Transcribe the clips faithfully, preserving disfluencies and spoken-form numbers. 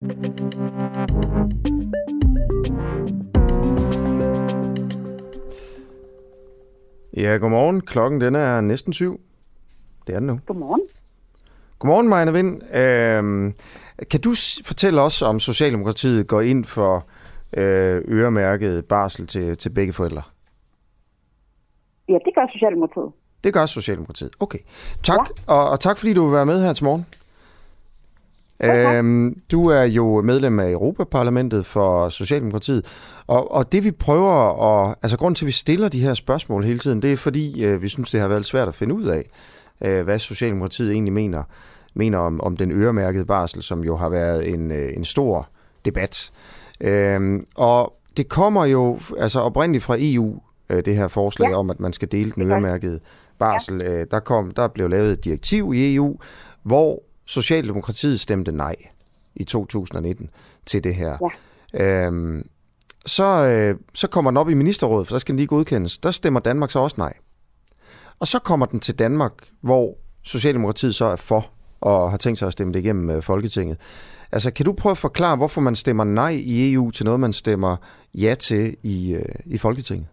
Ja, godmorgen. Klokken den er næsten syv. Det er den nu. Godmorgen. Godmorgen, Marianne Vind. Øhm, kan du fortælle os, om Socialdemokratiet går ind for øh, øremærket barsel til, til begge forældre? Ja, det gør Socialdemokratiet. Det gør Socialdemokratiet. Okay. Tak, ja. og, og tak fordi du vil være med her til morgen. Okay. Øhm, du er jo medlem af Europaparlamentet for Socialdemokratiet, og, og det vi prøver at, altså grund til at vi stiller de her spørgsmål hele tiden, det er fordi øh, vi synes det har været svært at finde ud af, øh, hvad Socialdemokratiet egentlig mener, mener om, om den øremærkede barsel, som jo har været en, øh, en stor debat. Øhm, og det kommer jo altså oprindeligt fra E U, øh, det her forslag ja. om, at man skal dele den øremærkede barsel. Ja. Øh, der, kom, der blev lavet et direktiv i E U, hvor Socialdemokratiet stemte nej i to tusind og nitten til det her. Ja. Øhm, så, øh, så kommer den op i ministerrådet, for der skal den lige godkendes. Der stemmer Danmark så også nej. Og så kommer den til Danmark, hvor Socialdemokratiet så er for og har tænkt sig at stemme det igennem øh, Folketinget. Altså, kan du prøve at forklare, hvorfor man stemmer nej i E U til noget, man stemmer ja til i, øh, i Folketinget?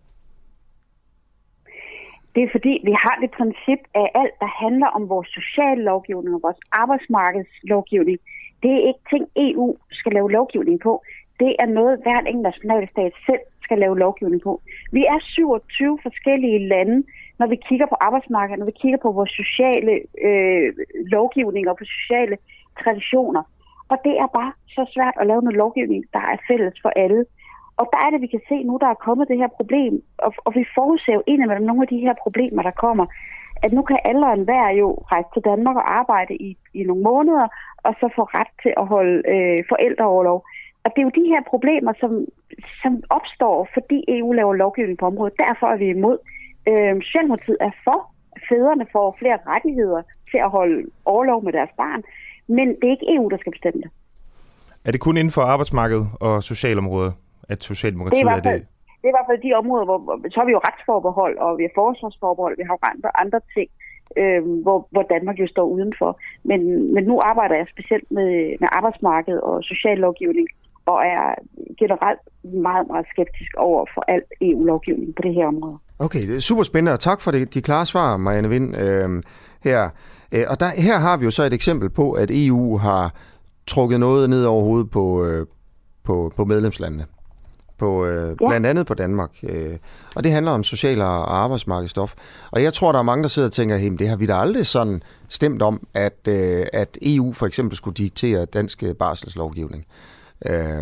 Det er fordi, vi har det princip af alt, der handler om vores sociale lovgivning og vores arbejdsmarkedslovgivning. Det er ikke ting, E U skal lave lovgivning på. Det er noget, hver enkelt nationalstat selv skal lave lovgivning på. Vi er syvogtyve forskellige lande, når vi kigger på arbejdsmarkedet, når vi kigger på vores sociale øh, lovgivning og på sociale traditioner. Og det er bare så svært at lave noget lovgivning, der er fælles for alle. Og der er det, vi kan se nu, der er kommet det her problem, og, og vi forudser jo indimellem nogle af de her problemer, der kommer, at nu kan alle og enhver jo rejse til Danmark og arbejde i, i nogle måneder, og så få ret til at holde øh, forældreorlov. Og det er jo de her problemer, som, som opstår, fordi E U laver lovgivning på området. Derfor er vi imod. Øh, Socialdemokratiet er for, fædrene får flere rettigheder til at holde orlov med deres barn, men det er ikke E U, der skal bestemme det. Er det kun inden for arbejdsmarkedet og socialområdet, at Socialdemokratiet det er, er det? Det er i hvert fald de områder, hvor så har vi jo retsforbehold, og vi har forsvarsforbehold, vi har jo andre, andre ting, øh, hvor, hvor Danmark jo står udenfor. Men, men nu arbejder jeg specielt med, med arbejdsmarked og sociallovgivning, og er generelt meget, meget skeptisk over for alt E U-lovgivning på det her område. Okay, det er super spændende, og tak for det, de klare svar, Marianne Vind, øh, her. Og der, her har vi jo så et eksempel på, at E U har trukket noget ned over hovedet på, øh, på, på medlemslandene. På, øh, blandt andet på Danmark. Øh, og det handler om social- og arbejdsmarkedsstof. Og jeg tror, der er mange, der sidder og tænker, hey, det har vi da aldrig sådan stemt om, at, øh, at E U for eksempel skulle diktere dansk barselslovgivning. Øh,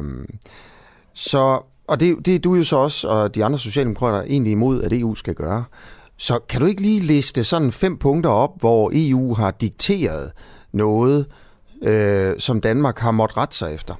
så, og det, det er du jo så også, og de andre socialdemokrater, egentlig imod, at E U skal gøre. Så kan du ikke lige liste sådan fem punkter op, hvor E U har dikteret noget, øh, som Danmark har måttet rette sig efter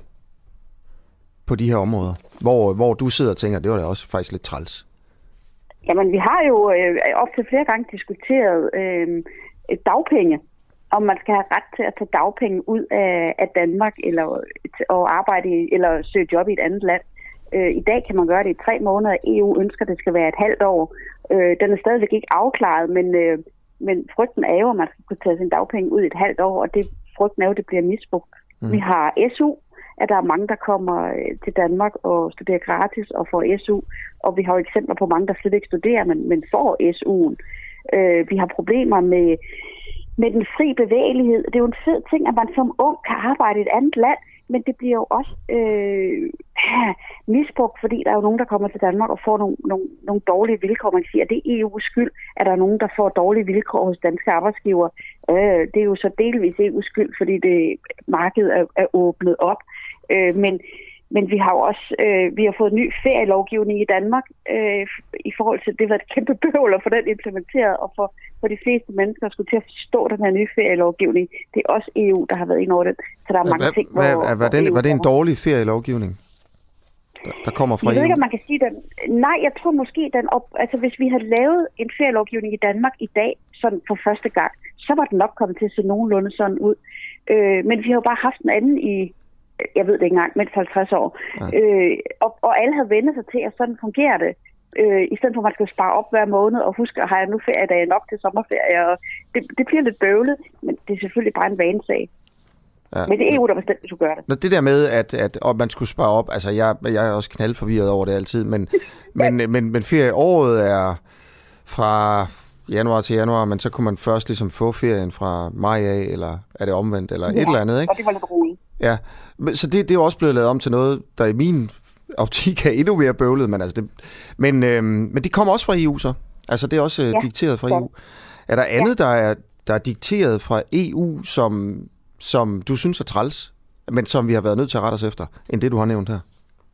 på de her områder? Hvor, hvor du sidder og tænker, det var da også faktisk lidt træls. Jamen, vi har jo øh, op til flere gange diskuteret øh, dagpenge, om man skal have ret til at tage dagpenge ud af, af Danmark, eller og arbejde i, eller søge job i et andet land. Øh, I dag kan man gøre det i tre måneder. E U ønsker, at det skal være et halvt år. Øh, den er stadigvæk ikke afklaret, men, øh, men frygten er jo, at man skal kunne tage sin dagpenge ud i et halvt år, og det frygten er jo, at det bliver misbrugt. Mm. Vi har S U, at der er mange, der kommer til Danmark og studerer gratis og får S U. Og vi har jo eksempler på mange, der slet ikke studerer, men, men får S U'en. Øh, vi har problemer med, med den fri bevægelighed. Det er jo en fed ting, at man som ung kan arbejde i et andet land, men det bliver jo også øh, misbrugt, fordi der er jo nogen, der kommer til Danmark og får nogle, nogle, nogle dårlige vilkår. Man kan sige, at det er E U's skyld, at der er nogen, der får dårlige vilkår hos danske arbejdsgiver. Øh, det er jo så delvis E U's skyld, fordi det markedet er, er åbnet op. Øh, men, men vi har jo også øh, vi har fået ny ferielovgivning i Danmark øh, i forhold til, det har været et kæmpe bøvl at få den implementeret, og for, for de fleste mennesker skulle til at forstå den her nye ferielovgivning. Det er også E U, der har været ind over den. Så der er mange hva, ting, hvor, hva, var, hvor den, E U var det en dårlig ferielovgivning, der, der kommer fra E U? Jeg ved ikke, om man kan sige den. Nej, jeg tror måske, den op, altså hvis vi havde lavet en ferielovgivning i Danmark i dag, sådan for første gang, så var den nok kommet til at se nogenlunde sådan ud. Øh, men vi har jo bare haft en anden i jeg ved det ikke engang, mindst halvtreds år. Ja. Øh, og, og alle havde vendt sig til, at sådan fungerer det. Øh, I stedet for, at man skal spare op hver måned, og huske, har jeg nu feriedage nok til sommerferie? Og det, det bliver lidt bøvlet, men det er selvfølgelig bare en vanesag. Ja. Men det er E U, der bestemt, at du gør det. Nå, det der med, at, at og man skulle spare op, altså jeg, jeg er også knaldforvirret over det altid, men, men, men, men ferieåret er fra januar til januar, men så kunne man først ligesom få ferien fra maj af, eller er det omvendt, eller ja, et eller andet, ikke? Og det var lidt roligt. Ja, så det, det er også blevet lavet om til noget, der i min optik er endnu mere bøvlet, men, altså det, men, øhm, men det kommer også fra E U så. Altså det er også ja, dikteret fra E U. Er der andet, ja. der, er, der er dikteret fra E U, som, som du synes er træls, men som vi har været nødt til at rette os efter, end det du har nævnt her?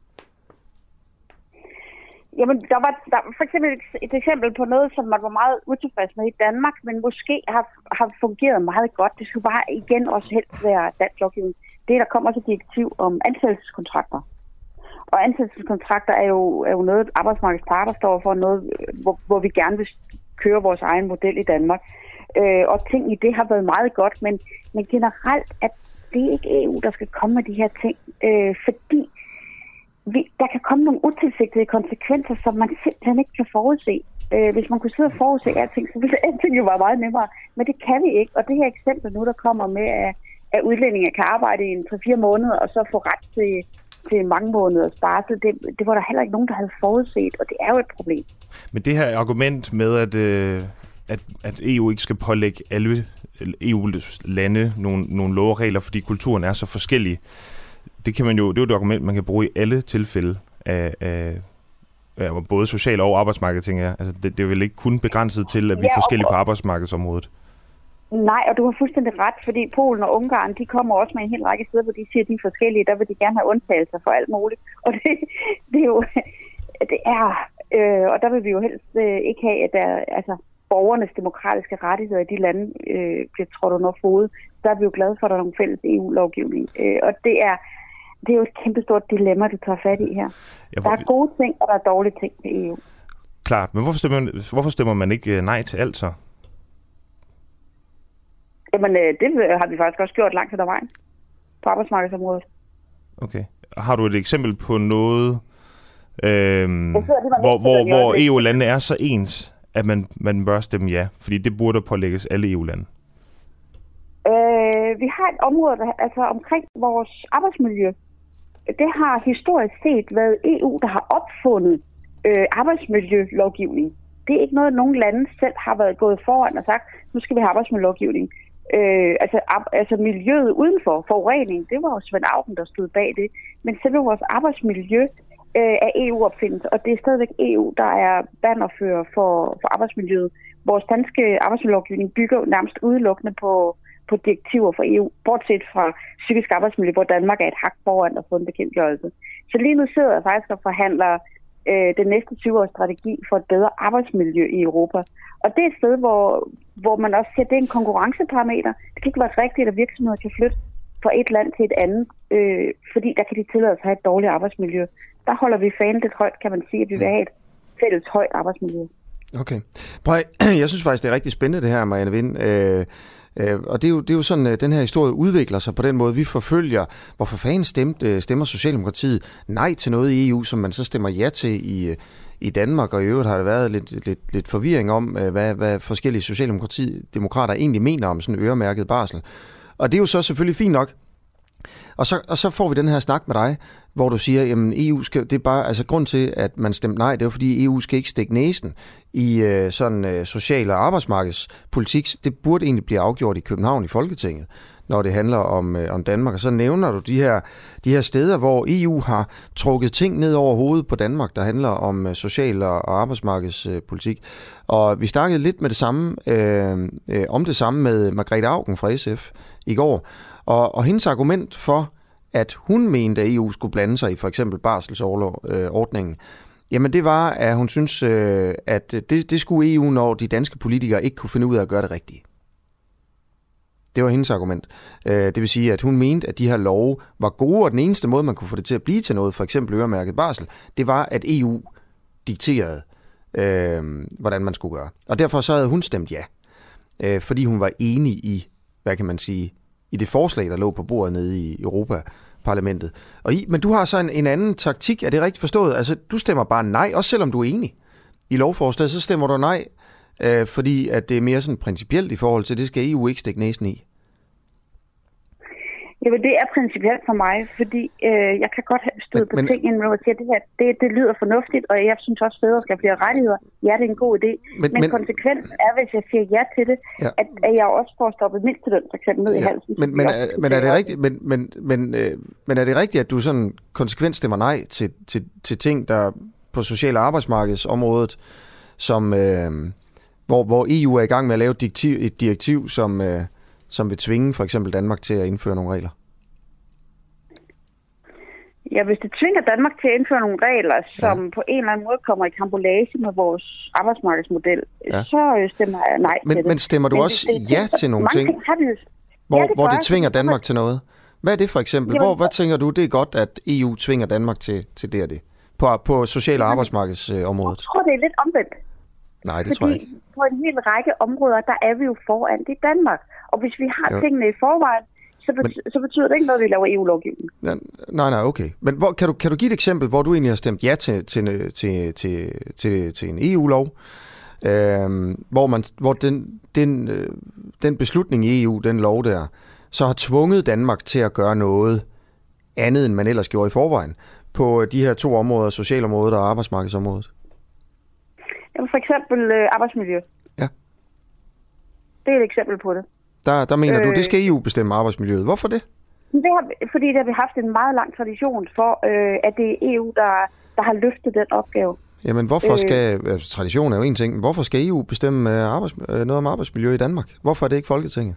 Jamen, der var der, for eksempel et, et eksempel på noget, som man var meget utilfreds med i Danmark, men måske har, har fungeret meget godt. Det skulle bare igen også helst være dansk lovgivning. Det, der kommer også et direktiv om ansættelseskontrakter. Og ansættelseskontrakter er jo, er jo noget, arbejdsmarkedets parter står for, noget, hvor, hvor vi gerne vil køre vores egen model i Danmark. Øh, og ting i det har været meget godt, men, men generelt er det ikke E U, der skal komme med de her ting, øh, fordi vi, der kan komme nogle utilsigtede konsekvenser, som man simpelthen ikke kan forudse. Øh, hvis man kunne sidde og forudse alting, så ville alting jo være meget nemmere. Men det kan vi ikke, og det her eksempel nu, der kommer med, at, at udlændinge kan arbejde i en tre fire måneder, og så få ret til, til mange måneders barsel, det, det var der heller ikke nogen, der havde forudset, og det er jo et problem. Men det her argument med, at, øh, at, at E U ikke skal pålægge alle E U-lande nogle, nogle love og regler, fordi kulturen er så forskellig, det kan man jo, det er jo et argument, man kan bruge i alle tilfælde af, af, af både social- og arbejdsmarked, tænker jeg. Altså, det, det er vel ikke kun begrænset til, at vi er forskellige på arbejdsmarkedsområdet? Nej, og du har fuldstændig ret, fordi Polen og Ungarn, de kommer også med en hel række steder, hvor de siger, at de er forskellige. Der vil de gerne have undtagelser for alt muligt. Og det, det er jo, det er, øh, og der vil vi jo helst øh, ikke have, at der, altså, borgernes demokratiske rettigheder i de lande øh, bliver trådt under fod. Der er vi jo glade for, at der er nogle fælles E U-lovgivning. Øh, og det er, det er jo et kæmpestort dilemma, du tager fat i her. Ja, hvor... Der er gode ting, og der er dårlige ting ved E U. Klart, men hvorfor stemmer man, hvorfor stemmer man ikke nej til alt så? Jamen, det har vi faktisk også gjort langt til der vejen på arbejdsmarkedsområdet. Okay. Har du et eksempel på noget, øhm, hvor, hvor, hvor E U-landene er så ens, at man, man bør stemme ja? Fordi det burde pålægges alle E U-lande. Øh, vi har et område, der, altså omkring vores arbejdsmiljø. Det har historisk set været E U, der har opfundet øh, arbejdsmiljølovgivning. Det er ikke noget, at nogle lande selv har været gået foran og sagt, nu skal vi have arbejdsmiljølovgivning. Øh, altså, ab, altså miljøet udenfor, forurening, det var jo Svend Auken, der stod bag det. Men selve vores arbejdsmiljø øh, er E U-opfindelse, og det er stadigvæk E U, der er bannerfører for, for arbejdsmiljøet. Vores danske arbejdsmiljølovgivning bygger nærmest udelukkende på, på direktiver fra E U, bortset fra psykisk arbejdsmiljø, hvor Danmark er et hak foran og fået en bekendtgørelse. Så lige nu sidder jeg faktisk og forhandler øh, den næste tyve-års strategi for et bedre arbejdsmiljø i Europa. Og det er et sted, hvor, hvor man også siger, at det er en konkurrenceparameter. Det kan ikke være rigtigt, at virksomheder kan flytte fra et land til et andet, øh, fordi der kan de tillade sig at have et dårligt arbejdsmiljø. Der holder vi fanen lidt højt, kan man sige, at vi vil have et fælles højt arbejdsmiljø. Okay. Prøv, jeg synes faktisk, det er rigtig spændende det her, Marianne Vind. Øh, øh, og det er, jo, det er jo sådan, at den her historie udvikler sig på den måde. Vi forfølger, hvorfor fanden stemte, stemmer Socialdemokratiet nej til noget i E U, som man så stemmer ja til i i Danmark, og i øvrigt har der været lidt, lidt, lidt forvirring om, hvad, hvad forskellige socialdemokrater egentlig mener om sådan en øremærket barsel. Og det er jo så selvfølgelig fint nok. Og så, og så får vi den her snak med dig, hvor du siger, jamen E U skal, det er bare, altså grund til, at man stemte nej, det er fordi E U skal ikke stikke næsen i øh, sådan øh, social- og arbejdsmarkedspolitik. Det burde egentlig blive afgjort i København i Folketinget, når det handler om, øh, om Danmark. Og så nævner du de her, de her steder, hvor E U har trukket ting ned over hovedet på Danmark, der handler om øh, social- og arbejdsmarkedspolitik. Øh, og vi snakkede lidt med det samme, øh, øh, om det samme med Margrethe Auken fra S F i går. Og, og hendes argument for, at hun mente, at E U skulle blande sig i for eksempel barselsordningen, jamen det var, at hun synes, øh, at det, det skulle E U, når de danske politikere ikke kunne finde ud af at gøre det rigtige. Det var hendes argument. Det vil sige, at hun mente, at de her love var gode, og den eneste måde, man kunne få det til at blive til noget, for eksempel øremærket barsel, det var, at E U dikterede, øh, hvordan man skulle gøre. Og derfor så havde hun stemt ja, øh, fordi hun var enig i, hvad kan man sige, i det forslag, der lå på bordet nede i Europaparlamentet. Og I, men du har så en, en anden taktik, er det rigtigt forstået? Altså, du stemmer bare nej, også selvom du er enig i lovforslaget, så stemmer du nej, øh, fordi at det er mere sådan principielt i forhold til, det skal E U ikke stikke næsen i. Jamen, det er principielt for mig, fordi øh, jeg kan godt støde på men, ting, inden man siger, at det her det, det lyder fornuftigt, og jeg synes også, at fædre skal blive rettigheder. Ja, det er en god idé. Men, men, men konsekvensen er, hvis jeg siger ja til det, ja. at, at jeg også får stoppet mindsteløn, for eksempel ned ja. i halsen. Men, men, er, men, er det rigtigt, men, men, men, øh, men er det rigtigt, at du sådan konsekvent stemmer nej til, til, til ting, der på social- og arbejdsmarkedsområdet, som, øh, hvor, hvor E U er i gang med at lave et direktiv, et direktiv som... Øh, som vil tvinge for eksempel Danmark til at indføre nogle regler? Ja, hvis det tvinger Danmark til at indføre nogle regler, som ja. på en eller anden måde kommer i karambolage med vores arbejdsmarkedsmodel, ja. så stemmer jeg nej men, til det. Men stemmer du men også det, ja til nogle ting, ting vi, hvor, ja, det, hvor det tvinger Danmark til noget? Hvad er det for eksempel? Jamen, hvor, hvad tænker du, det er godt, at E U tvinger Danmark til, til det og det? På, på social- og arbejdsmarkedsområdet? Jeg tror, det er lidt omvendt. Nej, det Fordi tror jeg ikke. På en hel række områder, der er vi jo foran i Danmark. Og hvis vi har jo. tingene i forvejen, så, betyder, men, så betyder det ikke noget, at vi laver E U-lovgivning. Nej, nej, okay. Men hvor, kan, du, kan du give et eksempel, hvor du egentlig har stemt ja til, til, til, til, til, til en E U-lov, øh, hvor, man, hvor den, den, øh, den beslutning i E U, den lov der, så har tvunget Danmark til at gøre noget andet, end man ellers gjorde i forvejen, på de her to områder, socialområdet og arbejdsmarkedsområdet? Jamen for eksempel øh, arbejdsmiljø. Ja. Det er et eksempel på det. Der, der mener øh, du, det skal E U bestemme arbejdsmiljøet. Hvorfor det? Det har, fordi det har vi haft en meget lang tradition for, øh, at det er E U, der, der har løftet den opgave. Jamen hvorfor skal, øh, tradition er jo en ting, men hvorfor skal E U bestemme arbejds, noget om arbejdsmiljø i Danmark? Hvorfor er det ikke Folketinget?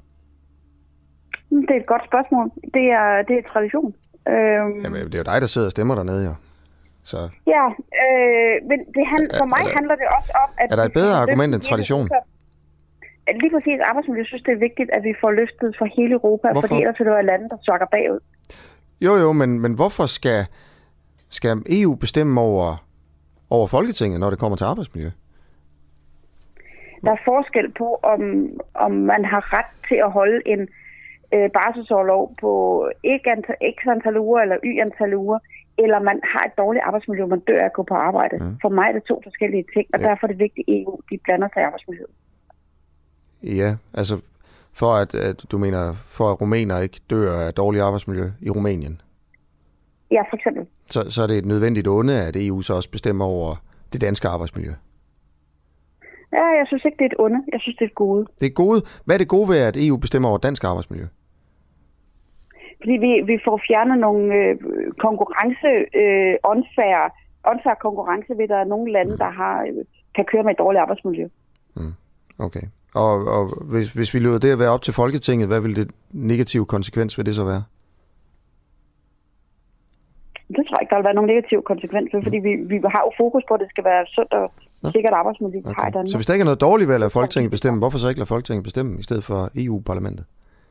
Det er et godt spørgsmål. Det er, det er tradition. Øh, Jamen det er jo dig, der sidder og stemmer dernede, jo. Så. Ja, øh, men det han, for mig der, handler det også om, at... Er der et bedre argument end tradition? Lige præcis arbejdsmiljø, jeg synes, det er vigtigt, at vi får løftet for hele Europa, hvorfor? Fordi ellers er det jo lande, der sokker bagud. Jo, jo, men, men hvorfor skal, skal E U bestemme over, over Folketinget, når det kommer til arbejdsmiljø? Der er forskel på, om, om man har ret til at holde en øh, barselsorlov på ikke antal, x antal uger eller y antal uger, eller man har et dårligt arbejdsmiljø, man dør af at gå på arbejde. Mm. For mig er det to forskellige ting, og ja. derfor er det vigtigt, at E U de blander sig i arbejdsmiljøet. Ja, altså for at, at du mener, for at rumænere ikke dør af dårligt arbejdsmiljø i Rumænien? Ja, for eksempel. Så, så er det et nødvendigt onde, at E U så også bestemmer over det danske arbejdsmiljø? Ja, jeg synes ikke, det er et onde. Jeg synes, det er et gode. Det er gode. Hvad er det gode ved, at E U bestemmer over dansk arbejdsmiljø? Fordi vi, vi får fjernet nogle øh, konkurrence, øh, unfair, unfair konkurrence ved, der er nogle lande, mm. der har, øh, kan køre med et dårligt arbejdsmiljø. Mm. Okay. Og, og hvis, hvis vi løber det at være op til Folketinget, hvad vil det negative konsekvens ved det så være? Det tror jeg ikke, der vil være nogen negativ konsekvens, mm. fordi vi, vi har jo fokus på, at det skal være sundt og ja. sikkert arbejdsmiljø, vi okay. har i Danmark. Så hvis der ikke er noget dårligt ved at lade Folketinget bestemme, hvorfor så ikke lade Folketinget bestemme i stedet for E U-parlamentet?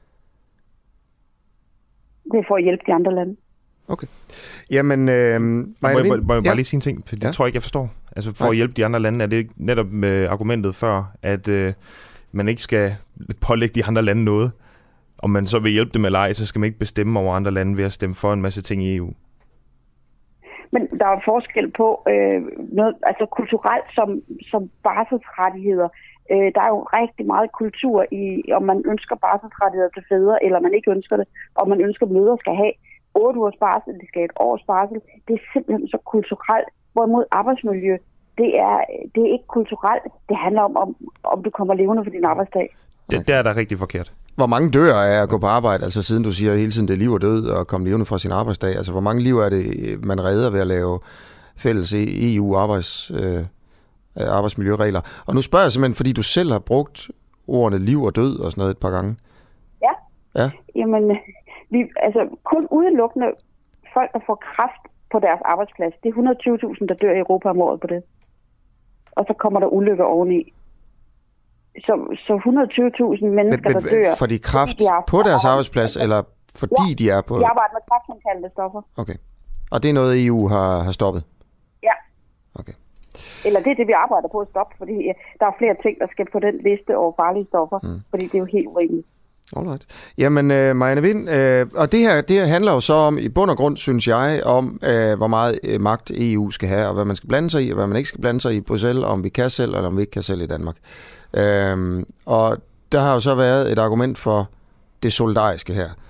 Det er for at hjælpe de andre lande. Okay. Jamen, øh, må jeg, må, må jeg ja. bare lige sige en ting, for det ja. tror jeg ikke, jeg forstår. Altså for Nej. at hjælpe de andre lande, er det netop med argumentet før, at øh, man ikke skal pålægge de andre lande noget. Om man så vil hjælpe dem eller ej, så skal man ikke bestemme over andre lande ved at stemme for en masse ting i E U. Men der er forskel på øh, noget, altså kulturelt som, som barselsrettigheder. Øh, der er jo rigtig meget kultur i, om man ønsker barselsrettigheder til fædre, eller man ikke ønsker det, og man ønsker, at mødre skal have otte ugers barsel, de skal have et års barsel. Det er simpelthen så kulturelt. Hvorimod arbejdsmiljø, det er, det er ikke kulturelt. Det handler om, om, om du kommer levende for din arbejdsdag. Det, det er da rigtig forkert. Hvor mange dør af at gå på arbejde, altså siden du siger hele tiden, det er liv og død og komme levende fra sin arbejdsdag? Altså hvor mange liv er det, man redder ved at lave fælles E U-arbejds, øh, arbejdsmiljøregler? Og nu spørger jeg simpelthen, fordi du selv har brugt ordene liv og død og sådan noget et par gange. Ja. Ja. Jamen, vi, altså kun udelukkende folk, der får kræft på deres arbejdsplads. Det er et hundrede og tyve tusind, der dør i Europa om året på det. Og så kommer der ulykker oveni. Så, så et hundrede og tyve tusind mennesker, men, men, der dør. Får de kræft de på deres arbejdsplads, eller fordi ja, de er på... de arbejder med kræftfremkaldende stoffer. Okay. Og det er noget, E U har, har stoppet? Ja. Okay. Eller det er det, vi arbejder på at stoppe, fordi der er flere ting, der skal på den liste over farlige stoffer, mm. fordi det er jo helt urimeligt. Alright. Jamen, uh, Marianne Vind, uh, og det her, det her handler jo så om, i bund og grund, synes jeg, om, uh, hvor meget uh, magt E U skal have, og hvad man skal blande sig i, og hvad man ikke skal blande sig i Bruxelles, og om vi kan selv, eller om vi ikke kan selv i Danmark. Uh, og der har jo så været et argument for det solidariske her.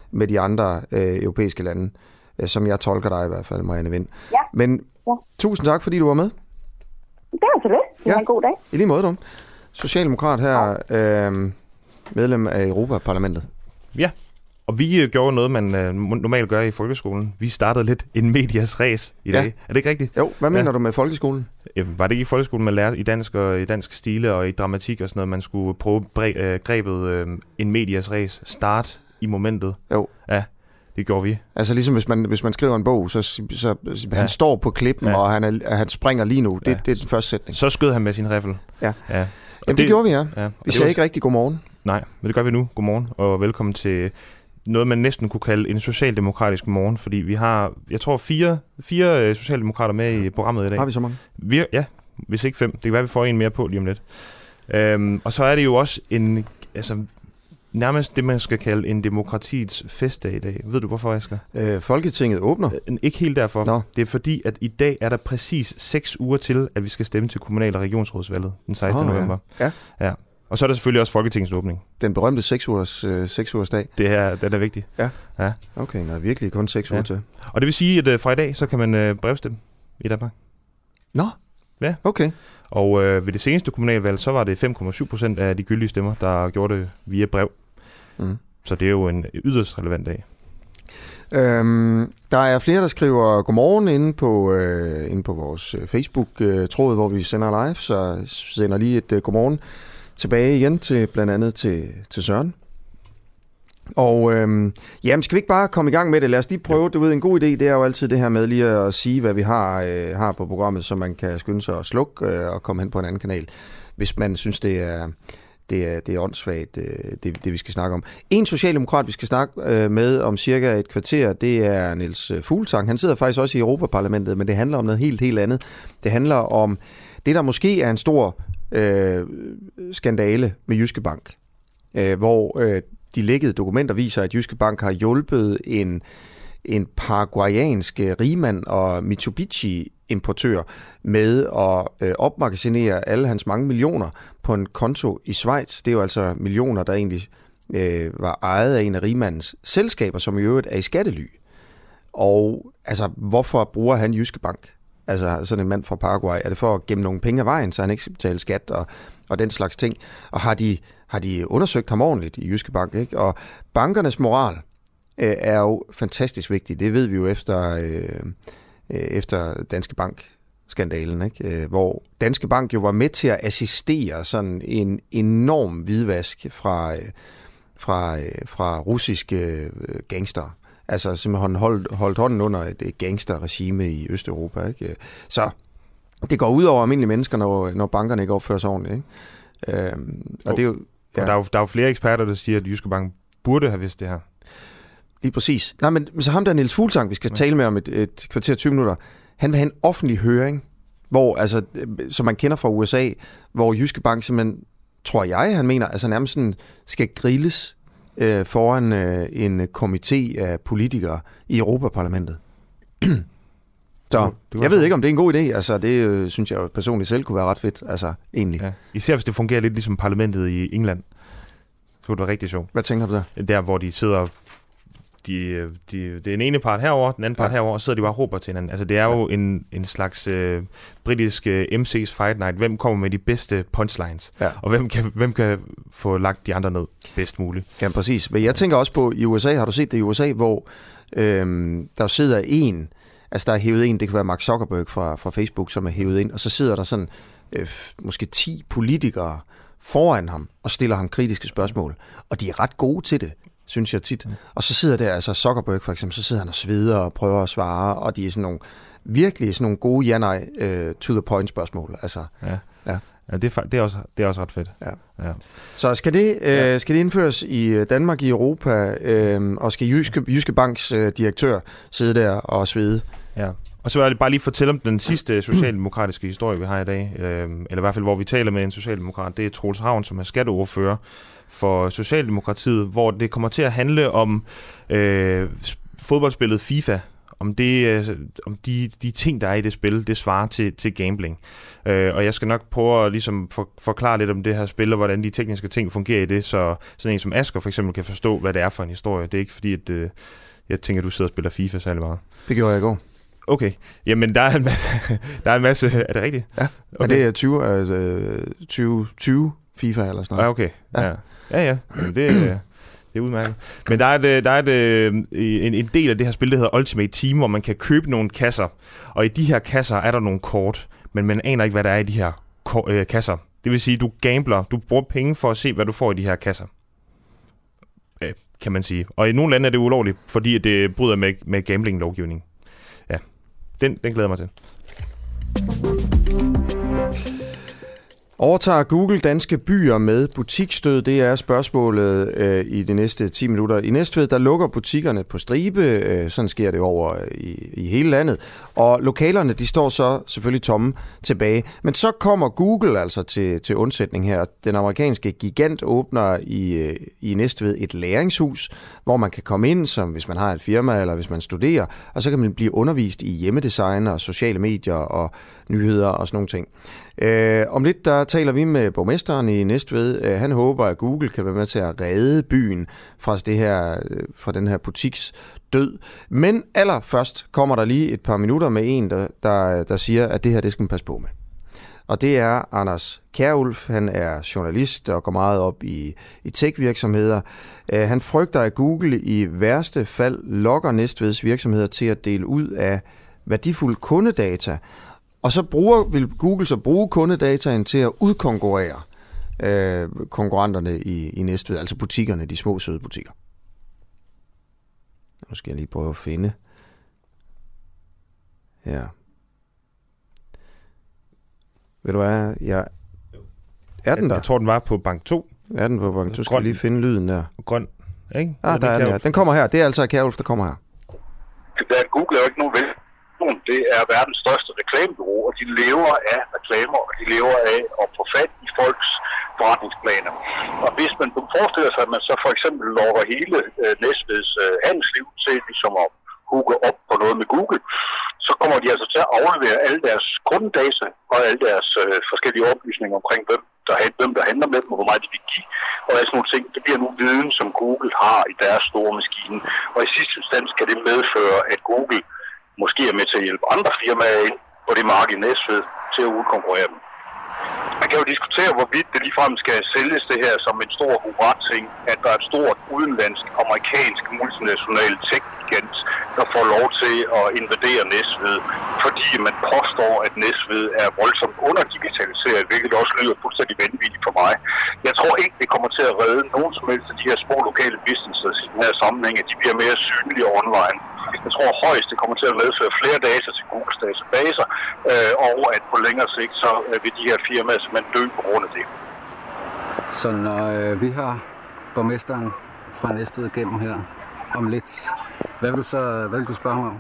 med de andre øh, europæiske lande, øh, som jeg tolker dig i hvert fald, Marianne Vind. Ja. Men ja. tusind tak, fordi du var med. Det var så lidt. Det var ja. en god dag. I lige måde, du. Socialdemokrat her, øh, medlem af Europaparlamentet. Ja, og vi gjorde noget, man øh, normalt gør i folkeskolen. Vi startede lidt en medias race i dag. Ja. Er det ikke rigtigt? Jo, hvad mener ja. du med folkeskolen? Var det ikke i folkeskolen, man lærte i dansk og i dansk stile og i dramatik og sådan noget, man skulle prøve bre- øh, grebet øh, en medias race, start i momentet? Jo. Ja, det gjorde vi. Altså ligesom hvis man, hvis man skriver en bog, så, så, så ja. han står på klippen, ja. og han, er, han springer lige nu. Det, ja. det er den første sætning. Så skød han med sin riffel. Ja. ja. Jamen det, det gjorde vi, ja. ja. Vi sagde var... ikke rigtig godmorgen. Nej, men det gør vi nu. Godmorgen og velkommen til noget, man næsten kunne kalde en socialdemokratisk morgen, fordi vi har, jeg tror, fire, fire socialdemokrater med i programmet i dag. Har vi så mange? Vi, ja, hvis ikke fem. Det kan være, vi får en mere på lige om lidt. Øhm, og så er det jo også en, altså nærmest det, man skal kalde en demokratiets festdag i dag. Ved du hvorfor, Asger? Øh, Folketinget åbner? Øh, ikke helt derfor. Nå. Det er fordi, at i dag er der præcis seks uger til, at vi skal stemme til kommunal- og regionsrådsvalget den sekstende november. Ja. ja. Og så er der selvfølgelig også Folketingets åbning. Den berømte seks ugers, øh, seks ugers dag. Det er, det er vigtigt. Ja. ja. Okay, der er virkelig kun seks ja. uger til. Og det vil sige, at øh, fra i dag, så kan man øh, brevstemme i Danmark. Nå, ja. Okay. Og øh, ved det seneste kommunalvalg, så var det fem komma syv procent af de gyldige stemmer, der gjorde det via brev. Mm. Så det er jo en yderst relevant dag. Øhm, der er flere, der skriver godmorgen inde på, øh, inde på vores Facebook-tråd, hvor vi sender live, så sender lige et øh, godmorgen tilbage igen til blandt andet til, til Søren. Og øhm, jamen, skal vi ikke bare komme i gang med det? Lad os lige prøve. Du ved, en god idé, det er jo altid det her med lige at sige, hvad vi har, øh, har på programmet, så man kan skynde sig at slukke øh, og komme hen på en anden kanal, hvis man synes, det er, det er, det er åndssvagt, øh, det, det vi skal snakke om. En socialdemokrat, vi skal snakke øh, med om cirka et kvarter, det er Niels Fuglsang. Han sidder faktisk også i Europaparlamentet, men det handler om noget helt, helt andet. Det handler om det, der måske er en stor øh, skandale med Jyske Bank, øh, hvor øh, de lækkede dokumenter viser, at Jyske Bank har hjulpet en, en paraguayansk rigmand og Mitsubishi-importør med at øh, opmagasinere alle hans mange millioner på en konto i Schweiz. Det er jo altså millioner, der egentlig øh, var ejet af en af rigmandens selskaber, som i øvrigt er i skattely. Og altså, hvorfor bruger han Jyske Bank? Altså sådan en mand fra Paraguay. Er det for at gemme nogle penge af vejen, så han ikke skal betale skat og, og den slags ting? Og har de, har de undersøgt ham ordentligt i Jyske Bank? Ikke? Og bankernes moral øh, er jo fantastisk vigtig. Det ved vi jo efter, øh, efter Danske Bank-skandalen, ikke? Øh, hvor Danske Bank jo var med til at assistere sådan en enorm hvidvask fra, øh, fra, øh, fra russiske øh, gangster. Altså simpelthen holdt, holdt hånden under et gangsterregime i Østeuropa. Ikke? Så det går ud over almindelige mennesker, når, når bankerne ikke opfører sig ordentligt. Ikke? Øhm, og det er jo, ja. og der, er jo, der er jo flere eksperter, der siger, at Jyske Bank burde have vidst det her. Lige præcis. Nej, men så ham der Niels Fuglsang, vi skal ja. tale med om et, et kvarter tyve minutter, han vil have en offentlig høring, hvor, altså, som man kender fra U S A, hvor Jyske Bank simpelthen, tror jeg, han mener, altså nærmest sådan, skal grilles øh, foran øh, en komité af politikere i Europaparlamentet. Så du, jeg ved ikke, om det er en god idé. Altså, det øh, synes jeg jo personligt selv kunne være ret fedt. Altså, egentlig. Ja. Især hvis det fungerer lidt ligesom parlamentet i England. Så kunne det være rigtig sjovt. Hvad tænker du der? Der, hvor de sidder... De, de, det er den ene part herover, den anden part ja. herover, og så sidder de bare og råber til hinanden. Altså, det er jo ja. en, en slags øh, britisk øh, M C's Fight Night. Hvem kommer med de bedste punchlines? Ja. Og hvem kan, hvem kan få lagt de andre ned bedst muligt? Ja, præcis. Men jeg tænker også på, i U S A, har du set det i U S A, hvor øh, der sidder en, altså der er hævet en, det kan være Mark Zuckerberg fra, fra Facebook, som er hævet ind, og så sidder der sådan øh, måske ti politikere foran ham og stiller ham kritiske spørgsmål. Og de er ret gode til det, synes jeg tit. Mm. Og så sidder der, altså Zuckerberg for eksempel, så sidder han og sveder og prøver at svare, og de er sådan nogle, virkelig sådan nogle gode ja-nej uh, to the point spørgsmål. Altså, ja, ja. ja det, er, det, er også, det er også ret fedt. Ja. Ja. Så skal det, øh, ja. skal det indføres i Danmark, i Europa, øh, og skal Jyske, Jyske Banks øh, direktør sidde der og svede? Ja. Og så vil jeg bare lige fortælle om den sidste socialdemokratiske historie, vi har i dag, øh, eller i hvert fald, hvor vi taler med en socialdemokrat. Det er Troels Ravn, som er skatteordfører for Socialdemokratiet, hvor det kommer til at handle om øh, fodboldspillet FIFA, om, det, om de, de ting, der er i det spil, det svarer til, til gambling. Øh, og jeg skal nok prøve at ligesom for, forklare lidt om det her spil, og hvordan de tekniske ting fungerer i det, så sådan en som Asger for eksempel kan forstå, hvad det er for en historie. Det er ikke fordi, at øh, jeg tænker, at du sidder og spiller FIFA særlig meget. Det gjorde jeg i går. Okay. Jamen, der er en masse... der er, en masse er det rigtigt? Ja, okay. Og det er tyve, øh, tyve, tyve FIFA eller sådan noget. Ja, okay. Ja, ja. ja, ja. Jamen, det, det er udmærket. Men der er, et, der er et, en, en del af det her spil, der hedder Ultimate Team, hvor man kan købe nogle kasser. Og i de her kasser er der nogle kort, men man aner ikke, hvad der er i de her øh, kasser. Det vil sige, du gambler, du bruger penge for at se, hvad du får i de her kasser. Øh, kan man sige. Og i nogle lande er det ulovligt, fordi det bryder med, med gambling-lovgivning. Ja, den, den glæder mig til. Overtager Google danske byer med butiksstød? Det er spørgsmålet øh, i de næste ti minutter. I Næstved, der lukker butikkerne på stribe. Øh, sådan sker det over i, i hele landet. Og lokalerne, de står så selvfølgelig tomme tilbage. Men så kommer Google altså til, til undsætning her. Den amerikanske gigant åbner i, i Næstved et læringshus, hvor man kan komme ind, som hvis man har et firma eller hvis man studerer, og så kan man blive undervist i hjemmedesign og sociale medier og nyheder og sådan nogle ting. Øh, om lidt, der taler vi med borgmesteren i Næstved. Øh, han håber, at Google kan være med til at redde byen fra, det her, fra den her butiksdød. Men allerførst kommer der lige et par minutter med en, der, der, der siger, at det her, det skal man passe på med. Og det er Anders Kjærulf. Han er journalist og går meget op i, i tech-virksomheder. Øh, han frygter, at Google i værste fald lokker Næstveds virksomheder til at dele ud af værdifuld kundedata. Og så bruger, vil Google så bruge kundedataen til at udkonkurrere øh, konkurrenterne i, i Næstved, altså butikkerne, de små søde butikker. Nu skal jeg lige prøve at finde. Ja. Ved du hvad? Jeg... Er den der? Jeg tror, den var på bank to. Er den på bank to? Du skal lige finde lyden der. Grøn, ikke? Ah, der er den, ja. Den kommer her. Det er altså Kjærulf, der kommer her. Google er jo ikke nogen vel. Det er verdens største reklamebureau, og de lever af reklamer, og de lever af at få fat i folks forretningsplaner. Og hvis man forestiller sig, at man så for eksempel lover hele øh, Næstveds øh, handelsliv til ligesom at hooke op på noget med Google, så kommer de altså til at aflevere alle deres kundedata og alle deres øh, forskellige oplysninger omkring, hvem der, hvem der handler med dem, og hvor meget de vil give. Og sådan nogle ting, det bliver nu viden, som Google har i deres store maskine. Og i sidste instans kan det medføre, at Google måske er med til at hjælpe andre firmaer ind på det marked i Næstved til at udkonkurrere dem. Man kan jo diskutere, hvorvidt det ligefrem skal sælges det her som en stor hurra-ting, at der er et stort udenlandsk, amerikansk, multinational tech-gigant, der får lov til at invadere Næstved, fordi man påstår, at Næstved er voldsomt underdigitaliseret, hvilket også lyder fuldstændig vanvittigt for mig. Jeg tror ikke, det kommer til at redde nogen som helst af de her små lokale businesses i den her sammenhæng, at de bliver mere synlige online. Jeg tror højst, det kommer til at medføre flere data til Googles databaser, øh, og at på længere sigt, så øh, vil de her firmaer simpelthen dø på grund af det. Så når øh, vi har borgmesteren fra Næstved igennem her om lidt, hvad vil du så hvad vil du spørge ham om?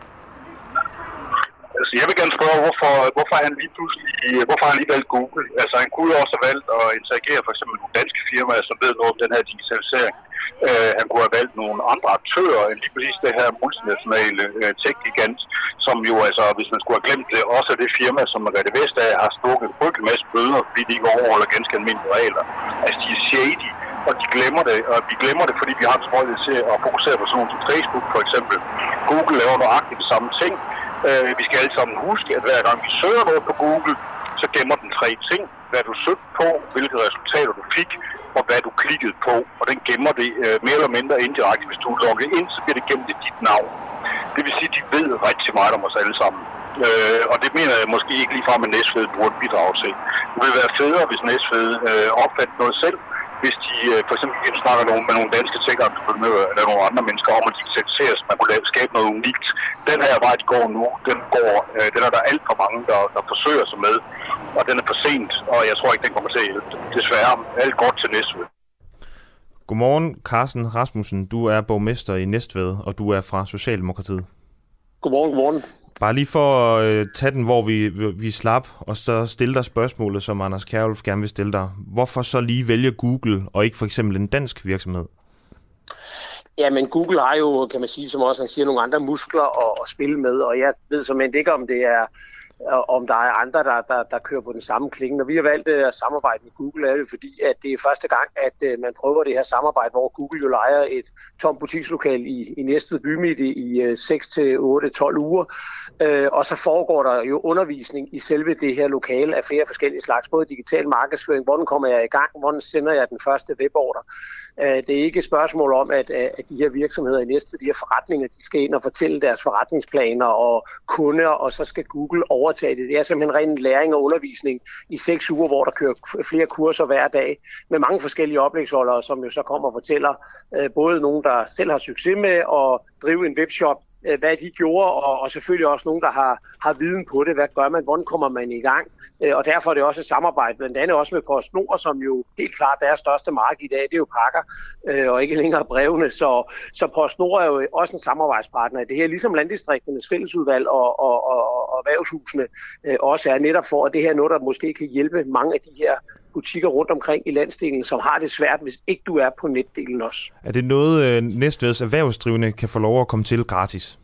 Altså, jeg vil gerne spørge, hvorfor, hvorfor han lige pludselig, hvorfor han lige valgt Google. Altså, han kunne jo også have valgt at interagere for eksempel med danske firmaer, som ved noget om den her digitalisering. Uh, han kunne have valgt nogle andre aktører end lige præcis det her multinationale uh, tech-gigant, som jo altså, hvis man skulle have glemt det, også er det firma, som Margrethe Vestager har stukket en frygtelig masse bøder, fordi de ikke overholder ganske almindelige regler. Altså, de er shady, og de glemmer det, og vi glemmer det, fordi vi har trådligt til at fokusere på sådan nogle som Facebook for eksempel. Google laver nøjagtigt det samme ting. Uh, vi skal alle sammen huske, at hver gang vi søger noget på Google, så gemmer den tre ting. Hvad du søgte på, hvilke resultater du fik, og hvad du klikkede på. Og den gemmer det uh, mere eller mindre indirekte. Hvis du logger ind, så bliver det gemt i dit navn. Det vil sige, at de ved rigtig meget om os alle sammen. Uh, og det mener jeg måske ikke ligefrem, at Næstved burde bidrage til. Det ville være federe, hvis Næstved uh, opfattede noget selv. Hvis de uh, for eksempel snakker nogen, med nogle danske tech-entreprenører eller nogle andre mennesker om at digitalisere, så man kunne lave, skabe noget unikt. Den her vej, de går nu, den, går, uh, den er der alt for mange, der, der forsøger sig med. Og den er for sent, og jeg tror ikke, den kommer til at hjælpe. Desværre, alt godt til Næstved. Godmorgen, Carsten Rasmussen. Du er borgmester i Næstved, og du er fra Socialdemokratiet. Godmorgen, godmorgen. Bare lige for at øh, tage den, hvor vi, vi slap, og så stille dig spørgsmålet, som Anders Kjærulf gerne vil stille dig. Hvorfor så lige vælge Google, og ikke for eksempel en dansk virksomhed? Ja, men Google har jo, kan man sige, som også han siger, nogle andre muskler at, at spille med, og jeg ved simpelthen ikke, om det er om der er andre, der, der, der kører på den samme klinge. Når vi har valgt at samarbejde med Google, er det fordi, at det er første gang, at man prøver det her samarbejde, hvor Google jo lejer et tomt butikslokal i, i Næstved Bymidte i seks til otte tolv uger. Øh, og så foregår der jo undervisning i selve det her lokale af flere forskellige slags, både digital markedsføring, hvordan kommer jeg i gang, hvordan sender jeg den første webordre. Det er ikke et spørgsmål om, at, at de her virksomheder i Næstved, de her forretninger, de skal ind og fortælle deres forretningsplaner og kunder, og så skal Google overtage det. Det er simpelthen ren læring og undervisning i seks uger, hvor der kører flere kurser hver dag med mange forskellige oplægsholdere, som jo så kommer og fortæller både nogen, der selv har succes med at drive en webshop, hvad de gjorde, og, og selvfølgelig også nogen, der har, har viden på det. Hvad gør man? Hvordan kommer man i gang? Og derfor er det også et samarbejde, blandt andet også med PostNord, som jo helt klart deres største marked i dag, det er jo pakker, og ikke længere brevene. Så, så PostNord er jo også en samarbejdspartner i det her, ligesom Landdistrikternes Fællesudvalg og, og, og, og erhvervshusene også er, netop for, at det her er noget, der måske kan hjælpe mange af de her butikker rundt omkring i landsdelen, som har det svært, hvis ikke du er på netdelen også. Er det noget, Næstveds erhvervsdrivende kan få lov at komme til gratis?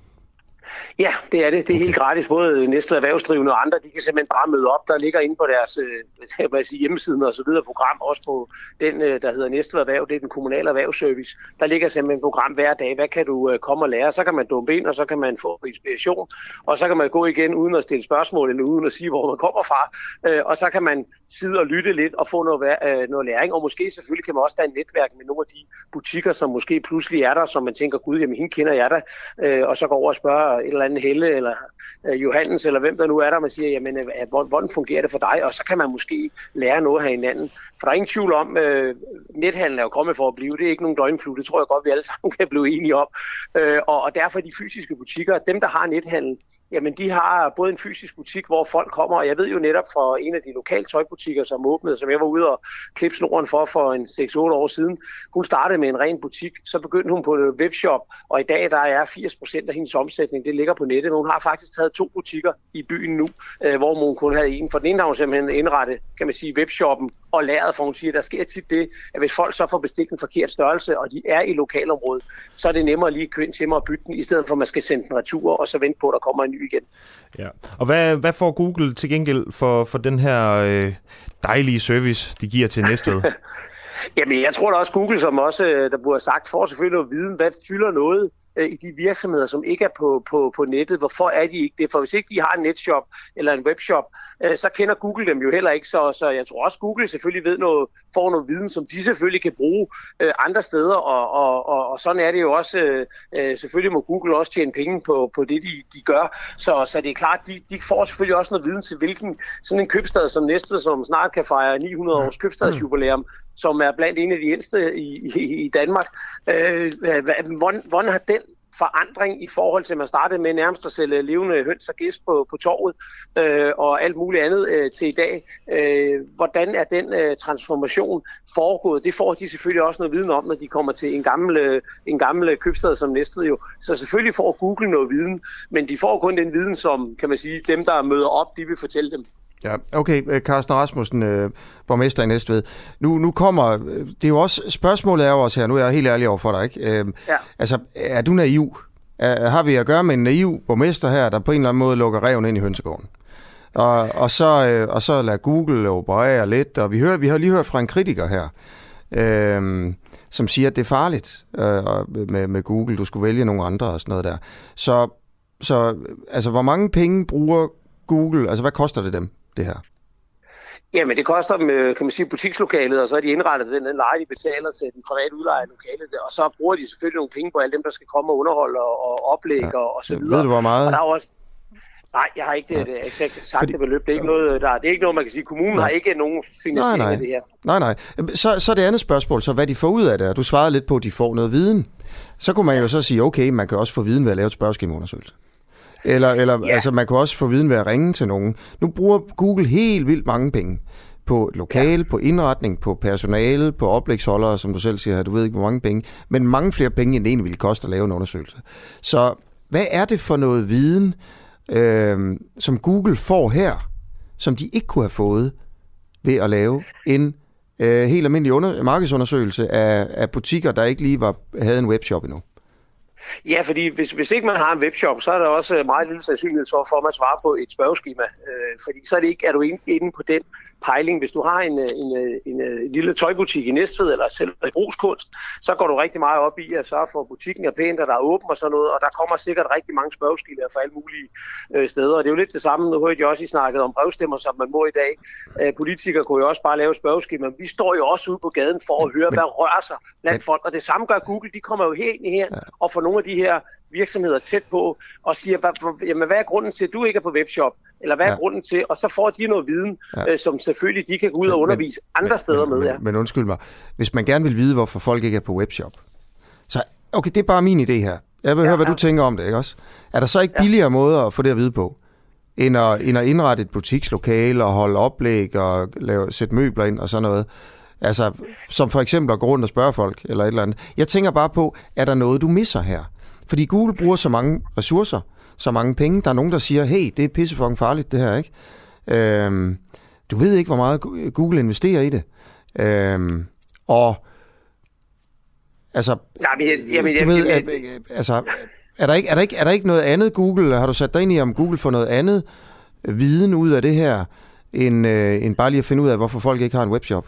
Ja, det er det. Det er okay. Helt gratis. Både Næstved erhvervsdrivende og andre, de kan simpelthen bare møde op. Der ligger inde på deres øh, hvad jeg sige, hjemmesiden og så videre program, også på den, der hedder Næstved Erhverv, det er den kommunale erhvervsservice. Der ligger simpelthen et program hver dag. Hvad kan du øh, komme og lære? Så kan man dumpe ind, og så kan man få inspiration. Og så kan man gå igen uden at stille spørgsmål, eller uden at sige, hvor man kommer fra. Øh, og så kan man sidde og lytte lidt og få noget, øh, noget læring. Og måske selvfølgelig kan man også have et netværk med nogle af de butikker, som måske pludselig er der, som man tænker, gud, jamen hende kender jeg da. Øh, og så går over og spørger et eller andet Helle eller øh, Johannes, eller hvem der nu er der, man siger, jamen, øh, hvordan fungerer det for dig? Og så kan man måske lære noget af hinanden. For der er ingen tvivl om, øh, nethandel er jo kommet for at blive. Det er ikke nogen døgnflue, det tror jeg godt, vi alle sammen kan blive enige om. Øh, og, og derfor de fysiske butikker, dem der har nethandel, jamen de har både en fysisk butik, hvor folk kommer, og jeg ved jo netop fra en af de lokale tøjbutikker, som åbnede, som jeg var ude og klippe snoren for for en seks otte år siden. Hun startede med en ren butik, så begyndte hun på en webshop, og i dag der er firs procent af hendes omsætning, det ligger på nettet, men hun har faktisk taget to butikker i byen nu, øh, hvor hun kun havde en. For den ene har hun simpelthen indrettet, kan man sige, webshoppen og læret, for hun siger, at der sker tit det, at hvis folk så får bestilt en forkert størrelse, og de er i lokalområdet, så er det nemmere lige at køre ind til mig og bytte den, i stedet for at man skal sende den retur, og så vente på, at der kommer en ny igen. Ja. Og hvad, hvad får Google til gengæld for, for den her øh, dejlige service, de giver til Næstved? Jamen, jeg tror da også, Google, som også, der burde have sagt, får selvfølgelig noget viden, hvad fylder noget i de virksomheder, som ikke er på, på, på nettet. Hvorfor er de ikke det? For hvis ikke de har en netshop eller en webshop, øh, så kender Google dem jo heller ikke. Så, så jeg tror også, Google selvfølgelig ved noget, får noget viden, som de selvfølgelig kan bruge øh, andre steder. Og, og, og, og sådan er det jo også. Øh, selvfølgelig må Google også tjene penge på, på det, de, de gør. Så, så det er klart, de, de får selvfølgelig også noget viden til, hvilken sådan en købstad som Næstved, som snart kan fejre ni hundrede års købstadsjubilæum, som er blandt en af de ældste i, i, i Danmark. Øh, hvordan, hvordan har den forandring i forhold til, at man startede med nærmest at sælge levende høns og gæs på, på torvet øh, og alt muligt andet øh, til i dag. Øh, hvordan er den øh, transformation foregået? Det får de selvfølgelig også noget viden om, når de kommer til en gammel, øh, en gammel købstad som Næstved jo. Så selvfølgelig får Google noget viden, men de får kun den viden, som kan man sige, dem der møder op, de vil fortælle dem. Ja, okay, Carsten Rasmussen, øh, borgmester i Næstved. Nu, nu kommer, det er jo også, spørgsmålet er jo også her, nu er jeg helt ærlig over for dig, ikke? Øh, ja. Altså, er du naiv? Er, har vi at gøre med en naiv borgmester her, der på en eller anden måde lukker ræven ind i hønsegården? Og, og, så, øh, og så lader Google operere lidt, og vi, hører, vi har lige hørt fra en kritiker her, øh, som siger, at det er farligt øh, med, med Google, du skulle vælge nogle andre og sådan noget der. Så, så altså, hvor mange penge bruger Google, altså hvad koster det dem? Det her? Jamen, det koster dem, kan man sige, butikslokalet, og så er de indrettet den leje, de betaler til den private udlejer lokalet, og så bruger de selvfølgelig nogle penge på alle dem, der skal komme og underholde og, og oplægge ja. og, og så videre. Ved du, hvor meget? Og der er også... Nej, jeg har ikke det, det eksakt sagt Fordi... det beløb. Det er ikke noget, der, det er ikke noget, man kan sige. Kommunen nej. har ikke nogen finansiering nej, nej. af det her. Nej, nej. Så, så er det andet spørgsmål, så hvad de får ud af det, du svarede lidt på, at de får noget viden. Så kunne man jo så sige, okay, man kan også få viden ved at lave et spørgeskemaundersøgelse. Eller, eller ja. altså, man kan også få viden ved at ringe til nogen. Nu bruger Google helt vildt mange penge på lokale, ja. på indretning, på personale, på oplægsholdere, som du selv siger, du ved ikke, hvor mange penge, men mange flere penge, end det egentlig ville koste at lave en undersøgelse. Så hvad er det for noget viden, øh, som Google får her, som de ikke kunne have fået ved at lave en øh, helt almindelig under, markedsundersøgelse af, af butikker, der ikke lige var, havde en webshop endnu? Ja, fordi hvis, hvis ikke man har en webshop, så er der også meget lille sandsynlighed for, at man svarer på et spørgeskema. Øh, fordi så er, det ikke, er du inde på den pejling. Hvis du har en, en, en, en lille tøjbutik i Næstved eller selv i brugskunst, så går du rigtig meget op i at sørge for, at butikken er pænt, og der er åben og sådan noget. Og der kommer sikkert rigtig mange spørgeskemaer fra alle mulige øh, steder. Og det er jo lidt det samme. Nu hørte jeg også, I snakket om brevstemmer, som man må i dag. Øh, politikere kunne jo også bare lave spørgeskemaer. Vi står jo også ude på gaden for at høre, men, hvad rører sig blandt men, folk. Og det samme gør Google. De kommer jo helt ind her ja. og får nogle af de her virksomheder tæt på og siger, hvad, jamen, hvad er grunden til, at du ikke er på webshop? Eller hvad er ja. grunden til? Og så får de noget viden, ja. øh, som selvfølgelig de kan gå ud og undervise men, andre steder men, med. Ja. Men, men undskyld mig, hvis man gerne vil vide, hvorfor folk ikke er på webshop, så okay, det er bare min idé her. Jeg vil ja, høre, hvad ja. du tænker om det, ikke også? Er der så ikke billigere ja. måder at få det at vide på, end at, end at indrette et butikslokale og holde oplæg og lave, sætte møbler ind og sådan noget? Altså, som for eksempel at gå rundt og spørge folk, eller et eller andet. Jeg tænker bare på, er der noget, du misser her? Fordi Google bruger så mange ressourcer, så mange penge. Der er nogen, der siger, hey, det er pissefucking farligt, det her, ikke? Øhm, du ved ikke, hvor meget Google investerer i det. Øhm, og, altså, jamen, jamen, du ved, jamen, altså, er der, ikke, er, der ikke, er der ikke noget andet Google? Har du sat dig ind i, om Google får noget andet viden ud af det her, end, øh, end bare lige at finde ud af, hvorfor folk ikke har en webshop?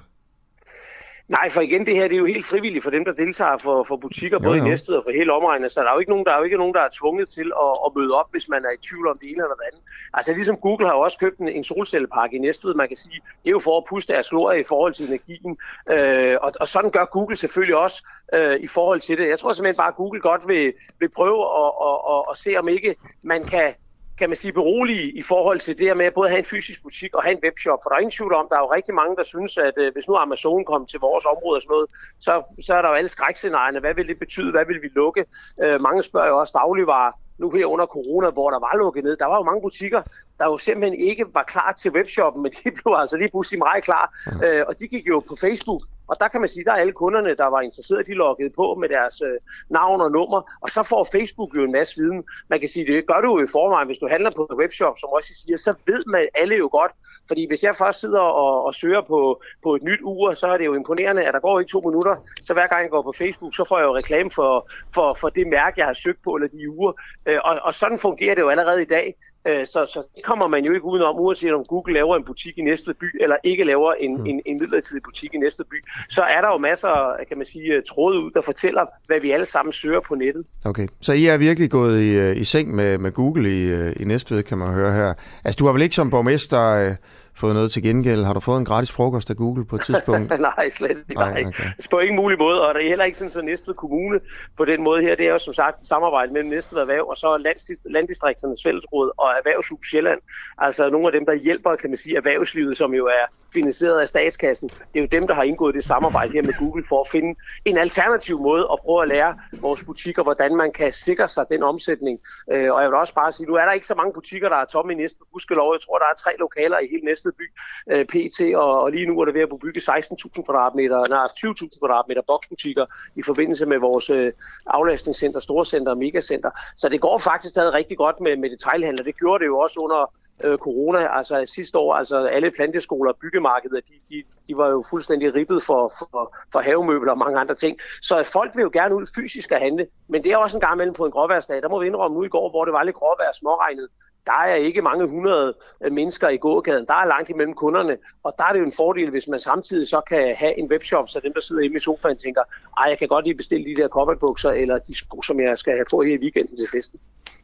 Nej, for igen, det her det er jo helt frivilligt for dem, der deltager for, for butikker, både jo, jo. i Næstved og for hele omegnet. Så der er jo ikke nogen, der er jo ikke nogen, der er tvunget til at, at møde op, hvis man er i tvivl om det ene eller det andet. Altså ligesom Google har jo også købt en, en solcellepark i Næstved, man kan sige, det er jo for at puste deres glorie i forhold til energien. Øh, og, og sådan gør Google selvfølgelig også øh, i forhold til det. Jeg tror simpelthen bare, at Google godt vil, vil prøve at, at, at, at se, om ikke man kan kan man sige, berolige i forhold til det her med at både have en fysisk butik og have en webshop. For der er ingen tvivl om, der er jo rigtig mange, der synes, at øh, hvis nu Amazon kom til vores område og sådan noget, så, så er der jo alle skrækscenarierne. Hvad vil det betyde? Hvad vil vi lukke? Øh, mange spørger jo også dagligvarer. Nu her under corona, hvor der var lukket ned, der var jo mange butikker, der jo simpelthen ikke var klar til webshoppen, men de blev altså lige pludselig meget klar. Øh, og de gik jo på Facebook. Og der kan man sige, der er alle kunderne, der var interesserede, de loggede på med deres øh, navn og nummer, og så får Facebook jo en masse viden. Man kan sige, det gør du jo i forvejen, hvis du handler på en webshop, som også siger, så ved man alle jo godt. Fordi hvis jeg først sidder og, og søger på, på et nyt ur, så er det jo imponerende, at der går ikke to minutter. Så hver gang jeg går på Facebook, så får jeg jo reklame for, for, for det mærke, jeg har søgt på, eller de uger. Øh, og, og sådan fungerer det jo allerede i dag. Så, så det kommer man jo ikke udenom, uanset om Google laver en butik i Næstved by, eller ikke laver en, mm. en, en midlertidig butik i Næstved by. Så er der jo masser, kan man sige, tråde ud, der fortæller, hvad vi alle sammen søger på nettet. Okay, så I er virkelig gået i, i seng med, med Google i, i Næstved, kan man høre her. Altså, du har vel ikke som borgmester fået noget til gengæld? Har du fået en gratis frokost af Google på et tidspunkt? Nej, slet ikke. Nej, okay. På ingen mulig måde, og det er heller ikke sådan, så Næstved Kommune på den måde her. Det er jo som sagt et samarbejde mellem Næstved Erhverv og så Landdistrikternes Fællesråd og Erhvervshus Sjælland. Altså nogle af dem, der hjælper, kan man sige, erhvervslivet, som jo er finansieret af statskassen. Det er jo dem, der har indgået det samarbejde her med Google for at finde en alternativ måde at prøve at lære vores butikker, hvordan man kan sikre sig den omsætning. Øh, og jeg vil også bare sige, nu er der ikke så mange butikker, der er tomme i Næstved. Gudskelov, jeg tror, der er tre lokaler i hele Næstved by øh, P T, og, og lige nu er det ved at bygge seksten tusind kvadratmeter, nej, tyve tusind kvadratmeter boksbutikker i forbindelse med vores øh, aflastningscenter, storcenter og megacenter. Så det går faktisk stadig rigtig godt med, med detailhandler. Det gjorde det jo også under øh, corona, altså sidste år, altså alle planteskoler og byggemarkeder, de, de, de var jo fuldstændig ribbet for, for, for havemøbler og mange andre ting. Så folk vil jo gerne ud fysisk at handle, men det er også en gang imellem på en gråværsdag. Der må vi indrømme nu i går, hvor det var lidt gråvejr småregnet. Der er ikke mange hundrede mennesker i gågaden. Der er langt imellem kunderne, og der er det jo en fordel, hvis man samtidig så kan have en webshop, så dem, der sidder hjemme i sofaen, tænker, ej, jeg kan godt lige bestille de der cowboybukser, eller de sko, som jeg skal have på her i weekenden til festen.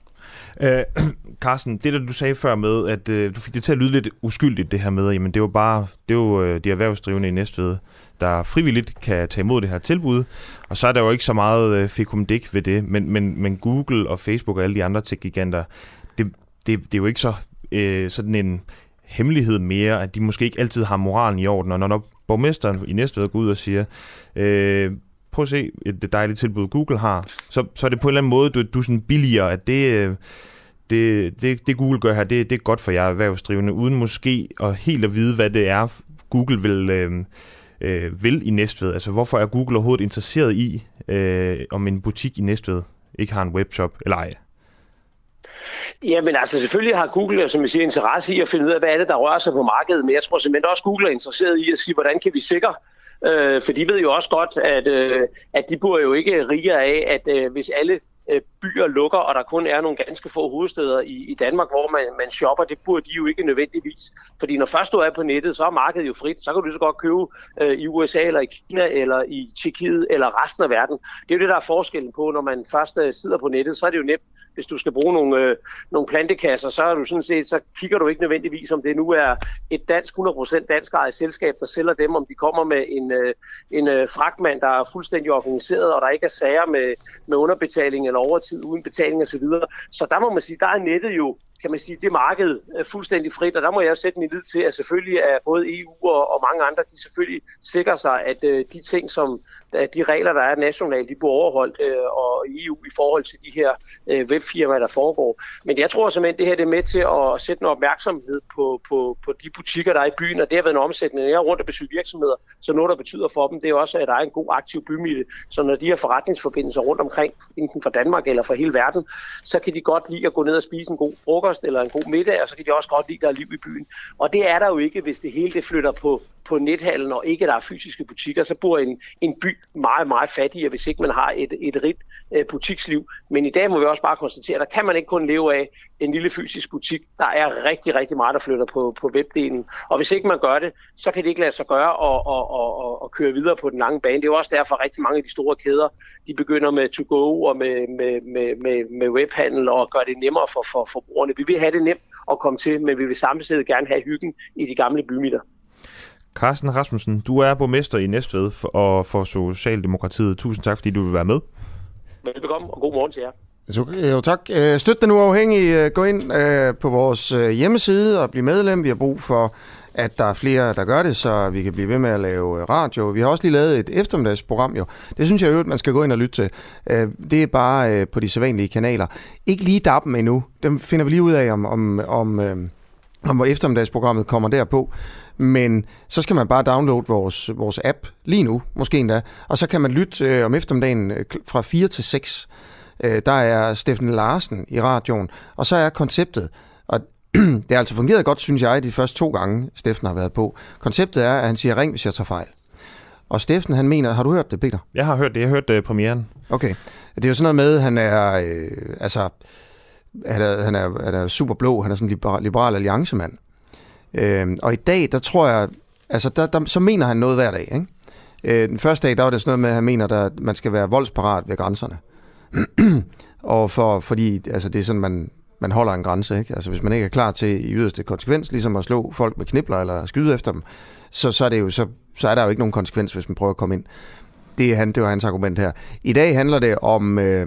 Øh, Carsten, det der du sagde før med, at øh, du fik det til at lyde lidt uskyldigt, det her med, jamen det var bare, det var øh, de erhvervsdrivende i Næstved, der frivilligt kan tage imod det her tilbud, og så er der jo ikke så meget øh, fikumdik ved det, men, men, men Google og Facebook og alle de andre tech-giganter, det, det, det er jo ikke så øh, sådan en hemmelighed mere, at de måske ikke altid har moralen i orden, og når, når borgmesteren i Næstved går ud og siger, øh, prøv at se et dejligt tilbud, Google har, så, så er det på en eller anden måde, du, du er sådan billigere, at det, det, det, det Google gør her, det, det er godt for jer erhvervsdrivende, uden måske at helt at vide, hvad det er, Google vil, øh, øh, vil i Næstved. Altså, hvorfor er Google overhovedet interesseret i, øh, om en butik i Næstved ikke har en webshop, eller ej? Jamen altså selvfølgelig har Google, som jeg siger, interesse i at finde ud af, hvad er det, der rører sig på markedet, men jeg tror simpelthen også, Google er interesseret i at sige, hvordan kan vi sikre, Øh, for de ved jo også godt, at, øh, at de burde jo ikke rige af, at øh, hvis alle byer lukker, og der kun er nogle ganske få hovedsteder i, i Danmark, hvor man, man shopper, det burde de jo ikke nødvendigvis. Fordi når først du er på nettet, så er markedet jo frit. Så kan du så godt købe øh, i U S A, eller i Kina, eller i Tjekkiet, eller resten af verden. Det er jo det, der er forskellen på, når man først øh, sidder på nettet, så er det jo nemt. Hvis du skal bruge nogle, øh, nogle plantekasser, så er du sådan set, så kigger du ikke nødvendigvis, om det nu er et dansk hundrede procent dansk ejet selskab, der sælger dem, om de kommer med en, øh, en øh, fragtmand, der er fuldstændig organiseret, og der ikke er sager med, med underbetaling eller overtid uden betaling osv. Så, så der må man sige, der er nettet jo, kan man sige, det marked er fuldstændig frit, og der må jeg sætte min lid til, at selvfølgelig er både E U og, og mange andre, de selvfølgelig sikrer sig, at øh, de ting, som at de regler, der er nationalt, de bliver overholdt, øh, og i E U i forhold til de her øh, webfirmaer, der foregår. Men jeg tror simpelthen, det her det er med til at sætte en opmærksomhed på, på, på de butikker, der er i byen, og det har været en omsætning. Jeg er rundt og besøger virksomheder, så noget, der betyder for dem, det er også, at der er en god aktiv bymidte. Så når de har forretningsforbindelser rundt omkring, enten fra Danmark eller fra hele verden, så kan de godt lide at gå ned og spise en god frokost eller en god middag, og så kan de også godt lide, at der er liv i byen. Og det er der jo ikke, hvis det hele det flytter på, på nethallen, og ikke der er fysiske butikker, så bor en, en by meget, meget fattigere, hvis ikke man har et, et rigt øh, butiksliv. Men i dag må vi også bare konstatere, at der kan man ikke kun leve af en lille fysisk butik. Der er rigtig, rigtig meget, der flytter på, på webdelen. Og hvis ikke man gør det, så kan det ikke lade sig gøre at, at, at, at, at køre videre på den lange bane. Det er jo også derfor, at rigtig mange af de store kæder, de begynder med to go og med, med, med, med, med webhandel og gør det nemmere for, for forbrugerne. Vi vil have det nemt at komme til, men vi vil samtidig gerne have hyggen i de gamle bymidter. Carsten Rasmussen, du er borgmester i Næstved for, og for Socialdemokratiet. Tusind tak, fordi du vil være med. Velbekomme, og god morgen til jer. Jo, tak. Støt den uafhængige. Gå ind på vores hjemmeside og bliv medlem. Vi har brug for, at der er flere, der gør det, så vi kan blive ved med at lave radio. Vi har også lige lavet et eftermiddagsprogram, jo. Det synes jeg jo, at man skal gå ind og lytte til. Det er bare på de sædvanlige kanaler. Ikke lige dappen endnu. Dem finder vi lige ud af, om, om, om, om hvor eftermiddagsprogrammet kommer derpå. Men så skal man bare downloade vores, vores app lige nu, måske endda. Og så kan man lytte øh, om eftermiddagen øh, fra fire til seks. Øh, der er Steffen Larsen i radioen, og så er konceptet, og det har altså fungeret godt, synes jeg, de første to gange, Steffen har været på. Konceptet er, at han siger, ring, hvis jeg tager fejl. Og Steffen, han mener, har du hørt det, Peter? Jeg har hørt det, jeg har hørt uh, premieren. Okay. Det er jo sådan noget med, han er, øh, altså, han er, han er, han er super blå, han er sådan en liberal, liberal alliancemand. Øh, og i dag, der tror jeg, altså der, der, så mener han noget hver dag, ikke? Øh, den første dag, der var det sådan noget med, at han mener, at man skal være voldsparat ved grænserne. Og for, fordi, altså det er sådan, man, man holder en grænse, ikke? Altså hvis man ikke er klar til i yderste konsekvens, ligesom at slå folk med knibler eller skyde efter dem, så, så, er, det jo, så, så er der jo ikke nogen konsekvens, hvis man prøver at komme ind. Det, er han, det var hans argument her. I dag handler det om... Øh,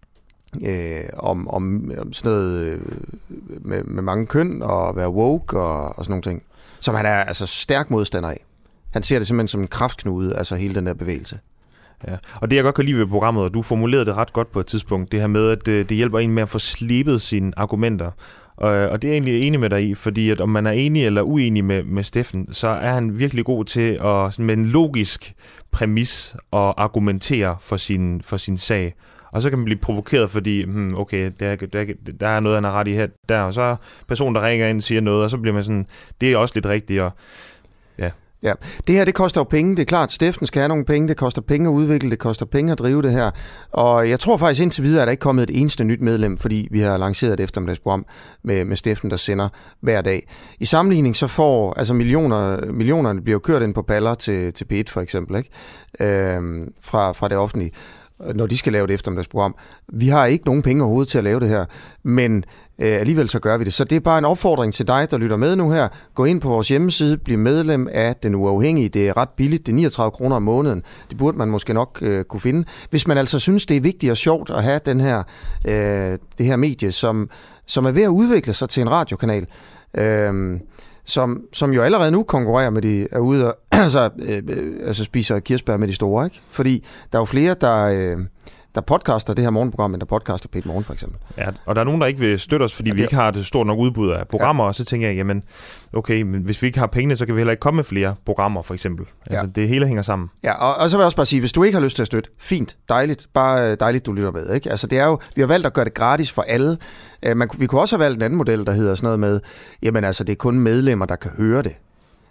Øh, om, om, om sådan noget øh, med, med mange køn og at være woke og, og sådan nogle ting, som han er altså stærk modstander af. Han ser det simpelthen som en kraftknude, altså hele den der bevægelse. Ja. Og det jeg godt kan lide ved programmet, og du formulerede det ret godt på et tidspunkt, det her med, at det, det hjælper en med at få slebet sine argumenter. Og, og det er jeg egentlig enig med dig i, fordi at om man er enig eller uenig med, med Steffen, så er han virkelig god til at med en logisk præmis at argumentere for sin, for sin sag. Og så kan man blive provokeret, fordi, hmm, okay, der, der, der er noget, han har ret i her, der, og så er personen, der ringer ind og siger noget, og så bliver man sådan, det er også lidt rigtigt, og ja. Ja, det her, det koster jo penge, det er klart, Steffen skal have nogle penge, det koster penge at udvikle, det koster penge at drive det her, og jeg tror faktisk indtil videre, at der ikke er kommet et eneste nyt medlem, fordi vi har lanceret et eftermiddagsprogram med, med Steffen, der sender hver dag. I sammenligning så får, altså millioner, millionerne bliver jo kørt ind på paller til, til P et for eksempel, ikke? Øhm, fra, fra det offentlige, når de skal lave det eftermiddagsprogram. Vi har ikke nogen penge overhovedet til at lave det her, men øh, alligevel så gør vi det. Så det er bare en opfordring til dig, der lytter med nu her. Gå ind på vores hjemmeside, bliv medlem af Den Uafhængige. Det er ret billigt, det er niogtredive kroner om måneden. Det burde man måske nok øh, kunne finde. Hvis man altså synes, det er vigtigt og sjovt at have den her, øh, det her medie, som, som er ved at udvikle sig til en radiokanal, øh, Som, som jo allerede nu konkurrerer med de er ude og altså, øh, altså spiser kirsebær med de store, ikke? Fordi der er jo flere, der, øh, der podcaster det her morgenprogram, end der podcaster P et Morgen for eksempel. Ja, og der er nogen, der ikke vil støtte os, fordi ja, vi ikke har et stort nok udbud af programmer, ja. Og så tænker jeg, jamen, okay, men hvis vi ikke har pengene, så kan vi heller ikke komme med flere programmer, for eksempel. Altså, ja. Det hele hænger sammen. Ja, og, og så vil jeg også bare sige, hvis du ikke har lyst til at støtte, fint, dejligt, bare dejligt, du lytter med, ikke? Altså, det er jo, vi har valgt at gøre det gratis for alle. Man, vi kunne også have valgt en anden model, der hedder sådan noget med, jamen altså, det er kun medlemmer, der kan høre det.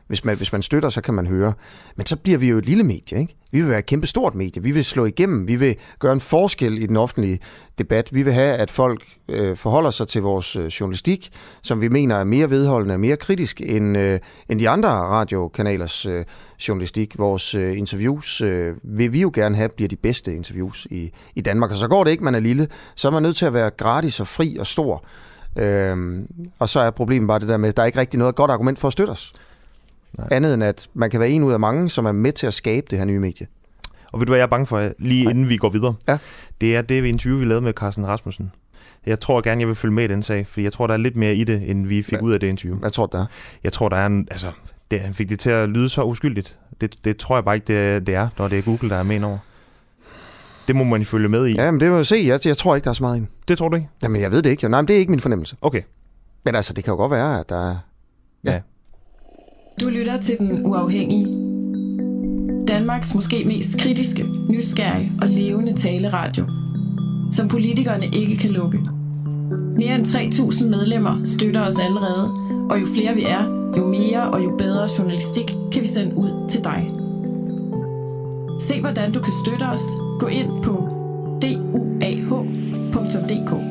Hvis man, hvis man støtter, så kan man høre. Men så bliver vi jo et lille medie, ikke? Vi vil være et kæmpe stort medie. Vi vil slå igennem. Vi vil gøre en forskel i den offentlige debat. Vi vil have, at folk øh, forholder sig til vores øh, journalistik, som vi mener er mere vedholdende og mere kritisk end, øh, end de andre radiokanalers øh, journalistik. Vores øh, interviews øh, vil vi jo gerne have, bliver de bedste interviews i, i Danmark. Og så går det ikke, man er lille. Så er man nødt til at være gratis og fri og stor. Øhm, og så er problemet bare det der med, at der er ikke rigtig noget godt argument for at støtte os. Nej. Andet end at man kan være en ud af mange, som er med til at skabe det her nye medie. Og ved du hvad jeg er bange for, lige Nej. inden vi går videre? Ja. Det er det interview, vi lavede med Carsten Rasmussen. Jeg tror gerne, jeg vil følge med i den sag, fordi jeg tror, der er lidt mere i det, end vi fik ja. ud af det interview. Jeg tror, der er. Jeg tror, der er en... Altså, det, han fik det til at lyde så uskyldigt. Det, det tror jeg bare ikke, det, det er, når det er Google, der er med over. Det må man følge med i. Ja, men det må jeg se. Jeg, jeg tror ikke, der er så meget i den. Det tror du ikke? Jamen, jeg ved det ikke. Nej, men det er ikke min fornemmelse. Okay. Men altså, det kan jo godt være, at der er... Ja. ja. Du lytter til Den Uafhængige. Danmarks måske mest kritiske, nysgerrige og levende taleradio, som politikerne ikke kan lukke. Mere end tre tusind medlemmer støtter os allerede, og jo flere vi er, jo mere og jo bedre journalistik kan vi sende ud til dig. Se hvordan du kan støtte os. Gå ind på d u a h punktum d k.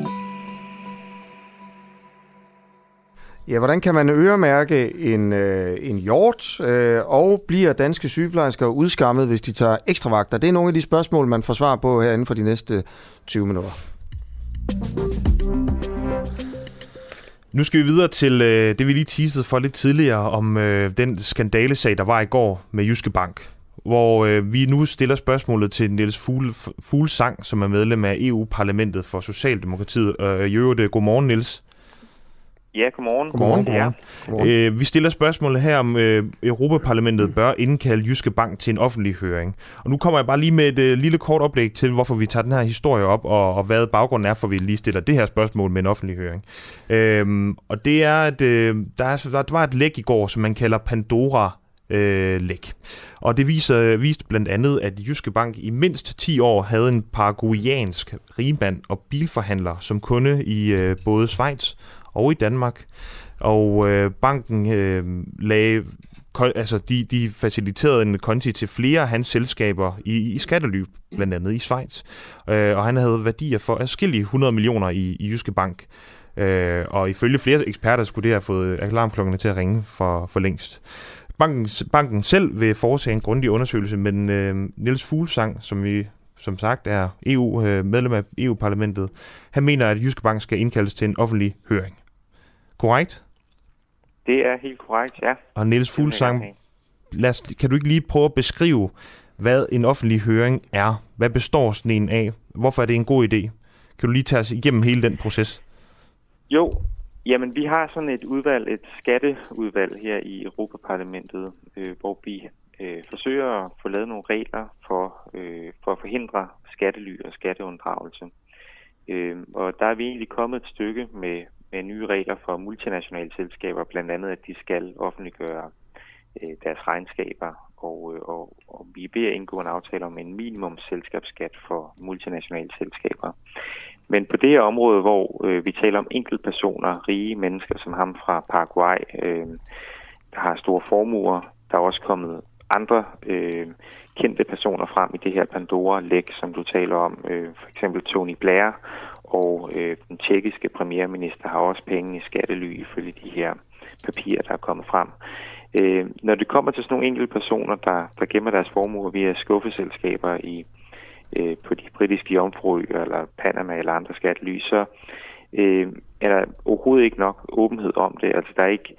Ja, hvordan kan man øremærke en, øh, en hjort, øh, og bliver danske sygeplejersker udskammet, hvis de tager ekstra vagter? Det er nogle af de spørgsmål, man får svar på her inden for de næste tyve minutter. Nu skal vi videre til øh, det, vi lige teasede for lidt tidligere, om øh, den skandalesag, der var i går med Jyske Bank, hvor øh, vi nu stiller spørgsmålet til Niels Fugle, Fuglsang, som er medlem af E U-parlamentet for Socialdemokratiet. Øh, I øvrigt, godmorgen, Niels. Ja, godmorgen. Godmorgen. Ja. godmorgen. Øh, vi stiller spørgsmålet her, om øh, Europaparlamentet bør indkalde Jyske Bank til en offentlig høring. Og nu kommer jeg bare lige med et øh, lille kort oplæg til, hvorfor vi tager den her historie op, og, og hvad baggrunden er, for vi lige stiller det her spørgsmål med en offentlig høring. Øh, og det er, at øh, der, er, der var et læk i går, som man kalder Pandora Øh, læk. Og det viser, viste blandt andet, at Jyske Bank i mindst ti år havde en paraguayansk rigmand og bilforhandler som kunde i øh, både Schweiz og i Danmark. Og øh, banken øh, lagde, altså de, de faciliterede en konti til flere af hans selskaber i, i skattely, blandt andet i Schweiz. Øh, og han havde værdier for adskillige hundrede millioner i, i Jyske Bank. Øh, og ifølge flere eksperter skulle det have fået alarmklokkerne til at ringe for, for længst. Banken, banken selv vil foretage en grundig undersøgelse, men øh, Niels Fuglsang, som vi som sagt er E U, øh, medlem af E U-parlamentet, han mener, at Jyske Bank skal indkaldes til en offentlig høring. Korrekt? Det er helt korrekt, ja. Og Niels Fuglsang, lad os, kan du ikke lige prøve at beskrive, hvad en offentlig høring er? Hvad består sådan en af? Hvorfor er det en god idé? Kan du lige tage os igennem hele den proces? Jo, jamen vi har sådan et udvalg, et skatteudvalg her i Europaparlamentet, øh, hvor vi øh, forsøger at få lavet nogle regler for, øh, for at forhindre skattely og skatteunddragelse. Øh, og der er vi egentlig kommet et stykke med, med nye regler for multinationale selskaber, blandt andet at de skal offentliggøre øh, deres regnskaber, og, øh, og, og vi er ved at indgå en aftale om en minimum selskabsskat for multinationale selskaber. Men på det her område, hvor øh, vi taler om enkeltpersoner, rige mennesker som ham fra Paraguay, øh, der har store formuer, der er også kommet andre øh, kendte personer frem i det her Pandora-læk, som du taler om. Øh, for eksempel Tony Blair og øh, den tjekkiske premierminister har også penge i skattely ifølge de her papirer, der er kommet frem. Øh, når det kommer til sådan nogle enkelte personer, der, der gemmer deres formuer via skuffeselskaber i øh, på de britiske jomfruøer eller Panama eller andre skattely, så øh, er der overhovedet ikke nok åbenhed om det. Altså der er ikke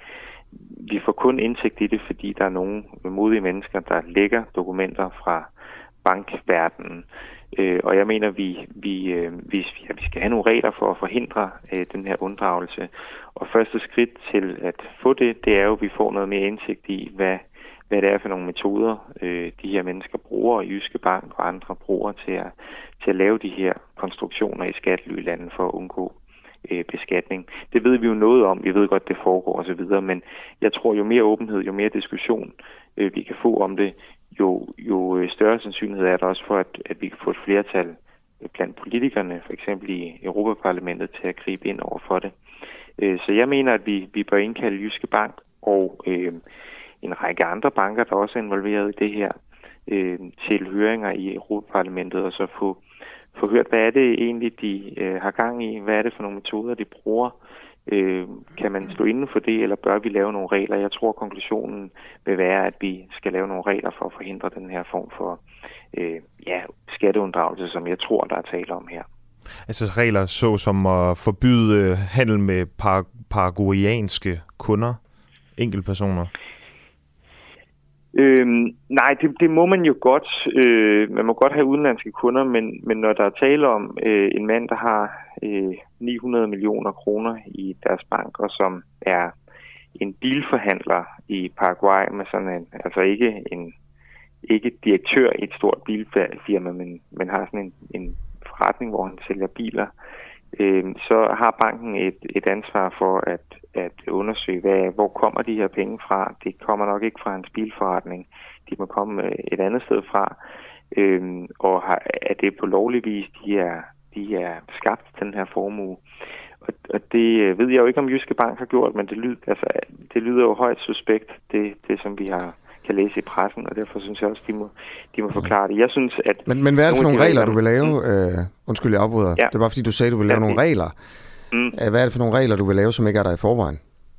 Vi får kun indsigt i det, fordi der er nogle modige mennesker, der lægger dokumenter fra bankverdenen. Øh, og jeg mener, vi, vi, øh, vi, ja, vi skal have nogle regler for at forhindre øh, den her unddragelse. Og første skridt til at få det, det er jo, at vi får noget mere indsigt i, hvad, hvad det er for nogle metoder, øh, de her mennesker bruger i Jyske Bank og andre bruger til at, til at lave de her konstruktioner i skattelylandet for at undgå beskatning. Det ved vi jo noget om. Vi ved godt, det foregår osv., men jeg tror, jo mere åbenhed, jo mere diskussion øh, vi kan få om det, jo, jo større sandsynlighed er der også for, at, at vi kan få et flertal blandt politikerne, for eksempel i Europaparlamentet, til at gribe ind over for det. Øh, så jeg mener, at vi, vi bør indkalde Jyske Bank og øh, en række andre banker, der også er involveret i det her, øh, til høringer i Europaparlamentet, og så få, få hørt, hvad er det egentlig, de øh, har gang i, hvad er det for nogle metoder, de bruger. Øh, kan man stå inden for det, eller bør vi lave nogle regler? Jeg tror, konklusionen vil være, at vi skal lave nogle regler for at forhindre den her form for øh, ja, skatteunddragelse, som jeg tror, der er tale om her. Altså regler så som at forbyde handel med par- paraguayanske kunder, enkeltpersoner? Øhm, nej, det, det må man jo godt. Øh, man må godt have udenlandske kunder, men, men når der er tale om øh, en mand, der har øh, ni hundrede millioner kroner i deres bank, og som er en bilforhandler i Paraguay med sådan en, altså ikke en ikke direktør i et stort bilfirma, men, men har sådan en, en forretning, hvor han sælger biler, øh, så har banken et, et ansvar for at, at undersøge, hvad, hvor kommer de her penge fra. Det kommer nok ikke fra hans bilforretning. De må komme et andet sted fra. Øh, og har, er det på lovlig vis, de er, de er skabt den her formue. Og, og det ved jeg jo ikke, om Jyske Bank har gjort, men det lyder, altså, det lyder jo højt suspekt, det, det som vi har kan læse i pressen, og derfor synes jeg også, de må, de må forklare det. Jeg synes, at... Men, men hvad er det for nogle regler, regler, du vil lave? Mm. Øh, undskyld, jeg afbryder. Ja. Det er bare fordi, du sagde, du vil lave ja, nogle regler. Mm. Hvad er det for nogle regler, du vil lave, som ikke er der i forvejen?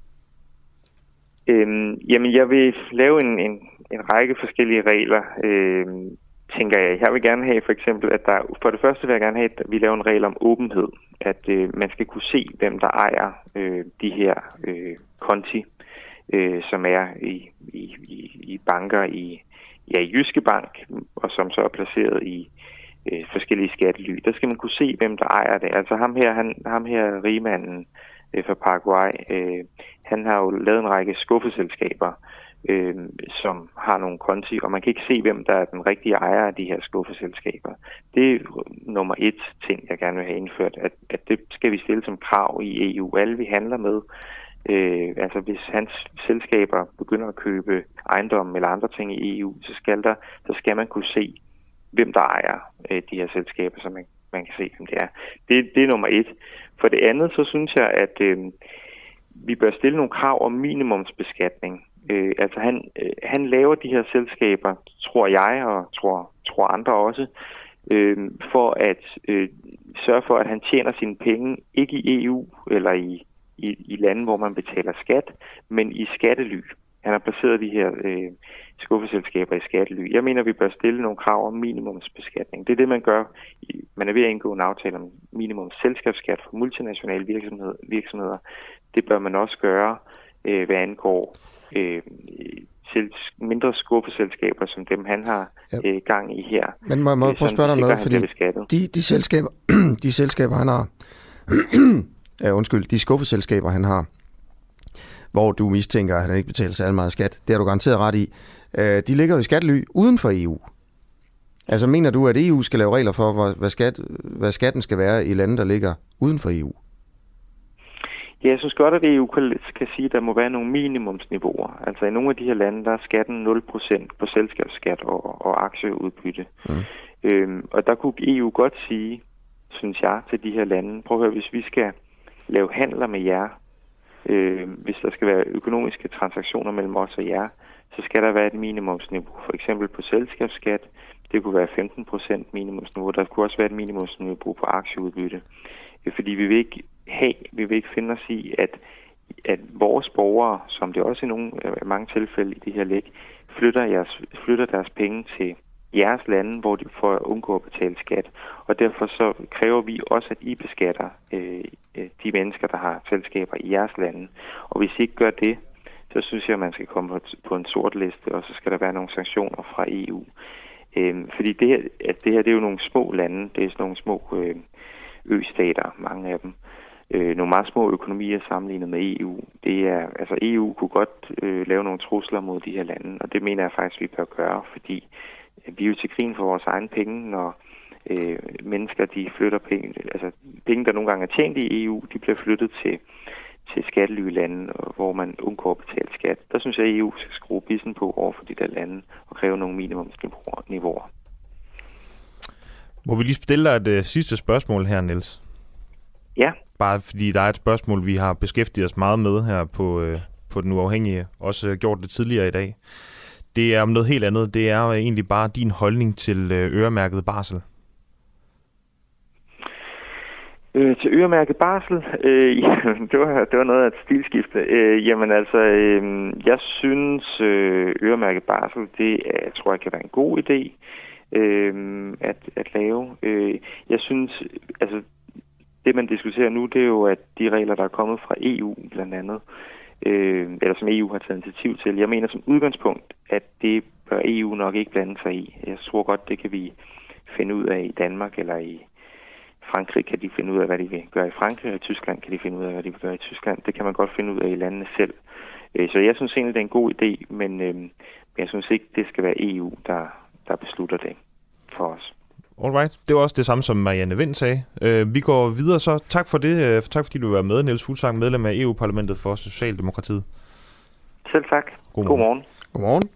Øhm, jamen, jeg vil lave en, en, en række forskellige regler, øhm, tænker jeg. Jeg vil gerne have for eksempel, at der... For det første vil jeg gerne have, at vi laver en regel om åbenhed. At øh, man skal kunne se, hvem der ejer øh, de her øh, konti, Øh, som er i, i, i banker i, ja, i Jyske Bank, og som så er placeret i øh, forskellige skattely. Der skal man kunne se, hvem der ejer det. Altså ham her, han, ham her rigmanden øh, fra Paraguay, øh, han har jo lavet en række skuffeselskaber, øh, som har nogle konti, og man kan ikke se, hvem der er den rigtige ejer af de her skuffeselskaber. Det er nummer et ting, jeg gerne vil have indført, at, at det skal vi stille som krav i E U. Alle vi handler med, Øh, altså hvis hans selskaber begynder at købe ejendomme eller andre ting i E U, så skal der, så skal man kunne se, hvem der ejer øh, de her selskaber, så man, man kan se, hvem det er. Det, det er nummer et. For det andet, så synes jeg, at øh, vi bør stille nogle krav om minimumsbeskatning. Øh, altså han, øh, han laver de her selskaber, tror jeg, og tror, tror andre også, øh, for at øh, sørge for, at han tjener sine penge ikke i E U eller i I, i lande, hvor man betaler skat, men i skattely. Han har placeret de her øh, skuffeselskaber i skattely. Jeg mener, vi bør stille nogle krav om minimumsbeskatning. Det er det, man gør. Man er ved at indgå en aftale om minimum selskabsskat for multinationale virksomheder. virksomheder. Det bør man også gøre, øh, hvad angår øh, selv, mindre skuffeselskaber, som dem han har ja. øh, gang i her. Men må jeg må prøve at spørge dig noget, fordi de, de, selskaber, de selskaber, han har... Uh, undskyld, de skuffeselskaber, han har, hvor du mistænker, at han ikke betaler særlig meget skat, det har du garanteret ret i, uh, de ligger jo i skattely uden for E U. Altså mener du, at E U skal lave regler for, hvad, skat, hvad skatten skal være i lande, der ligger uden for E U? Ja, jeg synes godt, at E U kan sige, at der må være nogle minimumsniveauer. Altså i nogle af de her lande, der er skatten nul procent på selskabsskat og, og aktieudbytte. Mm. Øhm, og der kunne E U godt sige, synes jeg, til de her lande, prøv at høre, hvis vi skal lave handler med jer, øh, hvis der skal være økonomiske transaktioner mellem os og jer, så skal der være et minimumsniveau. For eksempel på selskabsskat, det kunne være femten procent minimumsniveau. Der kunne også være et minimumsniveau på aktieudbytte. Fordi vi vil ikke have, vi vil ikke finde os i, at, at vores borgere, som det også i nogle, mange tilfælde i de her læg, flytter, jeres, flytter deres penge til jeres lande, hvor de får at undgå at betale skat. Og derfor så kræver vi også, at I beskatter øh, de mennesker, der har selskaber i jeres lande. Og hvis I ikke gør det, så synes jeg, at man skal komme på, på en sort liste, og så skal der være nogle sanktioner fra E U. Øh, fordi det her, at det her, det er jo nogle små lande, det er sådan nogle små øh, østater, mange af dem. Øh, nogle meget små økonomier sammenlignet med E U. Det er, altså E U kunne godt øh, lave nogle trusler mod de her lande, og det mener jeg faktisk, vi bør gøre, fordi vi er jo til grin for vores egne penge, når øh, mennesker, de flytter penge, altså penge, der nogle gange er tjent i E U, de bliver flyttet til, til skattelylande, hvor man undgår at betale skat. Der synes jeg, at E U skal skrue bissen på over for de der lande og kræve nogle minimumsniveauer. Må vi lige stille dig et uh, sidste spørgsmål her, Niels? Ja. Bare fordi der er et spørgsmål, vi har beskæftiget os meget med her på, uh, på Den Uafhængige, også gjort det tidligere i dag. Det er om noget helt andet. Det er egentlig bare din holdning til øremærket barsel. Øh, til øremærket barsel? Øh, ja, det, var, det var noget af et stilskifte. Øh, jamen altså, øh, jeg synes øh, øremærket barsel, det er, tror jeg kan være en god idé øh, at, at lave. Øh, jeg synes, altså det man diskuterer nu, det er jo, at de regler, der er kommet fra E U blandt andet, øh, eller som E U har taget initiativ til, jeg mener som udgangspunkt, at det bør E U nok ikke blande sig i. Jeg tror godt, det kan vi finde ud af i Danmark eller i Frankrig kan de finde ud af, hvad de vil gøre i Frankrig, og i Tyskland kan de finde ud af, hvad de vil gøre i Tyskland. Det kan man godt finde ud af i landene selv. Så jeg synes egentlig, det er en god idé, men øh, jeg synes ikke, det skal være E U, der, der beslutter det for os. Alright. Det var også det samme, som Marianne Vind sagde. Vi går videre så. Tak for det. Tak fordi du var med, Niels Fuglsang, medlem af E U-parlamentet for Socialdemokratiet. Selv tak. God morgen. Godmorgen.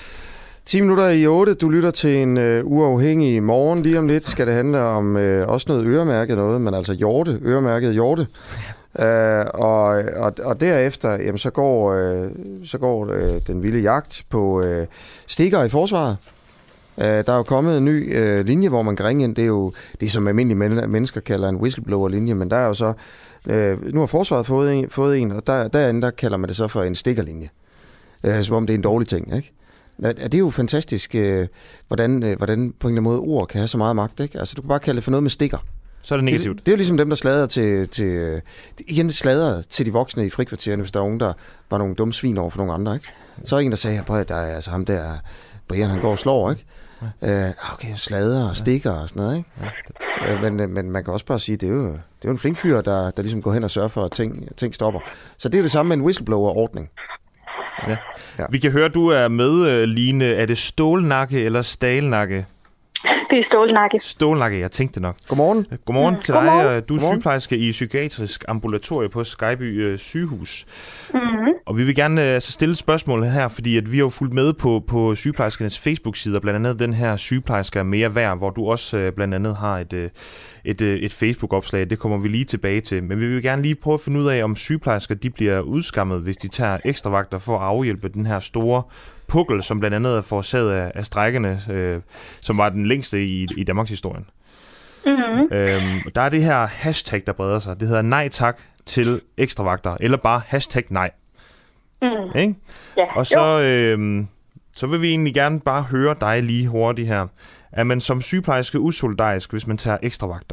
ti minutter i otte. Du lytter til en øh, uafhængig morgen. Lige om lidt skal det handle om øh, også noget øremærket noget, men altså hjorte, øremærket hjorte. Øh, og, og, og derefter, jamen, så går, øh, så går øh, den vilde jagt på øh, stikker i forsvaret. Øh, der er jo kommet en ny øh, linje, hvor man kan ringe ind. Det er jo det, som almindelige men- mennesker kalder en whistleblower-linje, men der er jo så, øh, nu har forsvaret fået en, fået en og der, derinde der kalder man det så for en stikkerlinje. Øh, som om det er en dårlig ting, ikke? Det er jo fantastisk, øh, hvordan, øh, hvordan på en eller anden måde ord kan have så meget magt, ikke? Altså, du kan bare kalde det for noget med stikker. Så er det negativt. Det, det er jo ligesom dem, der sladrer til, til igen sladrer til de voksne i frikvartererne, hvis der er nogen, der var nogle dumme svin over for nogle andre, ikke? Så er der en, der sagde, at der er altså ham der, Brian, han går og slår, ikke? Ja. Øh, okay, sladrer og stikker og sådan noget, ikke? Ja. Øh, men, men man kan også bare sige, at det er jo, det er jo en flink fyr, der, der ligesom går hen og sørger for, at ting, ting stopper. Så det er jo det samme med en whistleblower-ordning. Ja. Ja. Vi kan høre, at du er med, Line. Er det stålnakke eller stalnakke? Det er stålnakke. Stålnakke, jeg tænkte nok. Godmorgen. Godmorgen mm. til dig. Godmorgen. Du er sygeplejerske i psykiatrisk ambulatorie på Skejby sygehus. Mm-hmm. Og vi vil gerne altså, stille et spørgsmål her, fordi at vi har jo fulgt med på, på sygeplejerskernes Facebook-sider, blandt andet den her sygeplejersker mere værd, hvor du også blandt andet har et, et, et Facebook-opslag. Det kommer vi lige tilbage til. Men vi vil gerne lige prøve at finde ud af, om sygeplejersker de bliver udskammet, hvis de tager ekstra vagter for at afhjælpe den her store pukkel, som blandt andet er forårsaget af, af strejkerne, øh, som var den længste i, i Danmarks historie. Mm-hmm. Øhm, der er det her hashtag, der breder sig. Det hedder nej tak til ekstra vagter, eller bare hashtag nej. Mm. Ikke? Ja. Og så, øhm, så vil vi egentlig gerne bare høre dig lige hurtigt her. Er man som sygeplejerske usolidarisk, hvis man tager ekstra vagter?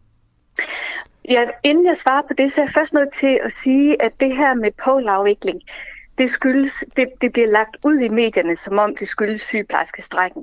Ja, inden jeg svarer på det, så er jeg først nødt til at sige, at det her med pålafvikling, det skyldes, det, det bliver lagt ud i medierne, som om det skyldes sygeplejerskestrækken.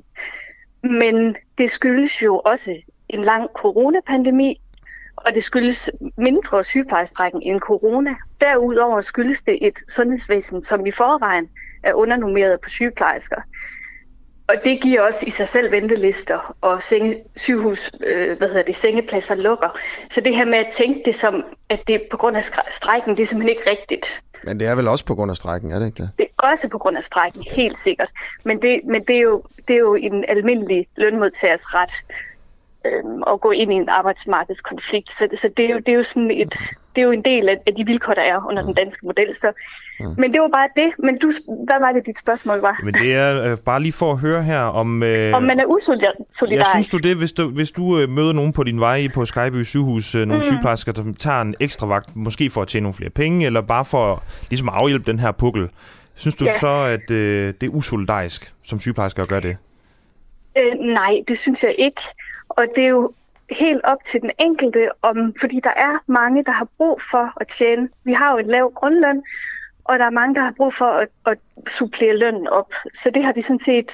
Men det skyldes jo også en lang coronapandemi, og det skyldes mindre sygeplejerskestrækken end corona. Derudover skyldes det et sundhedsvæsen, som i forvejen er undernormeret på sygeplejersker. Og det giver også i sig selv ventelister, og senge, sygehus, øh, hvad hedder det, sengepladser lukker. Så det her med at tænke det som, at det er på grund af strejken, det er simpelthen ikke rigtigt. Men det er vel også på grund af strejken, er det ikke det? Det er også på grund af strejken, helt sikkert. Men det, men det, er, jo, det er jo en almindelig lønmodtagers ret øhm, at gå ind i en arbejdsmarkedskonflikt. Så, så det, er jo, det, er jo sådan et, det er jo en del af, af de vilkår, der er under den danske model. Så. Mm. Men det var bare det. Men du, hvad var det, dit spørgsmål var? Men det er øh, bare lige for at høre her om... Øh, om man er usolidarisk. Jeg synes du det, hvis du, hvis du øh, møder nogen på din vej på Skejby sygehus, øh, nogle mm. sygeplejersker, der tager en ekstra vagt, måske for at tjene nogle flere penge, eller bare for ligesom at afhjælpe den her pukkel. Synes du ja. så, at øh, det er usolidarisk, som sygeplejersker at gøre det? Øh, nej, det synes jeg ikke. Og det er jo helt op til den enkelte, om, fordi der er mange, der har brug for at tjene. Vi har jo en lav grundløn, og der er mange, der har brug for at, at supplere lønnen op. Så det har vi sådan set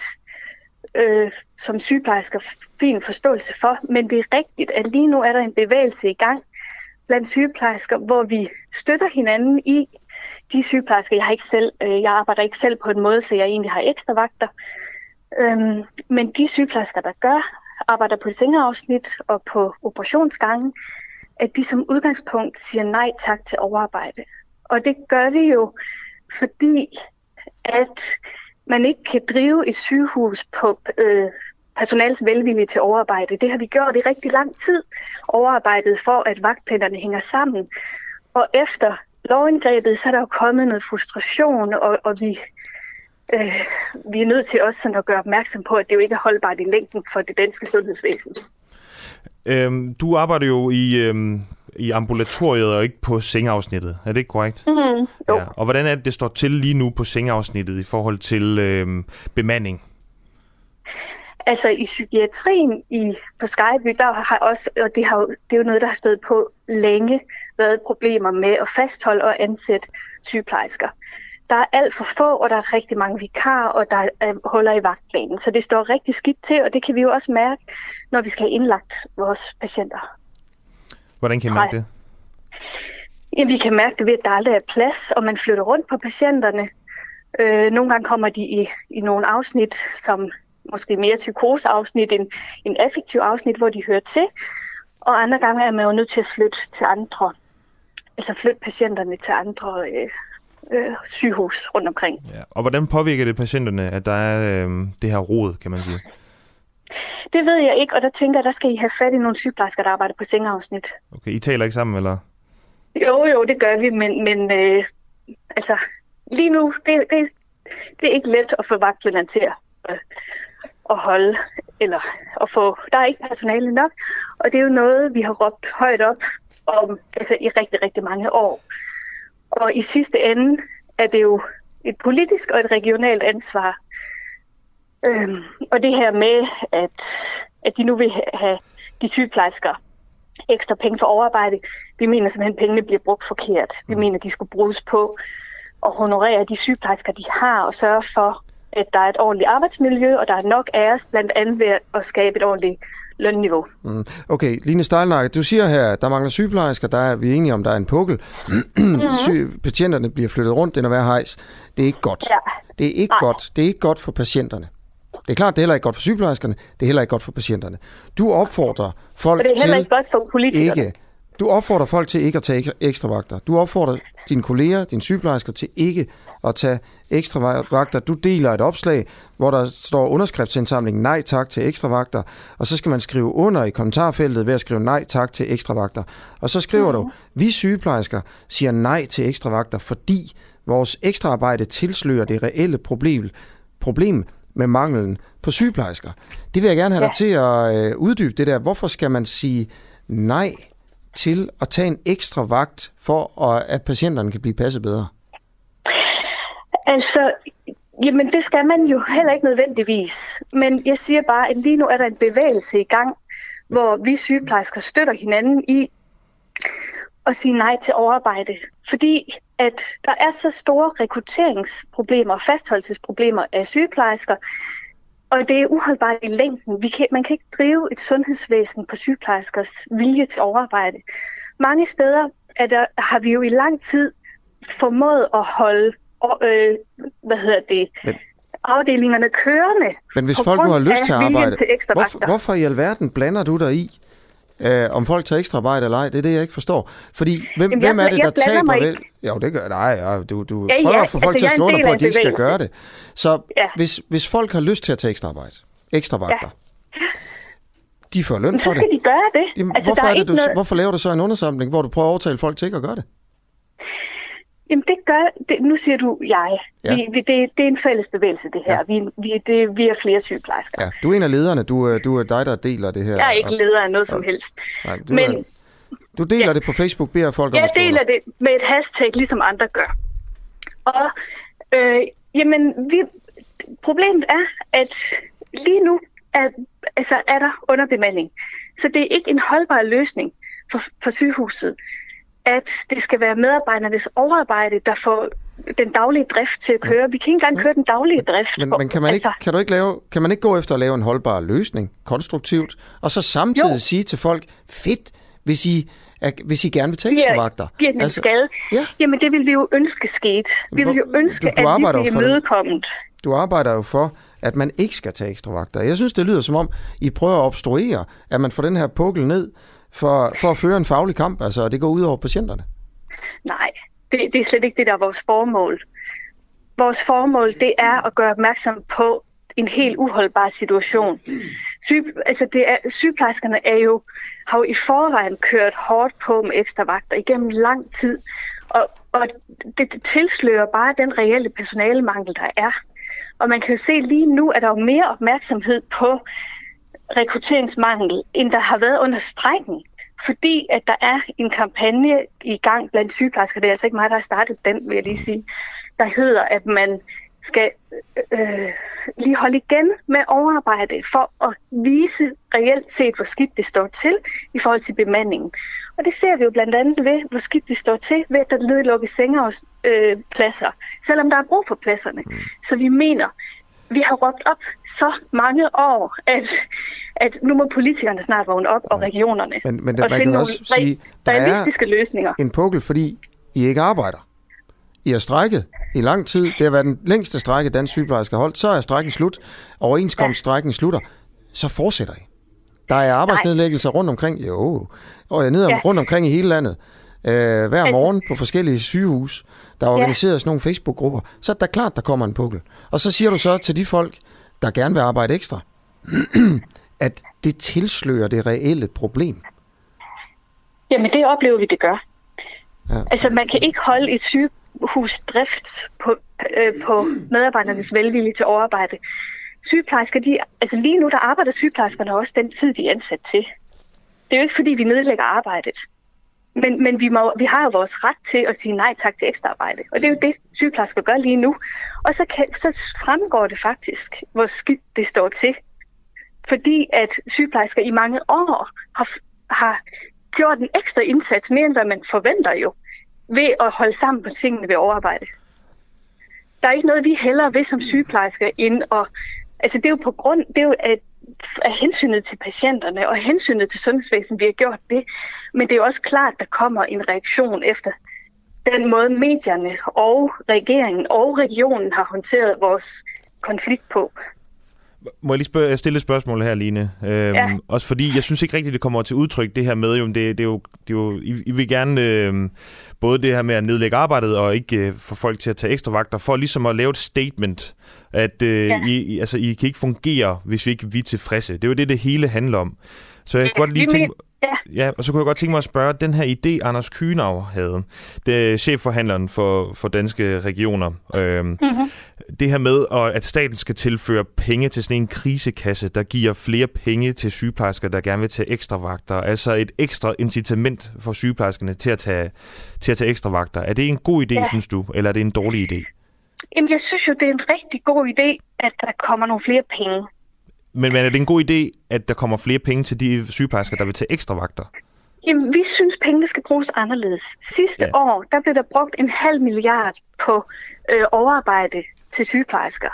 øh, som sygeplejersker fin forståelse for. Men det er rigtigt, at lige nu er der en bevægelse i gang blandt sygeplejersker, hvor vi støtter hinanden i de sygeplejersker. Jeg, har ikke selv, øh, jeg arbejder ikke selv på en måde, så jeg egentlig har ekstra vagter. Øhm, men de sygeplejersker, der gør, arbejder på sengeafsnit og på operationsgangen, at de som udgangspunkt siger nej tak til overarbejde. Og det gør vi jo, fordi at man ikke kan drive et sygehus på øh, personals velvilje til overarbejde. Det har vi gjort i rigtig lang tid, overarbejdet for, at vagtplanerne hænger sammen. Og efter lovindgrebet, så er der jo kommet noget frustration, og, og vi, øh, vi er nødt til også sådan at gøre opmærksom på, at det jo ikke er holdbart i længden for det danske sundhedsvæsen. Øhm, du arbejder jo i, øhm, i ambulatoriet og ikke på sengeafsnittet. Er det ikke korrekt? Mm, jo. Ja. Og hvordan er det, det står til lige nu på sengeafsnittet i forhold til øhm, bemanding? Altså i psykiatrien i, på Skejby, der har også, og det, har, det er jo noget, der har stået på længe, været problemer med at fastholde og ansætte sygeplejersker. Der er alt for få, og der er rigtig mange vikarer, og der er huller i vagtplanen. Så det står rigtig skidt til, og det kan vi jo også mærke, når vi skal have indlagt vores patienter. Hvordan kan I mærke det? Jamen, vi kan mærke det ved, at der aldrig er plads, og man flytter rundt på patienterne. Øh, nogle gange kommer de i, i nogle afsnit, som måske mere psykoseafsnit end, end affektiv afsnit, hvor de hører til. Og andre gange er man jo nødt til at flytte til andre, altså flytte patienterne til andre øh, øh, sygehus rundt omkring. Ja. Og hvordan påvirker det patienterne, at der er øh, det her rod, kan man sige? Det ved jeg ikke, og der tænker jeg, der skal I have fat i nogle sygeplejersker, der arbejder på sengeafsnit. Okay, I taler ikke sammen, eller? Jo, jo, det gør vi, men, men øh, altså, lige nu, det, det, det er ikke let at få vagtplanerne til at, øh, at holde, eller at få, der er ikke personale nok, og det er jo noget, vi har råbt højt op om, altså i rigtig, rigtig mange år. Og i sidste ende er det jo et politisk og et regionalt ansvar. Øhm, og det her med, at, at de nu vil have de sygeplejersker ekstra penge for overarbejde, vi mener simpelthen, at pengene bliver brugt forkert. Vi mener, at de skulle bruges på at honorere de sygeplejersker, de har, og sørge for, at der er et ordentligt arbejdsmiljø, og der er nok af os, blandt andet ved at skabe et ordentligt lønniveau. Mm. Okay, Line Steinlager, du siger her, at der mangler sygeplejersker, der er vi er enige om, der er en pukkel. Mm-hmm. Syg, patienterne bliver flyttet rundt, det er noget værd hejs. Det er ikke godt. Ja. Det er ikke godt. Det er ikke godt for patienterne. Det er klart, det er heller ikke godt for sygeplejerskerne, det er heller ikke godt for patienterne. Du opfordrer folk til... Og det er heller ikke godt for politikerne. Ikke. Du opfordrer folk til ikke at tage ekstra vagter. Du opfordrer dine kolleger, dine sygeplejersker til ikke at tage ekstra vagter. Du deler et opslag, hvor der står underskriftsindsamling nej tak til ekstra vagter, og så skal man skrive under i kommentarfeltet ved at skrive nej tak til ekstra vagter. Og så skriver mm-hmm. du, vi sygeplejersker siger nej til ekstra vagter, fordi vores ekstraarbejde tilslører det reelle problem, problem med manglen på sygeplejersker. Det vil jeg gerne have ja. dig til at øh, uddybe det der. Hvorfor skal man sige nej til at tage en ekstra vagt, for at patienterne kan blive passet bedre? Altså, jamen det skal man jo heller ikke nødvendigvis. Men jeg siger bare, at lige nu er der en bevægelse i gang, hvor vi sygeplejersker støtter hinanden i at sige nej til overarbejde. Fordi at der er så store rekrutteringsproblemer og fastholdelsesproblemer af sygeplejersker, og det er uholdbart i længden. Vi kan, man kan ikke drive et sundhedsvæsen på sygeplejerskers vilje til overarbejde. Mange steder er der, har vi jo i lang tid formået at holde og, øh, hvad hedder det, men, afdelingerne kørende. Men hvis folk nu har lyst til at arbejde, til hvorfor, hvorfor i alverden blander du dig i, øh, om folk tager ekstra arbejde eller ej? Det er det, jeg ikke forstår. Fordi hvem, Jamen, hvem er jeg, det, der taber vel? Ikke. Jo, det gør nej, ja, du, du ja, prøver ja, at få folk altså, til at skrive under på, at de ikke skal gøre det. Så ja. hvis, hvis folk har lyst til at tage ekstra arbejde, ekstra vagter, ja. de får løn Men for det. så skal de gøre det. Jamen, altså, hvorfor, er er det, du, noget... hvorfor laver du så en undersamling, hvor du prøver at overtale folk til ikke at gøre det? Jamen det gør, det, nu siger du jeg. Ja. Vi, vi, det, det er en fælles bevægelse det her. Ja. Vi, vi, det, vi er flere sygeplejersker. Ja. Du er en af lederne, du, du er dig, der deler det her. Jeg er ikke leder af noget og, som helst. Nej, du, Men, er, du deler ja. det på Facebook, beder folk om jeg at skrive. Jeg deler det med et hashtag, ligesom andre gør. Og øh, jamen, vi, problemet er, at lige nu er, altså, er der underbemanding. Så det er ikke en holdbar løsning for, for sygehuset, at det skal være medarbejdernes overarbejde, der får den daglige drift til at køre. Vi kan ikke engang køre den daglige drift. Men, men kan, man ikke, kan, du ikke lave, kan man ikke gå efter at lave en holdbar løsning, konstruktivt, og så samtidig jo. sige til folk, fedt, hvis I, hvis I gerne vil tage ekstra vagter? Giver den altså, en skade? Ja. Jamen det vil vi jo ønske sket. Vi vil jo ønske, du, du at vi bliver imødekommet. Du arbejder jo for, at man ikke skal tage ekstra vagter. Jeg synes, det lyder som om, I prøver at obstruere, at man får den her pukkel ned, For, for at føre en faglig kamp, altså, det går ud over patienterne? Nej, det, det er slet ikke det, der er vores formål. Vores formål, det er at gøre opmærksom på en helt uholdbar situation. Syge, altså det er, sygeplejerskerne er jo, har jo i forvejen kørt hårdt på med ekstra vagter igennem lang tid. Og og det, det tilslører bare den reelle personalemangel, der er. Og man kan jo se lige nu, at der er mere opmærksomhed på rekrutteringsmangel, end der har været under strejken. Fordi at der er en kampagne i gang blandt sygeplejersker, det er altså ikke mig, der har startet den, vil jeg lige sige, der hedder, at man skal øh, lige holde igen med overarbejde for at vise reelt set, hvor skidt det står til i forhold til bemandingen. Og det ser vi jo blandt andet ved, hvor skidt det står til, ved at der nedlukkes sengepladser, øh, selvom der er brug for pladserne. Så vi mener, vi har råbt op så mange år, at, at nu må politikerne snart vågne op, og regionerne, men, men det, og finde nogle sige, realistiske løsninger. En pukkel, fordi I ikke arbejder. I har strækket i lang tid. Det har været den længste strække, Dansk Sygeplejerske har holdt. Så er strækken slut. Overenskomststrækken slutter. Så fortsætter I. Der er arbejdsnedlæggelser rundt omkring. Jo. Og ned ja. rundt omkring i hele landet. Øh, hver morgen på forskellige sygehus. Der er organiseret ja. sådan nogle Facebook-grupper. Så er det klart, der kommer en pukkel. Og så siger du så til de folk, der gerne vil arbejde ekstra, at det tilslører det reelle problem. Jamen, det oplever vi, det gør. Ja. Altså, man kan ikke holde et sygehusdrift på, øh, på medarbejdernes velvilje til overarbejde. Sygeplejersker, de, altså lige nu, der arbejder sygeplejerskerne også den tid, de er ansat til. Det er jo ikke, fordi vi nedlægger arbejdet. Men, men vi, må, vi har jo vores ret til at sige nej tak til ekstra arbejde. Og det er jo det, sygeplejersker gør lige nu. Og så, kan, så fremgår det faktisk, hvor skidt det står til. Fordi at sygeplejersker i mange år har, har gjort en ekstra indsats, mere end hvad man forventer jo, ved at holde sammen på tingene ved overarbejde. Der er ikke noget, vi hellere ved som sygeplejersker end at... Altså det er jo på grund... Det er jo at af hensynet til patienterne og hensynet til sundhedsvæsenet, vi har gjort det. Men det er jo også klart, at der kommer en reaktion efter den måde, medierne og regeringen og regionen har håndteret vores konflikt på. Må jeg lige spørge, stille et spørgsmål her, Line? Øhm, ja. Også fordi, jeg synes ikke rigtigt, det kommer til udtryk, det her med, jo, det, det er jo, det er jo I, I vil gerne øh, både det her med at nedlægge arbejdet og ikke øh, få folk til at tage ekstra vagter, for ligesom at lave et statement, at øh, ja. I, altså, I kan ikke fungere, hvis vi ikke vi er tilfredse. Det er jo det, det hele handler om. Så jeg kan godt lige tænke... Ja. ja, og så kunne jeg godt tænke mig at spørge, den her idé, Anders Kühnau havde, det er chefforhandleren for, for danske regioner, øhm, mm-hmm. det her med, at staten skal tilføre penge til sådan en krisekasse, der giver flere penge til sygeplejersker, der gerne vil tage ekstra vagter, altså et ekstra incitament for sygeplejerskerne til at tage, til at tage ekstra vagter. Er det en god idé, ja. synes du, eller er det en dårlig idé? Jamen, jeg synes jo, det er en rigtig god idé, at der kommer nogle flere penge. Men, men er det en god idé, at der kommer flere penge til de sygeplejersker, der vil tage ekstra vagter? Jamen, vi synes, pengene skal bruges anderledes. Sidste ja. år, der blev der brugt en halv milliard på øh, overarbejde til sygeplejersker.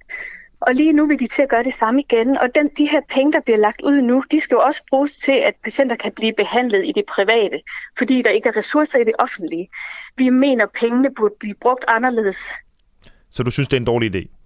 Og lige nu vil de til at gøre det samme igen. Og den, de her penge, der bliver lagt ud nu, de skal jo også bruges til, at patienter kan blive behandlet i det private, fordi der ikke er ressourcer i det offentlige. Vi mener, at pengene burde blive brugt anderledes. Så du synes, det er en dårlig idé?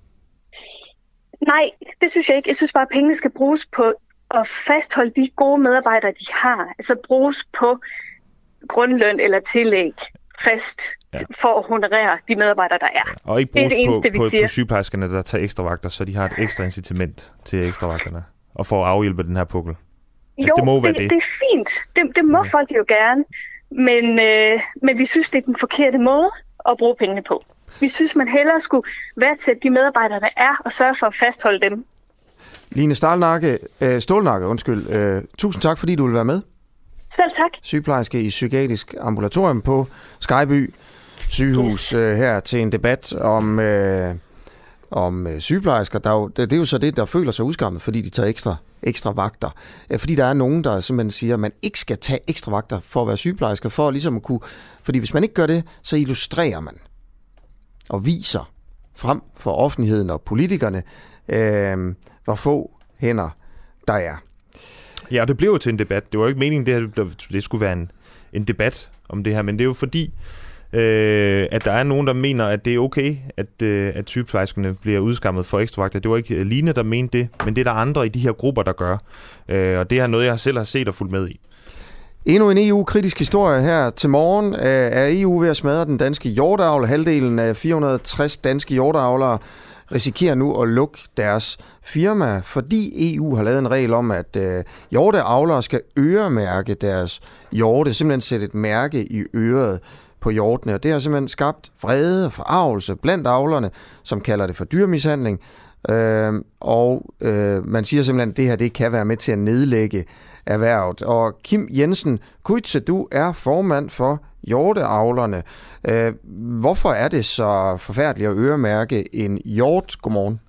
Nej, det synes jeg ikke. Jeg synes bare, at pengene skal bruges på at fastholde de gode medarbejdere, de har. Altså bruges på grundløn eller tillæg fast ja. for at honorere de medarbejdere, der er. Ja. Og ikke bruges det er det eneste, på, på, på sygeplejerskerne, der tager ekstra vagter, så de har et ekstra incitament til ekstra vagterne, og for at afhjælpe den her pukkel. Altså, jo, det må det, være det. det er fint. Det, det må ja. folk jo gerne. Men, øh, men vi synes, det er den forkerte måde at bruge pengene på. Vi synes, man hellere skulle værdsætte de medarbejdere, der er, og sørge for at fastholde dem. Line Stålnakke, øh, Stålnakke undskyld. Øh, tusind tak, fordi du vil være med. Selv tak. Sygeplejerske i Psykiatrisk Ambulatorium på Skejby sygehus øh, her til en debat om, øh, om øh, sygeplejersker. Der er jo, det, det er jo så det, der føler sig udskammet, fordi de tager ekstra, ekstra vagter. Øh, fordi der er nogen, der simpelthen siger, at man ikke skal tage ekstra vagter for at være sygeplejersker, for ligesom at kunne... Fordi hvis man ikke gør det, så illustrerer man og viser frem for offentligheden og politikerne, øh, hvor få hænder der er. Ja, og det blev jo til en debat. Det var jo ikke meningen, det, her, det skulle være en, en debat om det her, men det er jo fordi, øh, at der er nogen, der mener, at det er okay, at, øh, at sygeplejerskerne bliver udskammet for ekstra vagter. Det var ikke Line, der mente det, men det er der andre i de her grupper, der gør. Øh, og det er noget, jeg selv har set og fulgt med i. Endnu en E U-kritisk historie her til morgen. Er E U ved at smadre den danske hjorteavl? Halvdelen af fire hundrede og tres danske hjorteavlere risikerer nu at lukke deres firma, fordi E U har lavet en regel om, at øh, hjorteavlere skal øremærke deres hjorte, simpelthen sætte et mærke i øret på hjortene, og det har simpelthen skabt vrede og forargelse blandt avlerne, som kalder det for dyremishandling. Øh, og øh, man siger simpelthen, at det her det kan være med til at nedlægge erhvervet. Og Kim Jensen Kuitze, du er formand for hjorteavlerne. Øh, hvorfor er det så forfærdeligt at øremærke en hjort? Godmorgen.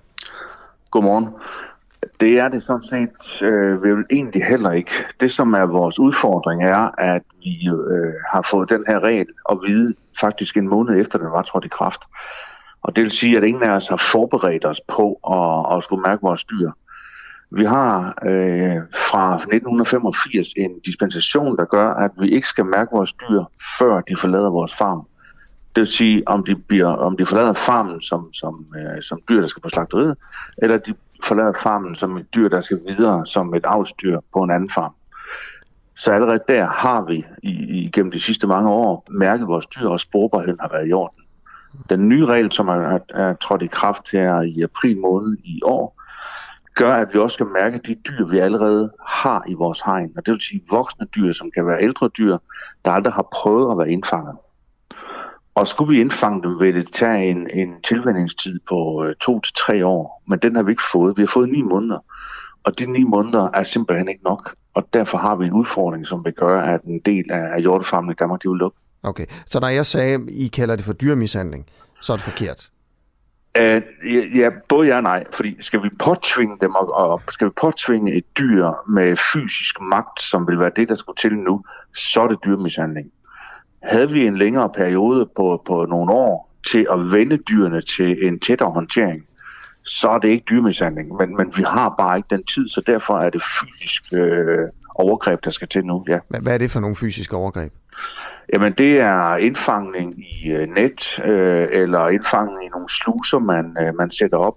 Godmorgen. Det er det sådan set øh, vel egentlig heller ikke. Det, som er vores udfordring, er, at vi øh, har fået den her regel at vide faktisk en måned efter, den var trådt i kraft. Og det vil sige, at ingen af os har forberedt os på at, at skulle mærke vores dyr. Vi har øh, fra nitten femogfirs en dispensation, der gør, at vi ikke skal mærke vores dyr, før de forlader vores farm. Det vil sige, om de, bliver, om de forlader farmen som, som, øh, som dyr, der skal på slagteriet, eller de forlader farmen som et dyr, der skal videre som et avlsdyr på en anden farm. Så allerede der har vi i, i gennem de sidste mange år mærket vores dyr, og sporbarheden har været i orden. Den nye regel, som er, er, er trådt i kraft her i april måned i år, gør, at vi også skal mærke de dyr, vi allerede har i vores hegn. Og det vil sige voksne dyr, som kan være ældre dyr, der aldrig har prøvet at være indfanget. Og skulle vi indfange dem, vil det tage en, en tilvændingstid på øh, to til tre år. Men den har vi ikke fået. Vi har fået ni måneder. Og de ni måneder er simpelthen ikke nok. Og derfor har vi en udfordring, som vil gøre, at en del af hjortefarmen i Danmark, de vil lukke. Okay, så når jeg sagde, at I kalder det for dyremishandling, så er det forkert? Uh, ja, ja, både ja og nej. Fordi skal vi påtvinge dem, og, og skal vi påtvinge et dyr med fysisk magt, som vil være det, der skulle til nu, så er det dyremishandling. Havde vi en længere periode på, på nogle år til at vende dyrene til en tættere håndtering, så er det ikke dyremishandling. Men, men vi har bare ikke den tid, så derfor er det fysisk øh, overgreb, der skal til nu. Ja. Hvad er det for nogle fysiske overgreb? Jamen det er indfangning i øh, net, øh, eller indfangning i nogle sluser, man, øh, man sætter op.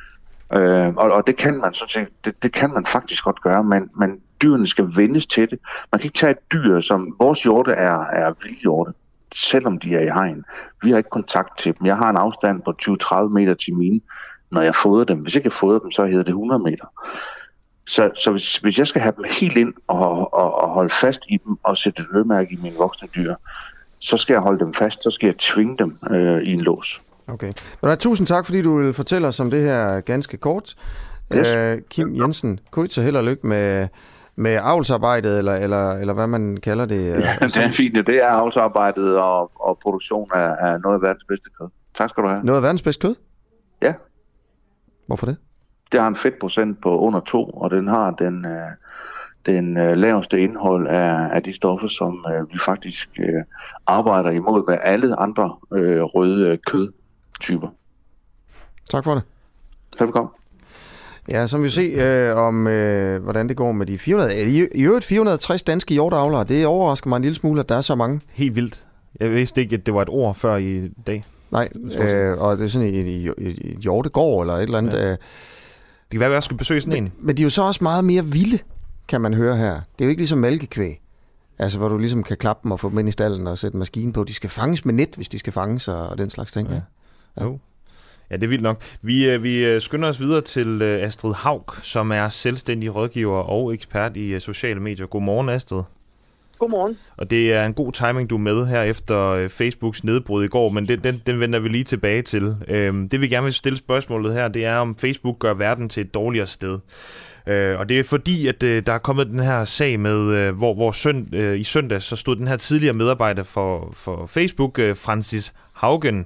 Øh, og, og det kan man sådan set, det, det kan man faktisk godt gøre, men, men dyrene skal vendes til det. Man kan ikke tage et dyr, som vores hjorte er, er vildhjorte, selvom de er i hegn. Vi har ikke kontakt til dem. Jeg har en afstand på tyve til tredive meter til mine, når jeg fodrer dem. Hvis jeg ikke fodrer dem, så hedder det hundrede meter. Så, så hvis, hvis jeg skal have dem helt ind og, og, og holde fast i dem og sætte et øremærke i mine voksne dyr, så skal jeg holde dem fast, så skal jeg tvinge dem øh, i en lås. Okay. Men tusind tak, fordi du vil fortælle os om det her ganske kort. Yes. Øh, Kim Jensen, Kuitze, held og lykke med, med avlsarbejdet, eller, eller, eller hvad man kalder det. Ja, det er fint. Det er avlsarbejdet og, og produktion af, af noget af verdens bedste kød. Tak skal du have. Noget af verdens bedste kød? Ja. Hvorfor det? Det har en fedtprocent på under to, og den har den, øh, den øh, laveste indhold af, af de stoffer, som øh, vi faktisk øh, arbejder imod med alle andre øh, røde kødtyper. Tak for det. Velkommen. Ja, så vil vi se øh, om, øh, hvordan det går med de fire hundrede. I, i øvrigt fire hundrede og tres danske hjorteavlere. Det overrasker mig en lille smule, at der er så mange. Helt vildt. Jeg vidste ikke, at det var et ord før i dag. Nej, øh, og det er sådan et, et, et hjortegård eller et eller andet. Ja. Øh, Det kan være, at jeg skal besøge sådan men, en. Men de er jo så også meget mere vilde, kan man høre her. Det er jo ikke ligesom mælkekvæg. Altså, hvor du ligesom kan klappe dem og få dem ind i stallen og sætte maskinen på. De skal fanges med net, hvis de skal fanges og, og den slags ting. Ja. Ja. Jo. Ja, det er vildt nok. Vi, vi skynder os videre til Astrid Haug, som er selvstændig rådgiver og ekspert i sociale medier. Godmorgen, Astrid. Godmorgen. Og det er en god timing, du er med her efter Facebooks nedbrud i går, men den, den, den vender vi lige tilbage til. Øhm, det vi gerne vil stille spørgsmålet her, det er, om Facebook gør verden til et dårligere sted. Øh, og det er fordi, at øh, der er kommet den her sag med, øh, hvor, hvor sønd, øh, i søndag så stod den her tidligere medarbejder for, for Facebook, øh, Francis Haugen,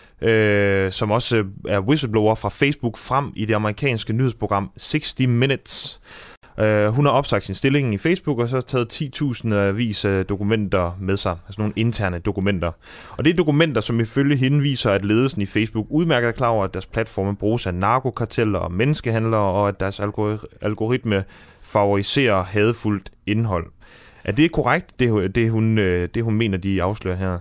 øh, som også er whistleblower fra Facebook, frem i det amerikanske nyhedsprogram sixty minutes. Uh, hun har opsagt sin stilling i Facebook, og så har taget ti tusind vis af dokumenter med sig, altså nogle interne dokumenter. Og det er dokumenter, som ifølge hende viser, at ledelsen i Facebook udmærket er klar over, at deres platforme bruges af narkokarteller og menneskehandlere, og at deres algoritme favoriserer hadefuldt indhold. Er det korrekt, det, det, hun, det hun mener, de afslører her?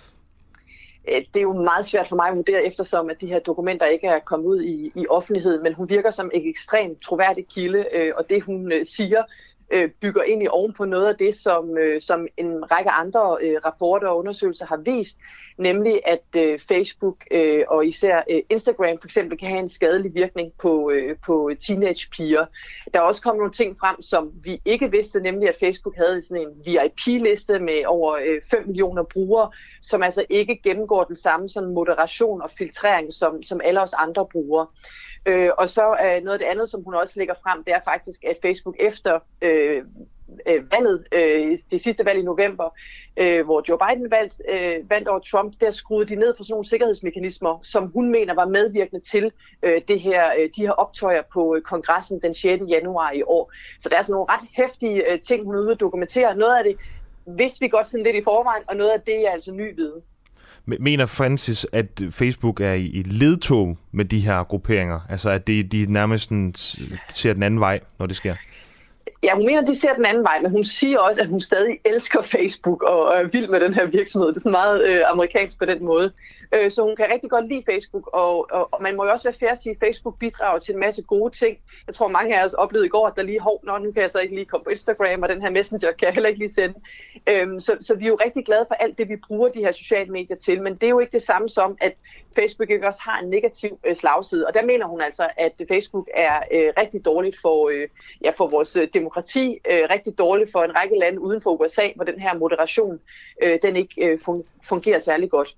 Det er jo meget svært for mig at vurdere, eftersom at de her dokumenter ikke er kommet ud i, i offentligheden, men hun virker som en ekstremt troværdig kilde, øh, og det hun øh, siger, øh, bygger egentlig oven på noget af det, som, øh, som en række andre øh, rapporter og undersøgelser har vist, nemlig at øh, Facebook øh, og især øh, Instagram for eksempel kan have en skadelig virkning på, øh, på teenagepiger. Der er også kommet nogle ting frem, som vi ikke vidste, nemlig at Facebook havde sådan en V I P-liste med over øh, fem millioner brugere, som altså ikke gennemgår den samme sådan moderation og filtrering, som, som alle os andre brugere. Øh, og så er noget af det andet, som hun også lægger frem, det er faktisk, at Facebook efter øh, øh, valget, øh, det sidste valg i november, øh, hvor Joe Biden valgt, øh, vandt over Trump, der skruede de ned for sådan nogle sikkerhedsmekanismer, som hun mener var medvirkende til øh, det her, øh, de her optøjer på øh, kongressen den sjette januar i år. Så der er sådan nogle ret heftige øh, ting, hun er ude at dokumentere. Noget af det vidste vi godt sådan lidt i forvejen, og noget af det er altså ny viden. Mener Francis, at Facebook er i ledtog med de her grupperinger? Altså, at de, de nærmest ser den anden vej, når det sker? Ja, hun mener, at de ser den anden vej, men hun siger også, at hun stadig elsker Facebook og er vild med den her virksomhed. Det er sådan meget øh, amerikansk på den måde. Øh, så hun kan rigtig godt lide Facebook, og, og, og man må jo også være fair at sige, at Facebook bidrager til en masse gode ting. Jeg tror, mange af os oplevede i går, at der lige hov, nå, nu kan jeg så ikke lige komme på Instagram, og den her Messenger kan jeg heller ikke lige sende. Øh, så, så vi er jo rigtig glade for alt det, vi bruger de her sociale medier til, men det er jo ikke det samme som, at Facebook ikke også har en negativ øh, slagside. Og der mener hun altså, at Facebook er øh, rigtig dårligt for, øh, ja, for vores øh, demokrati, øh, rigtig dårligt for en række lande uden for U S A, hvor den her moderation, øh, den ikke øh, fungerer særlig godt.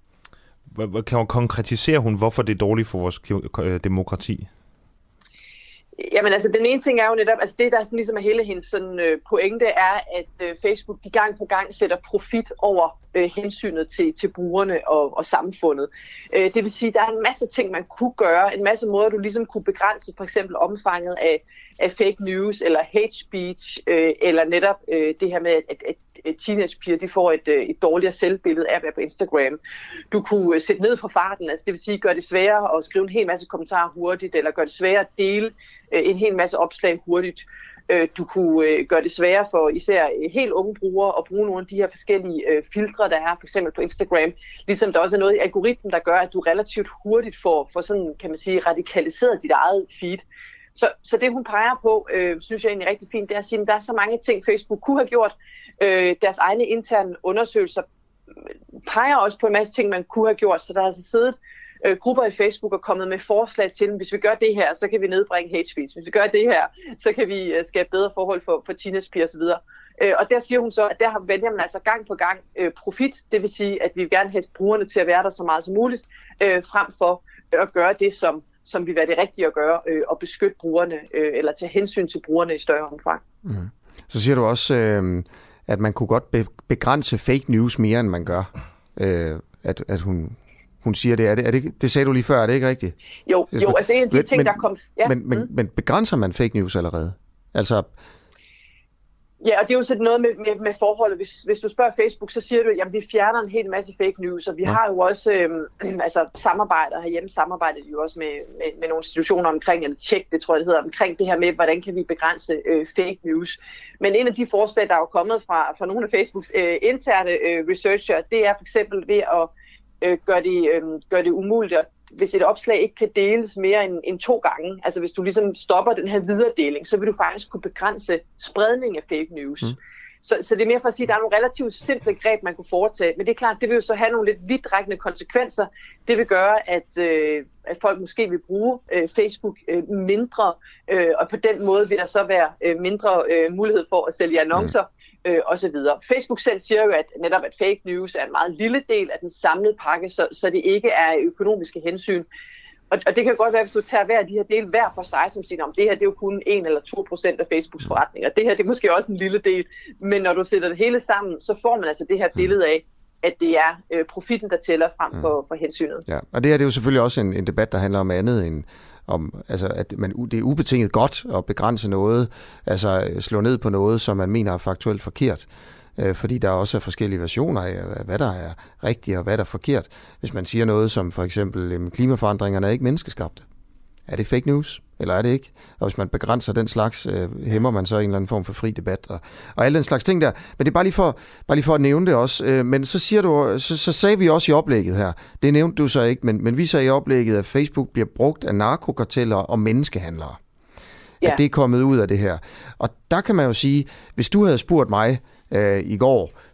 Kan hun konkretisere hun, hvorfor det er dårligt for vores demokrati? Jamen altså, den ene ting er jo netop, altså det der sådan, ligesom er hele hendes sådan, øh, pointe er, at øh, Facebook de gang på gang sætter profit over øh, hensynet til, til brugerne og, og samfundet. Øh, det vil sige, der er en masse ting, man kunne gøre, en masse måder, du ligesom kunne begrænse for eksempel omfanget af, af fake news eller hate speech, øh, eller netop øh, det her med, at, at, at teenagepiger de får et, et dårligere selvbillede af at være på Instagram. Du kunne sætte ned på farten, altså det vil sige, gøre det sværere at skrive en hel masse kommentarer hurtigt, eller gøre det sværere at dele en hel masse opslag hurtigt. Du kunne gøre det sværere for især helt unge brugere at bruge nogle af de her forskellige filtre, der er for eksempel på Instagram. Ligesom der også er noget i algoritmen, der gør, at du relativt hurtigt får, får sådan, kan man sige, radikaliseret dit eget feed. Så, så det hun peger på, øh, synes jeg egentlig er rigtig fint, det er at sige, at der er så mange ting, Facebook kunne have gjort. Øh, deres egne interne undersøgelser peger også på en masse ting, man kunne have gjort. Så der har altså siddet øh, grupper i Facebook og kommet med forslag til, at hvis vi gør det her, så kan vi nedbringe hate speech. Hvis vi gør det her, så kan vi øh, skabe bedre forhold for, for teenagepiger osv. Øh, og der siger hun så, at der vælger man altså gang på gang øh, profit. Det vil sige, at vi vil gerne have brugerne til at være der så meget som muligt, øh, frem for øh, at gøre det, som som vil være det rigtige at gøre, øh, og beskytte brugerne, øh, eller tage hensyn til brugerne i større omfang. Mm. Så siger du også, øh, at man kunne godt be- begrænse fake news mere, end man gør. Øh, at, at hun, hun siger det. Er det, er det. Det sagde du lige før, er det ikke rigtigt? Jo, jo altså en af de men, ting, men, der kom... Ja. Men, men, mm. men begrænser man fake news allerede? Altså... Ja, og det er jo sådan noget med, med, med forholdet. Hvis, hvis du spørger Facebook, så siger du, at vi fjerner en hel masse fake news, og vi ja. har jo også øhm, altså, samarbejder herhjemme, samarbejder jo også med, med, med nogle institutioner omkring, eller tjek, det tror jeg det hedder, omkring det her med, hvordan kan vi begrænse øh, fake news. Men en af de forslag, der er jo kommet fra, fra nogle af Facebooks øh, interne øh, researcher, det er for eksempel ved at øh, gøre, det, øh, gøre det umuligt at hvis et opslag ikke kan deles mere end, end to gange, altså hvis du ligesom stopper den her videredeling, så vil du faktisk kunne begrænse spredning af fake news. Mm. Så, så det er mere for at sige, at der er nogle relativt simple greb, man kunne foretage, men det er klart, det vil jo så have nogle lidt vidtrækkende konsekvenser. Det vil gøre, at, øh, at folk måske vil bruge øh, Facebook øh, mindre, øh, og på den måde vil der så være øh, mindre øh, mulighed for at sælge annoncer. Mm. Øh, og så videre. Facebook selv siger jo, at netop at fake news er en meget lille del af den samlede pakke, så, så det ikke er økonomiske hensyn. Og, og det kan godt være, hvis du tager hver af de her dele hver for sig, som siger, om det her det er jo kun en eller to procent af Facebooks forretninger. Det her det er måske også en lille del, men når du sætter det hele sammen, så får man altså det her billede af, at det er øh, profitten, der tæller frem for, for hensynet. Ja, og det her det er jo selvfølgelig også en, en debat, der handler om andet end om, altså, at man, det er ubetinget godt at begrænse noget, altså slå ned på noget, som man mener er faktuelt forkert. Øh, fordi der også er forskellige versioner af, hvad der er rigtigt og hvad der er forkert. Hvis man siger noget som for eksempel, øh, klimaforandringerne er ikke menneskeskabte. Er det fake news, eller er det ikke? Og hvis man begrænser den slags, øh, hæmmer man så en eller anden form for fri debat, og, og alle den slags ting der. Men det er bare lige for, bare lige for at nævne det også. Øh, men så siger du, så, så sagde vi også i oplægget her, det nævnte du så ikke, men, men vi sagde i oplægget, at Facebook bliver brugt af narkokarteller og menneskehandlere. Ja. At det er kommet ud af det her. Og der kan man jo sige, hvis du havde spurgt mig øh, i går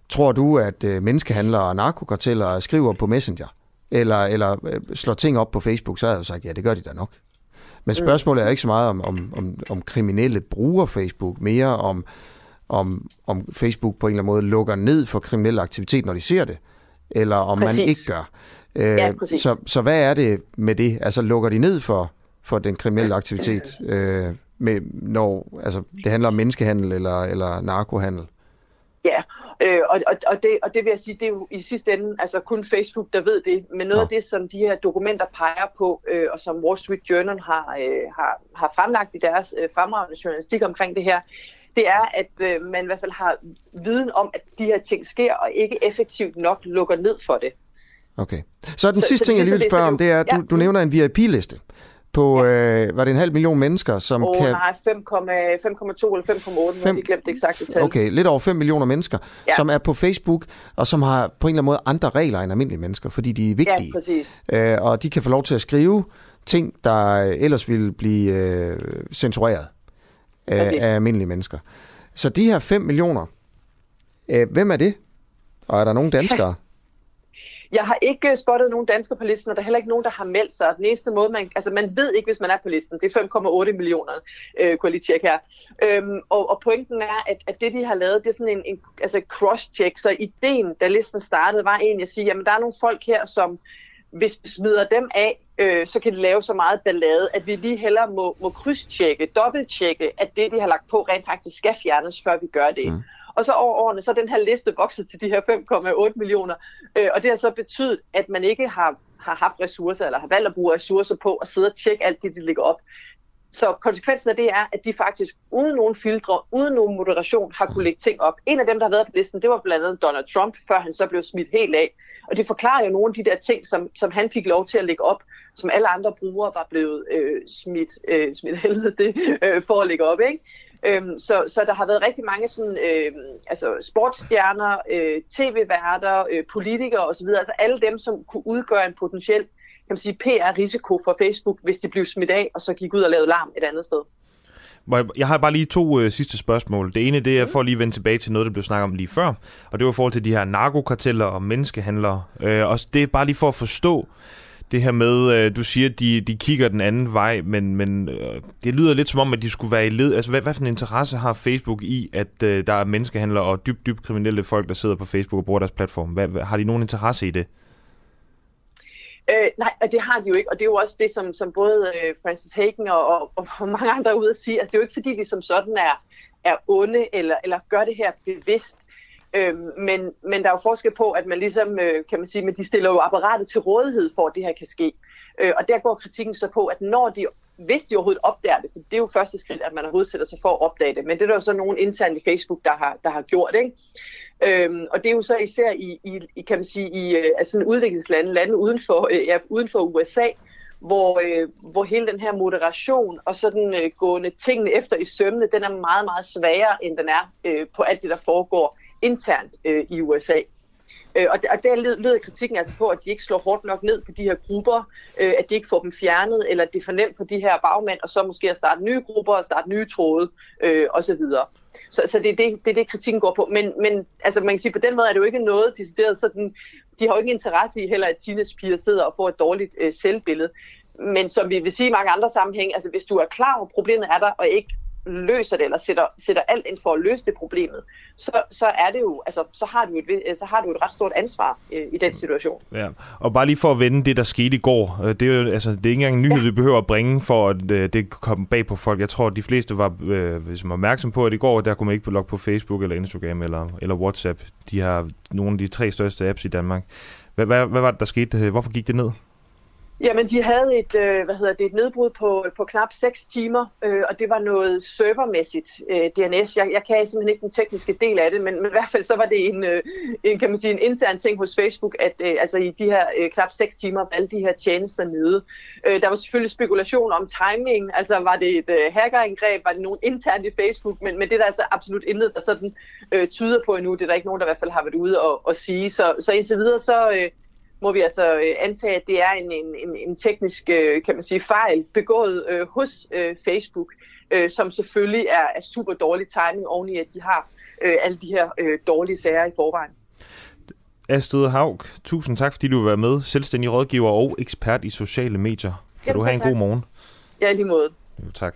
tror du, at øh, menneskehandlere og narkokarteller skriver på Messenger, eller, eller øh, slår ting op på Facebook, så har jeg jo sagt, ja, det gør de da nok. Men spørgsmålet er ikke så meget om, om, om, om kriminelle bruger Facebook, mere om, om, om Facebook på en eller anden måde lukker ned for kriminelle aktivitet, når de ser det, eller om præcis. Man ikke gør. Øh, ja, så, så hvad er det med det? Altså lukker de ned for, for den kriminelle aktivitet, øh, med, når altså, det handler om menneskehandel eller, eller narkohandel? Ja, øh, og, og, og, det, og det vil jeg sige, det er jo i sidste ende altså kun Facebook, der ved det, men noget Nå. af det, som de her dokumenter peger på, øh, og som Wall Street Journal har, øh, har, har fremlagt i deres øh, fremragende journalistik omkring det her, det er, at øh, man i hvert fald har viden om, at de her ting sker, og ikke effektivt nok lukker ned for det. Okay. Så den så, sidste så, ting, jeg lige vil spørge om, det er, at du, ja. du nævner en V I P-liste. På, ja. øh, var det en halv million mennesker, som oh, kan... nej, fem komma to eller fem komma otte, jeg har glemt det eksakte tal. Okay, lidt over fem millioner mennesker, ja. som er på Facebook, og som har på en eller anden måde andre regler end almindelige mennesker, fordi de er vigtige. Ja, præcis. Øh, og de kan få lov til at skrive ting, der ellers ville blive øh, censureret af, af almindelige mennesker. Så de her fem millioner, øh, hvem er det? Og er der nogen danskere? Jeg har ikke spottet nogen danskere på listen, og der er heller ikke nogen, der har meldt sig. Den eneste måde, man, altså man ved ikke, hvis man er på listen. Det er fem komma otte millioner, øh, kunne jeg lige tjekke her. Øhm, og, og pointen er, at, at det, de har lavet, det er sådan en, en altså cross-check. Så ideen, da listen startede, var egentlig at sige, jamen der er nogle folk her, som hvis vi smider dem af, øh, så kan de lave så meget ballade, at vi lige hellere må, må kryds-tjekke, dobbelt-tjekke, at det, de har lagt på, rent faktisk skal fjernes, før vi gør det. Mm. Og så over årene, så er den her liste vokset til de her fem komma otte millioner. Øh, og det har så betydet, at man ikke har, har haft ressourcer, eller har valgt at bruge ressourcer på at sidde og tjekke alt det, de lægger op. Så konsekvensen af det er, at de faktisk uden nogen filtre, uden nogen moderation, har kunne lægge ting op. En af dem, der har været på listen, det var blandt andet Donald Trump, før han så blev smidt helt af. Og det forklarer jo nogle af de der ting, som, som han fik lov til at lægge op, som alle andre brugere var blevet øh, smidt, øh, smidt helvede det, øh, for at lægge op, ikke? Øhm, så, så der har været rigtig mange sådan, øh, altså sportsstjerner, øh, tv-værter, øh, politikere osv., altså alle dem, som kunne udgøre en potentiel kan man sige, P R-risiko for Facebook, hvis de blev smidt af, og så gik ud og lavede larm et andet sted. Jeg har bare lige to øh, sidste spørgsmål. Det ene, det er for at lige vende tilbage til noget, der blev snakket om lige før, og det var i forhold til de her narkokarteller og menneskehandlere. Øh, og det er bare lige for at forstå det her med, øh, du siger, at de, de kigger den anden vej, men, men øh, det lyder lidt som om, at de skulle være i led. Altså, hvad, hvad for en interesse har Facebook i, at øh, der er menneskehandlere og dybt, dybt kriminelle folk, der sidder på Facebook og bruger deres platform? Hvad, hvad, har de nogen interesse i det? Øh, nej, og det har de jo ikke, og det er jo også det, som, som både øh, Francis Hagen og, og, og mange andre er ude at sige. Altså, det er jo ikke, fordi de som sådan er, er onde, eller, eller gør det her bevidst. Øh, men, men der er jo forskel på, at man ligesom, øh, kan man sige, men de stiller jo apparatet til rådighed for, at det her kan ske. Øh, og der går kritikken så på, at når de, hvis de overhovedet opdager det, for det er jo første skridt, at man overhovedet sætter sig for at opdage det, men det er der jo så nogen internt i Facebook, der har, der har gjort, ikke? Øhm, og det er jo så især i, i kan man sige, i altså udviklingslande, lande uden for, øh, ja, uden for U S A, hvor, øh, hvor hele den her moderation og sådan øh, gående tingene efter i sømmene, den er meget, meget sværere, end den er øh, på alt det, der foregår internt øh, i U S A. Øh, og, der, og der lyder kritikken altså på, at de ikke slår hårdt nok ned på de her grupper, øh, at de ikke får dem fjernet, eller det er for nemt på de her bagmænd, og så måske at starte nye grupper og starte nye tråde øh, osv. Så, så det er det, det er det, kritikken går på. Men, men altså, man kan sige, på den måde er det jo ikke noget decideret sådan, de har jo ikke interesse i heller, at teenagepiger sidder og får et dårligt øh, selvbillede. Men som vi vil sige i mange andre sammenhænge, altså hvis du er klar over, at problemet er der, og ikke løser det, eller sætter, sætter alt ind for at løse det problemet, så, så er det jo, altså, så har du et, så har du et ret stort ansvar øh, i den situation. Ja, og bare lige for at vende det, der skete i går, det er jo, altså, det er ikke engang en nyhed, ja. vi behøver at bringe, for at øh, det kom bag på folk. Jeg tror, at de fleste var, øh, hvis man var opmærksom på, at i går, der kunne man ikke logge på Facebook, eller Instagram, eller, eller WhatsApp. De har nogle af de tre største apps i Danmark. Hvad, hvad, hvad var det, der skete? Hvorfor gik det ned? Jamen, de havde et, øh, hvad hedder det, et nedbrud på, på knap seks timer, øh, og det var noget servermæssigt øh, D N S. Jeg, jeg kan simpelthen ikke den tekniske del af det, men, men i hvert fald så var det en, øh, en, kan man sige, en intern ting hos Facebook, at øh, altså i de her øh, knap seks timer var alle de her tjenester nede. Øh, der var selvfølgelig spekulation om timing, altså var det et øh, hackerangreb, var det nogen internt i Facebook, men, men det er der altså absolut intet, der sådan øh, tyder på endnu. Det er der ikke nogen, der i hvert fald har været ude og, og sige. Så, så indtil videre så... Øh, må vi altså antage, at det er en, en, en teknisk, kan man sige, fejl begået øh, hos øh, Facebook, øh, som selvfølgelig er, er super dårlig timing oveni, at de har øh, alle de her øh, dårlige sager i forvejen. Astrid Haug, tusind tak, fordi du vil være med. Selvstændig rådgiver og ekspert i sociale medier. Kan Jamen, du have en tak. god morgen? Ja, lige måde. Jo, tak.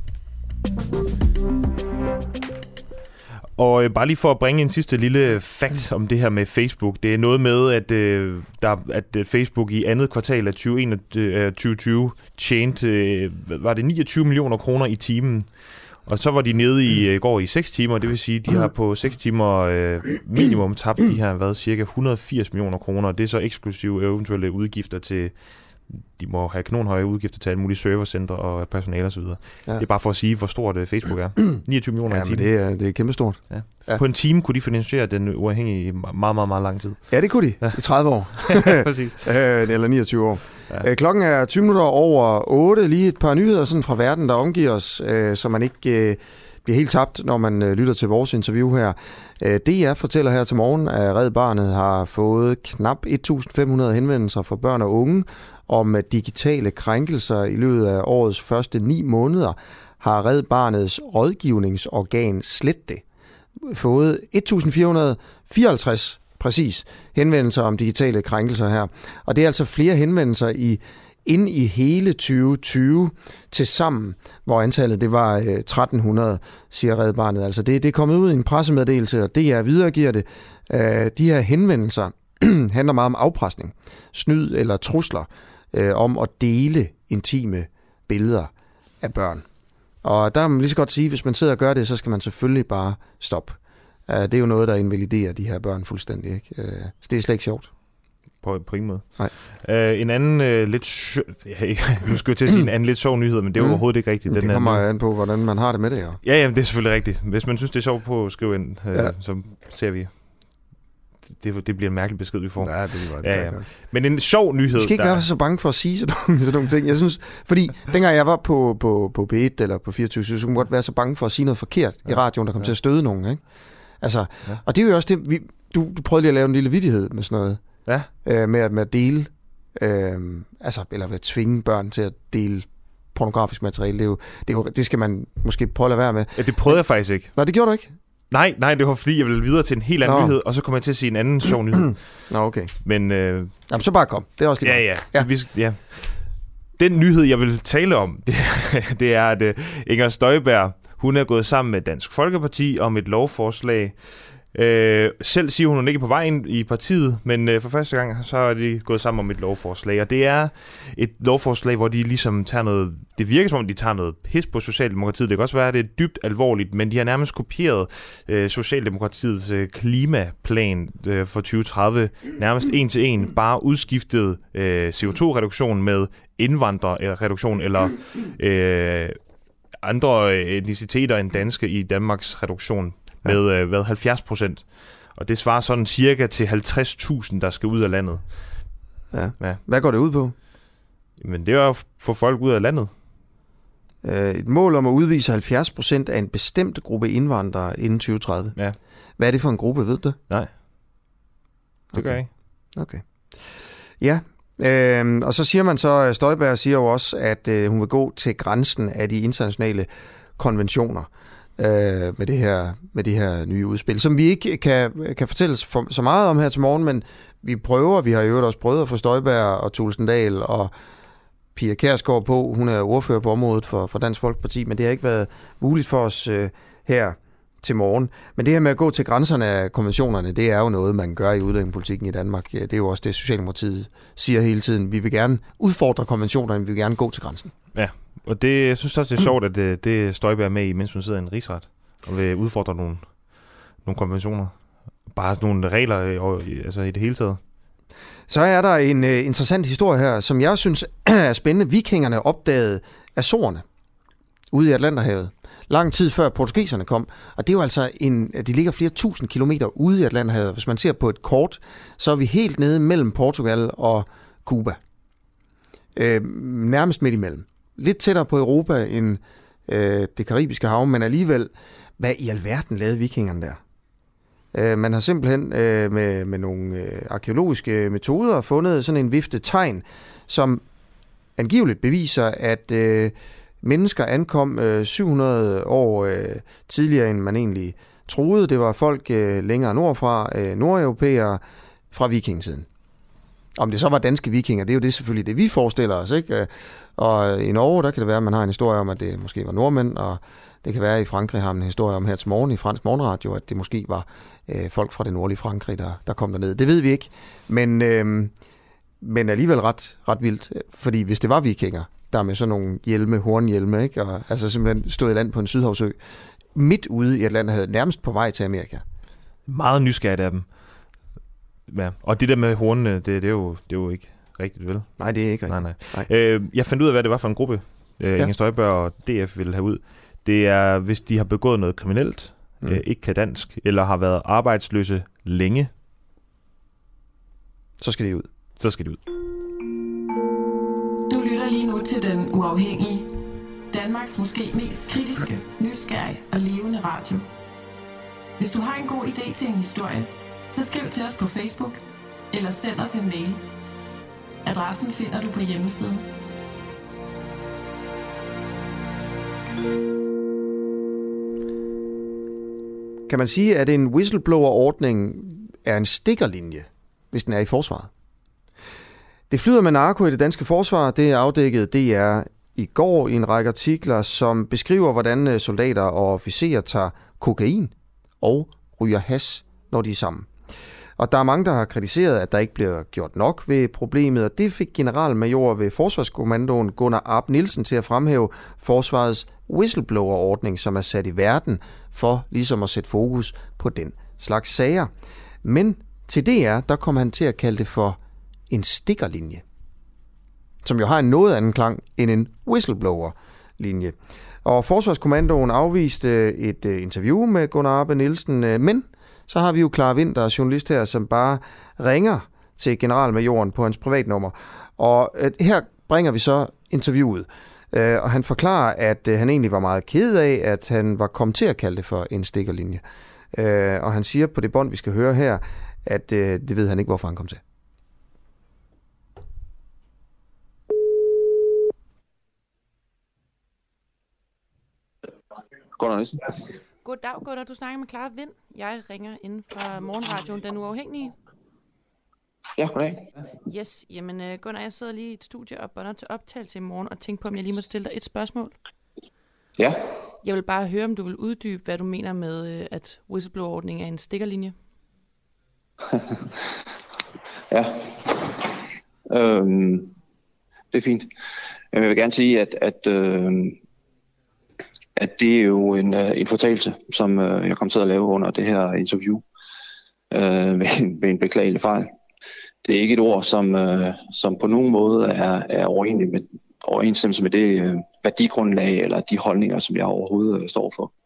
Og øh, bare lige for at bringe en sidste lille fact om det her med Facebook. Det er noget med, at, øh, der, at Facebook i andet kvartal af tyve tyve tjente, øh, var det niogtyve millioner kroner i timen. Og så var de nede i øh, går i seks timer, det vil sige, de har på seks timer øh, minimum tabt de her været cirka et hundrede og firs millioner kroner. Det er så eksklusive eventuelle udgifter til, de må have kanonhøje udgifter til alle mulige servercenter og personale osv. Ja. Det er bare for at sige, hvor stort Facebook er. niogtyve millioner ja, i timen. Det er, det er kæmpestort. Ja. Ja. På en time kunne de finansiere den uafhængige i meget, meget, meget lang tid. Ja, det kunne de. Ja. I tredive år. Præcis. Eller niogtyve år. Ja. Klokken er tyve minutter over otte. Lige et par nyheder sådan fra verden, der omgiver os, så man ikke bliver helt tabt, når man lytter til vores interview her. D R fortæller her til morgen, at Red Barnet har fået knap et tusind fem hundrede henvendelser fra børn og unge om digitale krænkelser i løbet af årets første ni måneder. Har Red Barnets rådgivningsorgan Slet det fået et tusind fire hundrede fireoghalvtreds præcis henvendelser om digitale krænkelser her. Og det er altså flere henvendelser i ind i hele tyve tyve til sammen, hvor antallet det var øh, tretten hundrede, siger Red Barnet. Altså det, det er kommet ud i en pressemeddelelse, og D R videregiver det. Øh, de her henvendelser handler meget om afpresning, snyd eller trusler øh, om at dele intime billeder af børn. Og der må man lige så godt sige, at hvis man sidder og gør det, så skal man selvfølgelig bare stoppe. Uh, det er jo noget, der invaliderer de her børn fuldstændig. Ikke? Uh, så det er slet ikke sjovt. På, på ingen måde. Nej. Uh, en anden uh, lidt sjov... nu skal jeg til at sige en anden lidt sjov nyhed, men det er mm. overhovedet ikke rigtigt. Det Den kommer er, an på, hvordan man har det med det. Jo. Ja, ja, det er selvfølgelig rigtigt. Hvis man synes, det er sjovt på at skrive ind, uh, ja. så ser vi... Det, det bliver en mærkelig besked, vi får. Ja, det var det. Ja, ja. Men en sjov nyhed... Vi skal ikke der... være så bange for at sige sådan nogle, sådan nogle ting. Jeg synes, fordi dengang jeg var på, på, på P et eller på fireogtyve, så kunne man godt være så bange for at sige noget forkert ja. i radioen, der kom ja. til at støde nogen. Ikke? Altså, ja. Og det er jo også det... Vi, du, du prøvede lige at lave en lille vittighed med sådan noget. Ja. Øh, med, med at dele... Øh, altså, eller at tvinge børn til at dele pornografisk materiale. Det, er jo, det, er jo, det skal man måske prøve at lade være med. Ja, det prøvede jeg faktisk ikke. Nå, det gjorde du ikke? Nej, nej, det var fordi, jeg ville videre til en helt anden Nå. nyhed, og så kommer jeg til at sige en anden sjov nyhed. Nå, okay. Men... Øh... Jamen, så bare kom. Det er også lige ja, ja, ja. Vi, ja. Den nyhed, jeg vil tale om, det, det er, at uh, Inger Støjberg, hun er gået sammen med Dansk Folkeparti om et lovforslag. Øh, selv siger hun, hun ikke er på vej ind i partiet, men øh, for første gang så er de gået sammen om et lovforslag, og det er et lovforslag, hvor de ligesom tager noget, det virker som om de tager noget pis på Socialdemokratiet, det kan også være, at det er dybt alvorligt, men de har nærmest kopieret øh, Socialdemokratiets øh, klimaplan øh, for tyve tredive, nærmest en til en, bare udskiftet øh, C O to reduktion med indvandrerreduktion eller øh, andre etniciteter end danske i Danmarks reduktion. Med øh, hvad, halvfjerds procent. Og det svarer sådan cirka til halvtreds tusind, der skal ud af landet. Ja. ja. Hvad går det ud på? Men det er jo at få folk ud af landet. Øh, et mål om at udvise halvfjerds procent af en bestemt gruppe indvandrere inden tyve tredive. Ja. Hvad er det for en gruppe, ved du? Nej. Det okay. gør jeg ikke. Okay. Ja. Øh, og så siger man så, Støjberg siger jo også, at øh, hun vil gå til grænsen af de internationale konventioner. Øh, med det her med det her nye udspil, som vi ikke kan, kan fortælle for, så meget om her til morgen, men vi prøver, vi har jo også prøvet at få Støjberg og Tulsendal og Pia Kjærsgaard på, hun er ordfører på området for, for Dansk Folkeparti, men det har ikke været muligt for os øh, her til morgen. Men det her med at gå til grænserne af konventionerne, det er jo noget, man gør i udlændingepolitikken i Danmark. Ja, det er jo også det, Socialdemokratiet siger hele tiden. Vi vil gerne udfordre konventionerne, vi vil gerne gå til grænsen. Ja. Og det, jeg synes også, det er sjovt, at det, det Støjberg er med i, mens hun sidder i en rigsret og vil udfordre nogle, nogle konventioner. Bare sådan nogle regler altså i det hele taget. Så er der en uh, interessant historie her, som jeg synes er spændende. Vikingerne opdagede Azorerne ude i Atlanterhavet, lang tid før portugiserne kom. Og det er jo altså en, de ligger flere tusind kilometer ude i Atlanterhavet. Hvis man ser på et kort, så er vi helt nede mellem Portugal og Cuba. Øh, nærmest midt imellem. Lidt tættere på Europa end øh, det karibiske hav, men alligevel, hvad i alverden lavede vikingerne der? Øh, man har simpelthen øh, med, med nogle øh, arkeologiske metoder fundet sådan en vifte tegn, som angiveligt beviser, at øh, mennesker ankom øh, syv hundrede år øh, tidligere, end man egentlig troede. Det var folk øh, længere nordfra, øh, nordeuropæere, fra vikingetiden. Om det så var danske vikinger, det er jo det selvfølgelig det, vi forestiller os, ikke? Og i Norge, der kan det være, at man har en historie om, at det måske var nordmænd, og det kan være, at i Frankrig har man en historie om her til morgen i fransk morgenradio, at det måske var øh, folk fra det nordlige Frankrig, der, der kom derned. Det ved vi ikke, men, øh, men alligevel ret, ret vildt, fordi hvis det var vikinger, der med sådan nogle hjelme, hornhjelme, ikke? Og altså simpelthen stod i land på en sydhavsø, midt ude i Atlanterhavet, nærmest på vej til Amerika. Meget nysgerrigt af dem. Ja. Og det der med hornene, det, det, er jo, det er jo ikke rigtigt, vel? Nej, det er ikke rigtigt. Nej, nej. nej. Øh, jeg fandt ud af, hvad det var for en gruppe, øh, ja. Inger Støjberg og D F ville have ud. Det er, hvis de har begået noget kriminelt, mm. øh, ikke kan dansk, eller har været arbejdsløse længe. Så skal de ud. Så skal de ud. Du lytter lige nu til Den Uafhængige. Danmarks måske mest kritiske, nysgerrige og levende radio. Hvis du har en god idé til en historie, så skriv til os på Facebook, eller send os en mail. Adressen finder du på hjemmesiden. Kan man sige, at en whistleblower-ordning er en stikkerlinje, hvis den er i forsvaret? Det flyder med narko i det danske forsvar. Det er afdækket D R i går i en række artikler, som beskriver, hvordan soldater og officerer tager kokain og ryger hash, når de er sammen. Og der er mange, der har kritiseret, at der ikke bliver gjort nok ved problemet, og det fik generalmajor ved Forsvarskommandoen Gunnar Arp Nielsen til at fremhæve forsvarets whistleblower-ordning, som er sat i verden for ligesom at sætte fokus på den slags sager. Men til D R, der kom han til at kalde det for en stikkerlinje, som jo har en noget anden klang end en whistleblower-linje. Og Forsvarskommandoen afviste et interview med Gunnar Arp Nielsen, men så har vi jo Clara Winther, journalist her, som bare ringer til generalmajoren på hans privatnummer. Og her bringer vi så interviewet. Og han forklarer, at han egentlig var meget ked af, at han var kommet til at kalde det for en stikkerlinje. Og han siger på det bånd, vi skal høre her, at det ved han ikke, hvorfor han kom til. Gunnar Nielsen. Goddag, Gunnar. Du snakker med Clara Vind. Jeg ringer ind fra morgenradioen Den Uafhængige. Ja, goddag. Yes, jamen Gunnar, jeg sidder lige i et studie og bånder til optagelse i morgen og tænker på, om jeg lige må stille dig et spørgsmål. Ja. Jeg vil bare høre, om du vil uddybe, hvad du mener med, at whistleblower-ordningen er en stikkerlinje. ja. Øhm, det er fint. Jeg vil gerne sige, at, at øhm at det er jo en, en fortalelse, som øh, jeg kom til at lave under det her interview øh, ved, en, ved en beklagelig fejl. Det er ikke et ord, som, øh, som på nogen måde er, er overensstemmelse med det øh, værdigrundlag eller de holdninger, som jeg overhovedet øh, står for.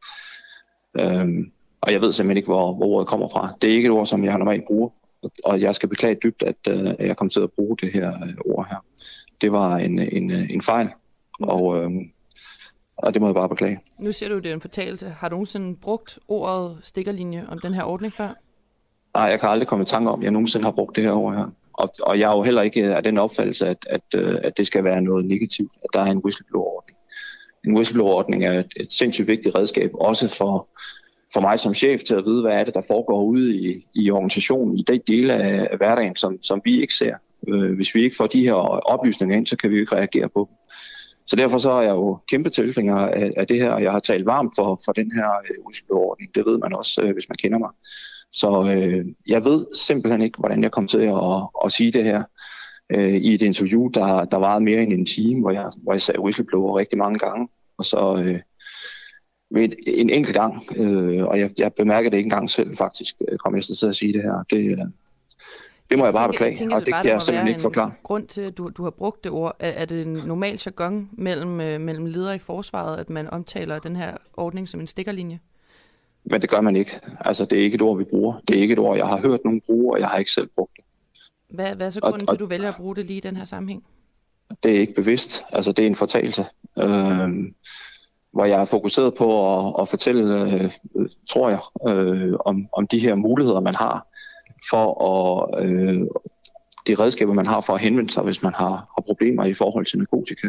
Øhm, og jeg ved simpelthen ikke, hvor, hvor ordet kommer fra. Det er ikke et ord, som jeg normalt bruger, og jeg skal beklage dybt, at øh, jeg kom til at bruge det her øh, ord her. Det var en, en, en fejl, og... Øh, Og det må jeg bare beklage. Nu siger du, det er en fortalelse. Har du nogensinde brugt ordet stikkerlinje om den her ordning før? Nej, jeg kan aldrig komme i tanke om, at jeg nogensinde har brugt det her ord her. Og, og jeg er jo heller ikke af den opfattelse, at, at, at det skal være noget negativt, at der er en whistleblower-ordning. En whistleblower-ordning er et, et sindssygt vigtigt redskab, også for, for mig som chef, til at vide, hvad er det, der foregår ude i, i organisationen, i de dele af, af hverdagen, som, som vi ikke ser. Hvis vi ikke får de her oplysninger ind, så kan vi jo ikke reagere på dem. Så derfor så er jeg jo kæmpe tilhænger af, af det her, og jeg har talt varmt for, for den her øh, whistleblower-ordning. Det ved man også, øh, hvis man kender mig. Så øh, jeg ved simpelthen ikke, hvordan jeg kom til at, at sige det her øh, i et interview, der, der varede mere end en time, hvor jeg, hvor jeg sagde whistleblower rigtig mange gange. Og så øh, ved en enkelt gang, øh, og jeg, jeg bemærker det ikke engang selv faktisk, kom jeg til at sige det her. Det, øh, Det må jeg, jeg bare beklage, tænker, og det kan jeg simpelthen ikke forklare. Grund til, at du, du har brugt det ord, er, er det en normal jargon mellem, øh, mellem ledere i forsvaret, at man omtaler den her ordning som en stikkerlinje? Men det gør man ikke. Altså, det er ikke et ord, vi bruger. Det er ikke et ord, jeg har hørt nogen bruge, og jeg har ikke selv brugt det. Hvad, hvad er så grunden og, til, at du vælger at bruge det lige i den her sammenhæng? Det er ikke bevidst. Altså, det er en fortalelse, øh, hvor jeg er fokuseret på at, at fortælle, øh, tror jeg, øh, om, om de her muligheder, man har for at, øh, de redskaber, man har for at henvende sig, hvis man har, har problemer i forhold til narkotika.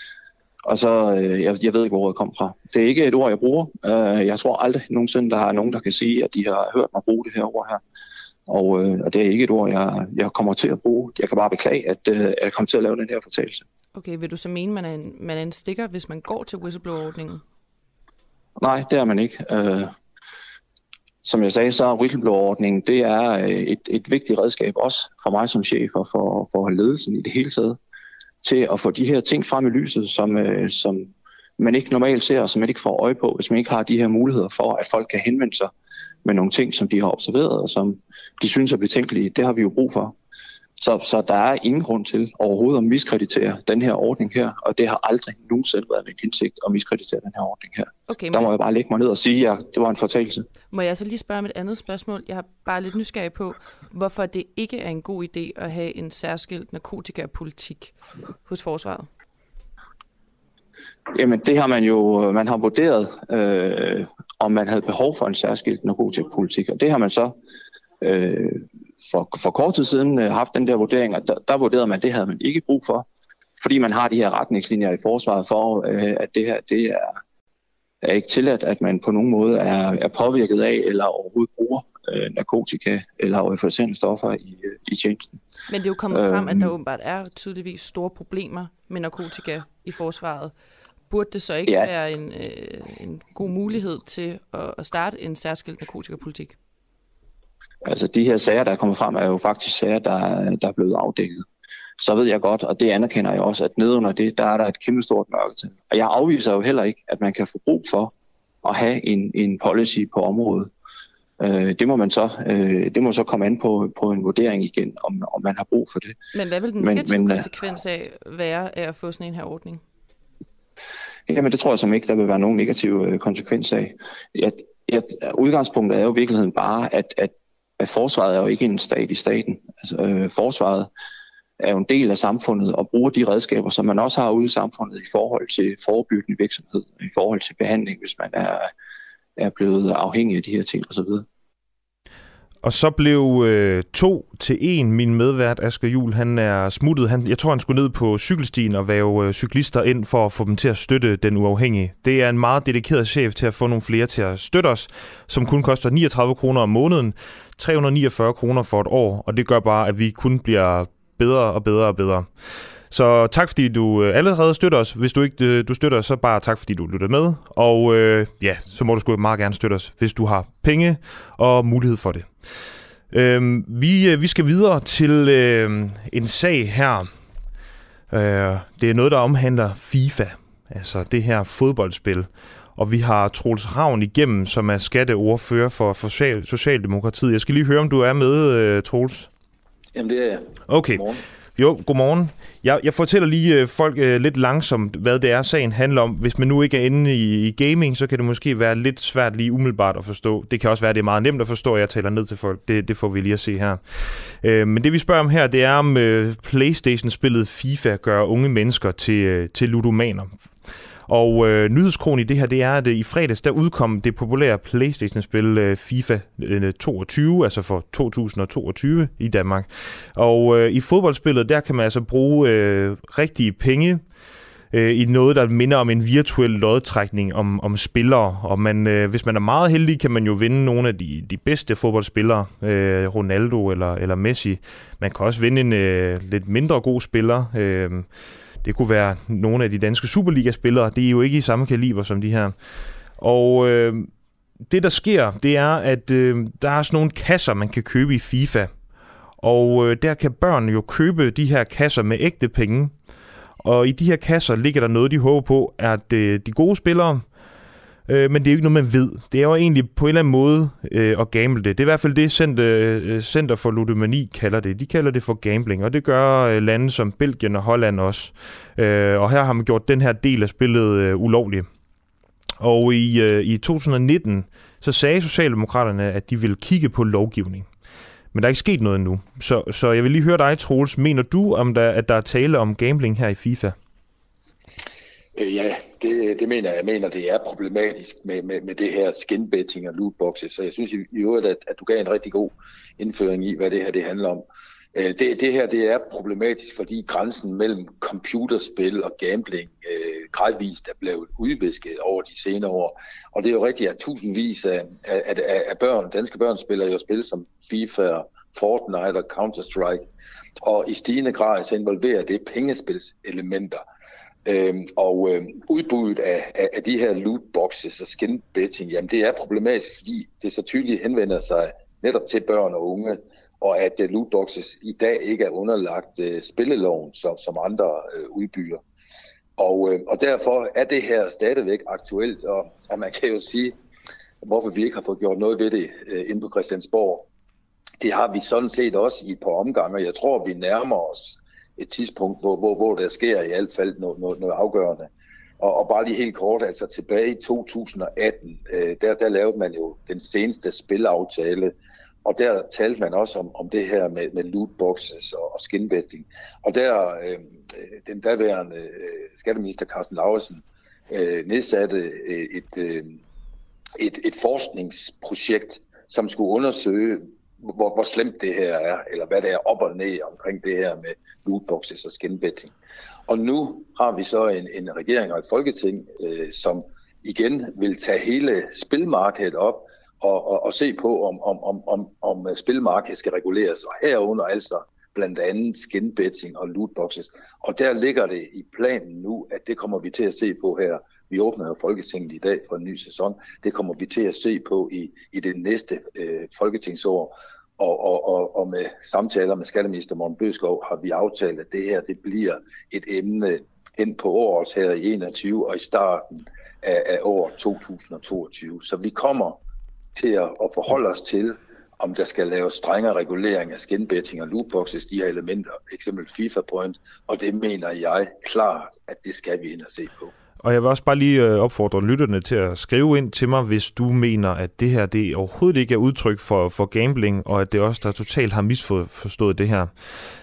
Og så, øh, jeg, jeg ved ikke, hvor ordet kom fra. Det er ikke et ord, jeg bruger. Øh, jeg tror aldrig nogensinde, der er nogen, der kan sige, at de har hørt mig bruge det her ord her. Og, øh, og det er ikke et ord, jeg, jeg kommer til at bruge. Jeg kan bare beklage, at, øh, at jeg kommer til at lave den her fortælling. Okay, vil du så mene, at man er en, man er en stikker, hvis man går til whistleblower-ordningen? Nej, det er man ikke. Øh, som jeg sagde, så er whistleblower-ordningen, det er et, et vigtigt redskab, også for mig som chef og for, for ledelsen i det hele taget, til at få de her ting frem i lyset, som, øh, som man ikke normalt ser, og som man ikke får øje på, hvis man ikke har de her muligheder for, at folk kan henvende sig med nogle ting, som de har observeret, og som de synes er betænkelige. Det har vi jo brug for. Så, så der er ingen grund til overhovedet at miskreditere den her ordning her, og det har aldrig nogensinde været min hensigt at miskreditere den her ordning her. Okay, der må jeg bare lægge mig ned og sige, at det var en fortalelse. Må jeg så lige spørge om et andet spørgsmål? Jeg har bare lidt nysgerrig på, hvorfor det ikke er en god idé at have en særskilt narkotikapolitik hos forsvaret. Jamen det har man jo, man har vurderet, øh, om man havde behov for en særskilt narkotikapolitik, og det har man så øh, for, for kort tid siden øh, haft den der vurdering, og der, der vurderede man, at det havde man ikke brug for, fordi man har de her retningslinjer i forsvaret for, øh, at det her det er, er ikke tilladt, at man på nogen måde er, er påvirket af, eller overhovedet bruger øh, narkotika eller euforiserende stoffer i, øh, i tjenesten. Men det er jo kommet øh, frem, at der åbenbart er tydeligvis store problemer med narkotika i forsvaret. Burde det så ikke ja. være en, øh, en god mulighed til at, at starte en særskilt narkotikapolitik? Altså de her sager, der er kommet frem, er jo faktisk sager, der er, der er blevet afdækket. Så ved jeg godt, og det anerkender jeg også, at nedenunder det, der er der et kæmpe stort mørketal. Og jeg afviser jo heller ikke, at man kan få brug for at have en, en policy på området. Øh, det må man så, øh, det må så komme an på, på en vurdering igen, om, om man har brug for det. Men hvad vil den negative men, konsekvens af være af at få sådan en her ordning? Jamen det tror jeg som ikke, der vil være nogen negativ øh, konsekvens af. Jeg, jeg, udgangspunktet er jo i virkeligheden bare, at, at, at forsvaret er jo ikke en stat i staten. Altså, øh, forsvaret er jo en del af samfundet og bruger de redskaber, som man også har ude i samfundet i forhold til forebyggende virksomhed, i forhold til behandling, hvis man er, er blevet afhængig af de her ting osv. Og så blev øh, to til en min medvært, Asger Juhl, han er smuttet. Han, jeg tror, han skulle ned på cykelstien og væve øh, cyklister ind for at få dem til at støtte Den Uafhængige. Det er en meget dedikeret chef til at få nogle flere til at støtte os, som kun koster niogtredive kroner om måneden, tre hundrede og niogfyrre kroner for et år, og det gør bare, at vi kun bliver bedre og bedre og bedre. Så tak, fordi du allerede støtter os. Hvis du ikke du støtter os, så bare tak, fordi du lytter med. Og øh, ja, så må du sgu meget gerne støtte os, hvis du har penge og mulighed for det. Øh, vi, vi skal videre til øh, en sag her. Øh, det er noget, der omhandler FIFA, altså det her fodboldspil. Og vi har Troels Ravn igennem, som er skatteordfører for, for Socialdemokratiet. Jeg skal lige høre, om du er med, øh, Troels. Jamen, det er jeg. Okay. Godmorgen. Jo, godmorgen. Jeg, jeg fortæller lige uh, folk uh, lidt langsomt, hvad det er, sagen handler om. Hvis man nu ikke er inde i, i gaming, så kan det måske være lidt svært lige umiddelbart at forstå. Det kan også være, at det er meget nemt at forstå, at jeg taler ned til folk. Det, det får vi lige at se her. Uh, men det vi spørger om her, det er om uh, PlayStation-spillet FIFA gør unge mennesker til, uh, til ludomaner. Og øh, nyhedskronen i det her, det er, at i fredags, der udkom det populære PlayStation-spil øh, FIFA øh, toogtyve, altså for to tusind og toogtyve i Danmark. Og øh, i fodboldspillet, der kan man altså bruge øh, rigtige penge øh, i noget, der minder om en virtuel lodtrækning om, om spillere. Og man, øh, hvis man er meget heldig, kan man jo vinde nogle af de, de bedste fodboldspillere, øh, Ronaldo eller, eller Messi. Man kan også vinde en øh, lidt mindre god spiller, øh, det kunne være nogle af de danske Superliga-spillere. Det er jo ikke i samme kaliber som de her. Og øh, det, der sker, det er, at øh, der er sådan nogle kasser, man kan købe i FIFA. Og øh, der kan børn jo købe de her kasser med ægte penge. Og i de her kasser ligger der noget, de håber på, er øh, de gode spillere. Øh, men det er jo ikke noget, man ved. Det er jo egentlig på en eller anden måde øh, at gamble det. Det er i hvert fald det, Center, Center for Ludomani kalder det. De kalder det for gambling, og det gør øh, lande som Belgien og Holland også. Øh, og her har man gjort den her del af spillet øh, ulovlig. Og i, øh, i to tusind og nitten, så sagde Socialdemokraterne, at de ville kigge på lovgivning. Men der er ikke sket noget endnu. Så, så jeg vil lige høre dig, Troels. Mener du, om der, at der er tale om gambling her i FIFA? Ja, det, det mener jeg. Jeg mener, det er problematisk med, med, med det her skinbetting og lootboxes. Så jeg synes i, i øvrigt, at, at du gav en rigtig god indføring i, hvad det her det handler om. Det, det her det er problematisk, fordi grænsen mellem computerspil og gambling øh, gradvist er blevet udvisket over de senere år. Og det er jo rigtigt, at tusindvis af, af, af, af børn, danske børn spiller jo spil som FIFA, Fortnite og Counter-Strike, og i stigende grad så involverer det pengespilselementer. Øhm, og øhm, udbuddet af, af, af de her lootboxes og skinbetting, jamen det er problematisk, fordi det så tydeligt henvender sig netop til børn og unge, og at uh, lootboxes i dag ikke er underlagt uh, spilleloven som, som andre uh, udbyder. Og, uh, og derfor er det her stadigvæk aktuelt, og, og man kan jo sige, hvorfor vi ikke har fået gjort noget ved det uh, inde på Christiansborg. Det har vi sådan set også i et par omgange, og jeg tror, vi nærmer os et tidspunkt, hvor, hvor, hvor der sker i hvert fald noget, noget, noget afgørende. Og, og bare lige helt kort, altså tilbage i to tusind og atten, øh, der, der lavede man jo den seneste spilaftale, og der talte man også om, om det her med, med lootboxes og, og skinbetting. Og der øh, den daværende øh, skatteminister Carsten Lauritsen øh, nedsatte et, øh, et, et forskningsprojekt, som skulle undersøge, Hvor, hvor slemt det her er, eller hvad det er op og ned omkring det her med lootboxes og skinbetting. Og nu har vi så en, en regering og et folketing, øh, som igen vil tage hele spilmarkedet op og, og, og se på, om, om, om, om, om spilmarkedet skal reguleres, og herunder altså blandt andet skinbetting og lootboxes. Og der ligger det i planen nu, at det kommer vi til at se på her. Vi åbner jo Folketinget i dag for en ny sæson. Det kommer vi til at se på i, i det næste øh, folketingsår. Og, og, og, og med samtaler med skatteminister Morten Bødskov har vi aftalt, at det her det bliver et emne hen på året her i enogtyve og i starten af, af år to tusind og toogtyve. Så vi kommer til at, at forholde os til, om der skal laves strengere regulering af skinbetting og lootboxes, de her elementer, eksempel FIFA Point, og det mener jeg klart, at det skal vi ind og se på. Og jeg vil også bare lige opfordre lytterne til at skrive ind til mig, hvis du mener, at det her det overhovedet ikke er udtryk for, for gambling, og at det også der totalt har misforstået det her.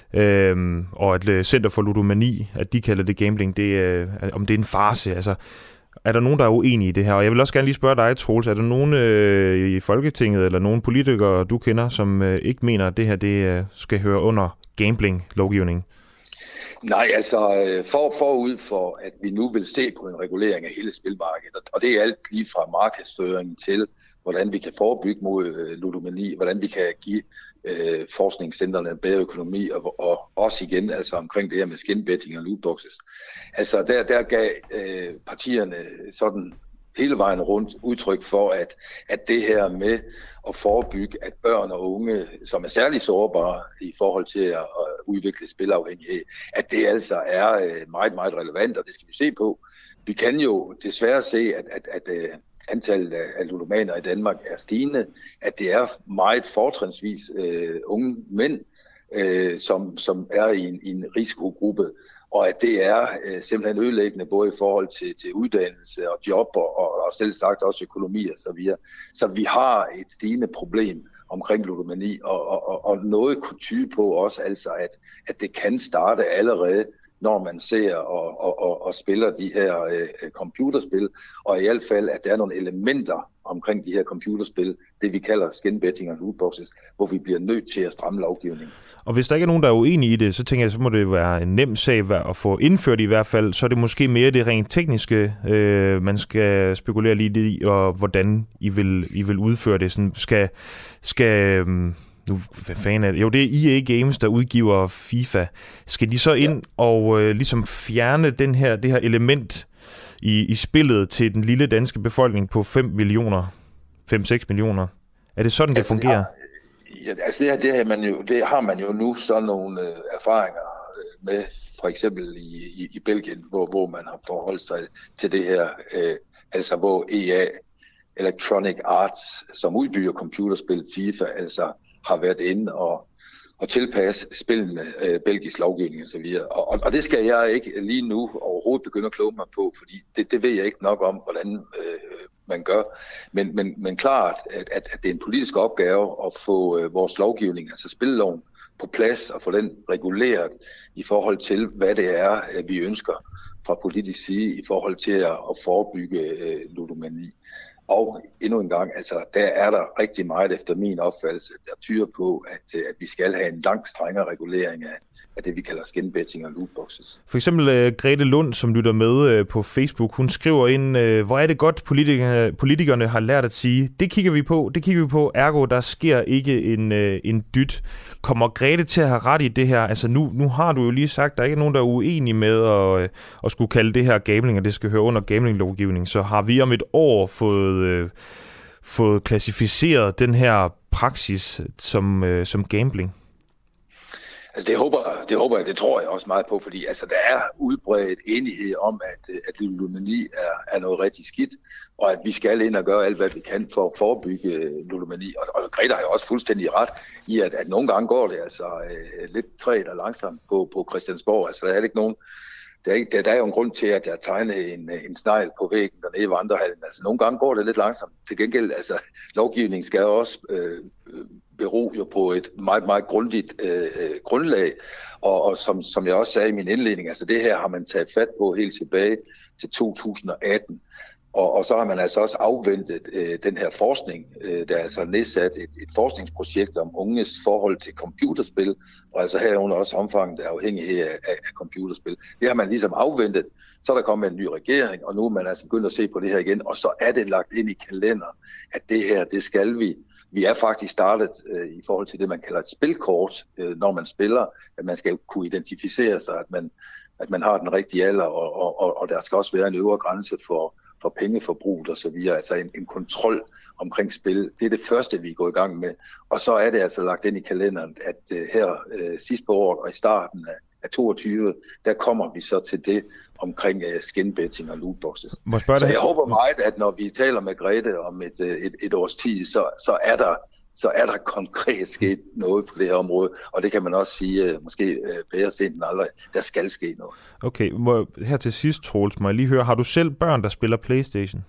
Øhm, og at Center for Ludomani, at de kalder det gambling, det er, om det er en farce. Altså, er der nogen, der er uenige i det her? Og jeg vil også gerne lige spørge dig, Troels, er der nogen øh, i Folketinget eller nogen politikere, du kender, som øh, ikke mener, at det her det, øh, skal høre under gambling-lovgivning? Nej, altså for, forud for, at vi nu vil se på en regulering af hele spilmarkedet, og det er alt lige fra markedsføring til, hvordan vi kan forebygge mod øh, ludomani, hvordan vi kan give øh, forskningscentrene bedre økonomi, og, og også igen altså omkring det her med skinbetting og lootboxes. Altså der, der gav øh, partierne sådan hele vejen rundt udtryk for, at, at det her med at forebygge, at børn og unge, som er særlig sårbare i forhold til at, at udvikle spilafhængighed, at det altså er meget, meget relevant, og det skal vi se på. Vi kan jo desværre se, at, at, at, at antallet af ludomaner i Danmark er stigende, at det er meget fortrinsvis uh, unge mænd, Øh, som, som er i en, i en risikogruppe, og at det er øh, simpelthen ødelæggende både i forhold til, til uddannelse og job og, og, og selv sagt også økonomi og så videre. Så vi har et stigende problem omkring ludomani, og, og, og noget kunne tyde på også altså, at, at det kan starte allerede, når man ser og, og, og, og spiller de her øh, computerspil, og i hvert fald, at der er nogle elementer omkring de her computerspil, det vi kalder skinbetting og lootboxes, hvor vi bliver nødt til at stramme lovgivningen. Og hvis der ikke er nogen, der er uenige i det, så tænker jeg, så må det være en nem sag at få indført i hvert fald, så er det måske mere det rent tekniske, øh, man skal spekulere lidt i, og hvordan I vil, I vil udføre det. Sådan skal, skal nu, hvad fanden er det? Jo, det er E A Games, der udgiver FIFA. Skal de så ind ja. og øh, ligesom fjerne den her, det her element i, i spillet til den lille danske befolkning på fem millioner, fem seks millioner? Er det sådan, altså, det fungerer? Ja, ja, altså det, her, det, her man jo, det har man jo nu sådan nogle øh, erfaringer øh, med, for eksempel i, i, i Belgien, hvor, hvor man har forholdt sig til det her, øh, altså hvor E A, Electronic Arts, som udbyder computerspil, FIFA, altså har været inde og, og tilpasse spillene øh, belgisk lovgivning og så videre. Og, og det skal jeg ikke lige nu overhovedet begynde at kloge mig på, fordi det, det ved jeg ikke nok om, hvordan øh, man gør. Men, men, men klart, at, at, at det er en politisk opgave at få øh, vores lovgivning, altså spilleloven, på plads og få den reguleret i forhold til, hvad det er, vi ønsker fra politisk side i forhold til at, at forebygge øh, ludomani. Og endnu en gang, altså, der er der rigtig meget efter min opfattelse, der tyder på, at, at vi skal have en langt strengere regulering af, af det, vi kalder skinbetting og lootboxes. For eksempel uh, Grete Lund, som lytter med uh, på Facebook, hun skriver ind, uh, hvor er det godt, politikerne, politikerne har lært at sige, det kigger vi på, det kigger vi på, ergo, der sker ikke en, uh, en dyt. Kommer Grete til at have ret i det her? Altså nu, nu har du jo lige sagt, der er ikke nogen, der er uenige med at, at skulle kalde det her gambling, og det skal høre under gamblinglovgivning, så har vi om et år fået, uh, fået klassificeret den her praksis som, uh, som gambling. Altså det håber, det håber jeg, det tror jeg også meget på, fordi altså, der er udbredt enighed om, at, at ludomani er, er noget rigtig skidt, og at vi skal ind og gøre alt, hvad vi kan for at forebygge ludomani. Og, og Greta har jo også fuldstændig ret i, at, at nogle gange går det altså øh, lidt træt og langsomt på, på Christiansborg. Altså der er ikke nogen, der er, ikke, der er jo en grund til, at jeg tegner en, en snegl på væggen dernede i Vandrehallen. Altså nogle gange går det lidt langsomt. Til gengæld, altså lovgivningen skal også øh, bero jo på et meget, meget grundigt øh, grundlag. Og, og som, som jeg også sagde i min indledning, altså det her har man taget fat på helt tilbage til to tusind og atten. Og, og så har man altså også afventet øh, den her forskning, øh, der er altså nedsat et, et forskningsprojekt om unges forhold til computerspil, og altså herunder også omfanget af afhængighed af, af, af computerspil. Det har man ligesom afventet, så er der kommet en ny regering, og nu er man altså begyndt at se på det her igen, og så er det lagt ind i kalenderen, at det her, det skal vi. Vi er faktisk startet øh, i forhold til det, man kalder et spilkort, øh, når man spiller, at man skal kunne identificere sig, at man, at man har den rigtige alder, og, og, og der skal også være en øvre grænse for for pengeforbrug og så videre, altså en, en kontrol omkring spil. Det er det første, vi er gået i gang med. Og så er det altså lagt ind i kalenderen, at uh, her uh, sidst på året og i starten af, af toogtyve, der kommer vi så til det omkring uh, skinbetting og lootboxes. Så jeg håber meget, at når vi taler med Grete om et, uh, et, et års tid, så, så er der så er der konkret sket noget på det her område, og det kan man også sige, måske bedre sent end aldrig, der skal ske noget. Okay, må, her til sidst, Troels, må jeg lige høre, har du selv børn, der spiller PlayStation?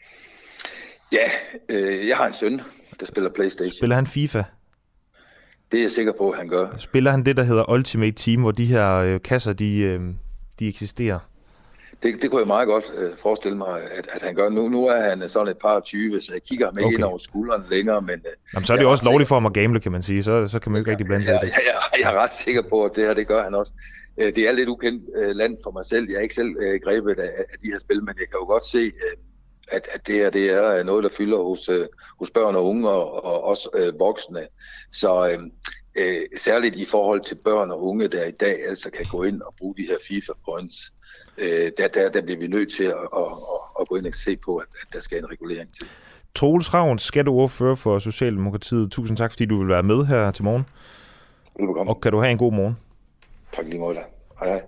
Ja, øh, jeg har en søn, der spiller PlayStation. Spiller han FIFA? Det er jeg sikker på, at han gør. Spiller han det, der hedder Ultimate Team, hvor de her øh, kasser, de, øh, de eksisterer? Det, det kunne jeg meget godt øh, forestille mig, at, at han gør. Nu, nu er han sådan et par tyve, så jeg kigger ham ikke okay. ind over skulderen længere. Men, øh, Jamen, så er det jo også lovligt for ham at gamble, kan man sige. Så, så kan man jo ikke rigtig blande sig i det. Jeg, jeg, jeg er ret sikker på, at det her, det gør han også. Det er lidt ukendt øh, land for mig selv. Jeg er ikke selv øh, grebet af, af de her spil, men jeg kan jo godt se, øh, at, at det her det er noget, der fylder hos, øh, hos børn og unge og, og også øh, voksne. Så øh, øh, særligt i forhold til børn og unge, der i dag altså kan gå ind og bruge de her FIFA points, øh, der, der, der bliver vi nødt til at, at, at, at gå ind og se på, at, at der skal en regulering til. Troels Ravn, skatteordfører for Socialdemokratiet. Tusind tak, fordi du vil være med her til morgen. Velbekomme. Og kan du have en god morgen. Tak lige måde. Hej hej.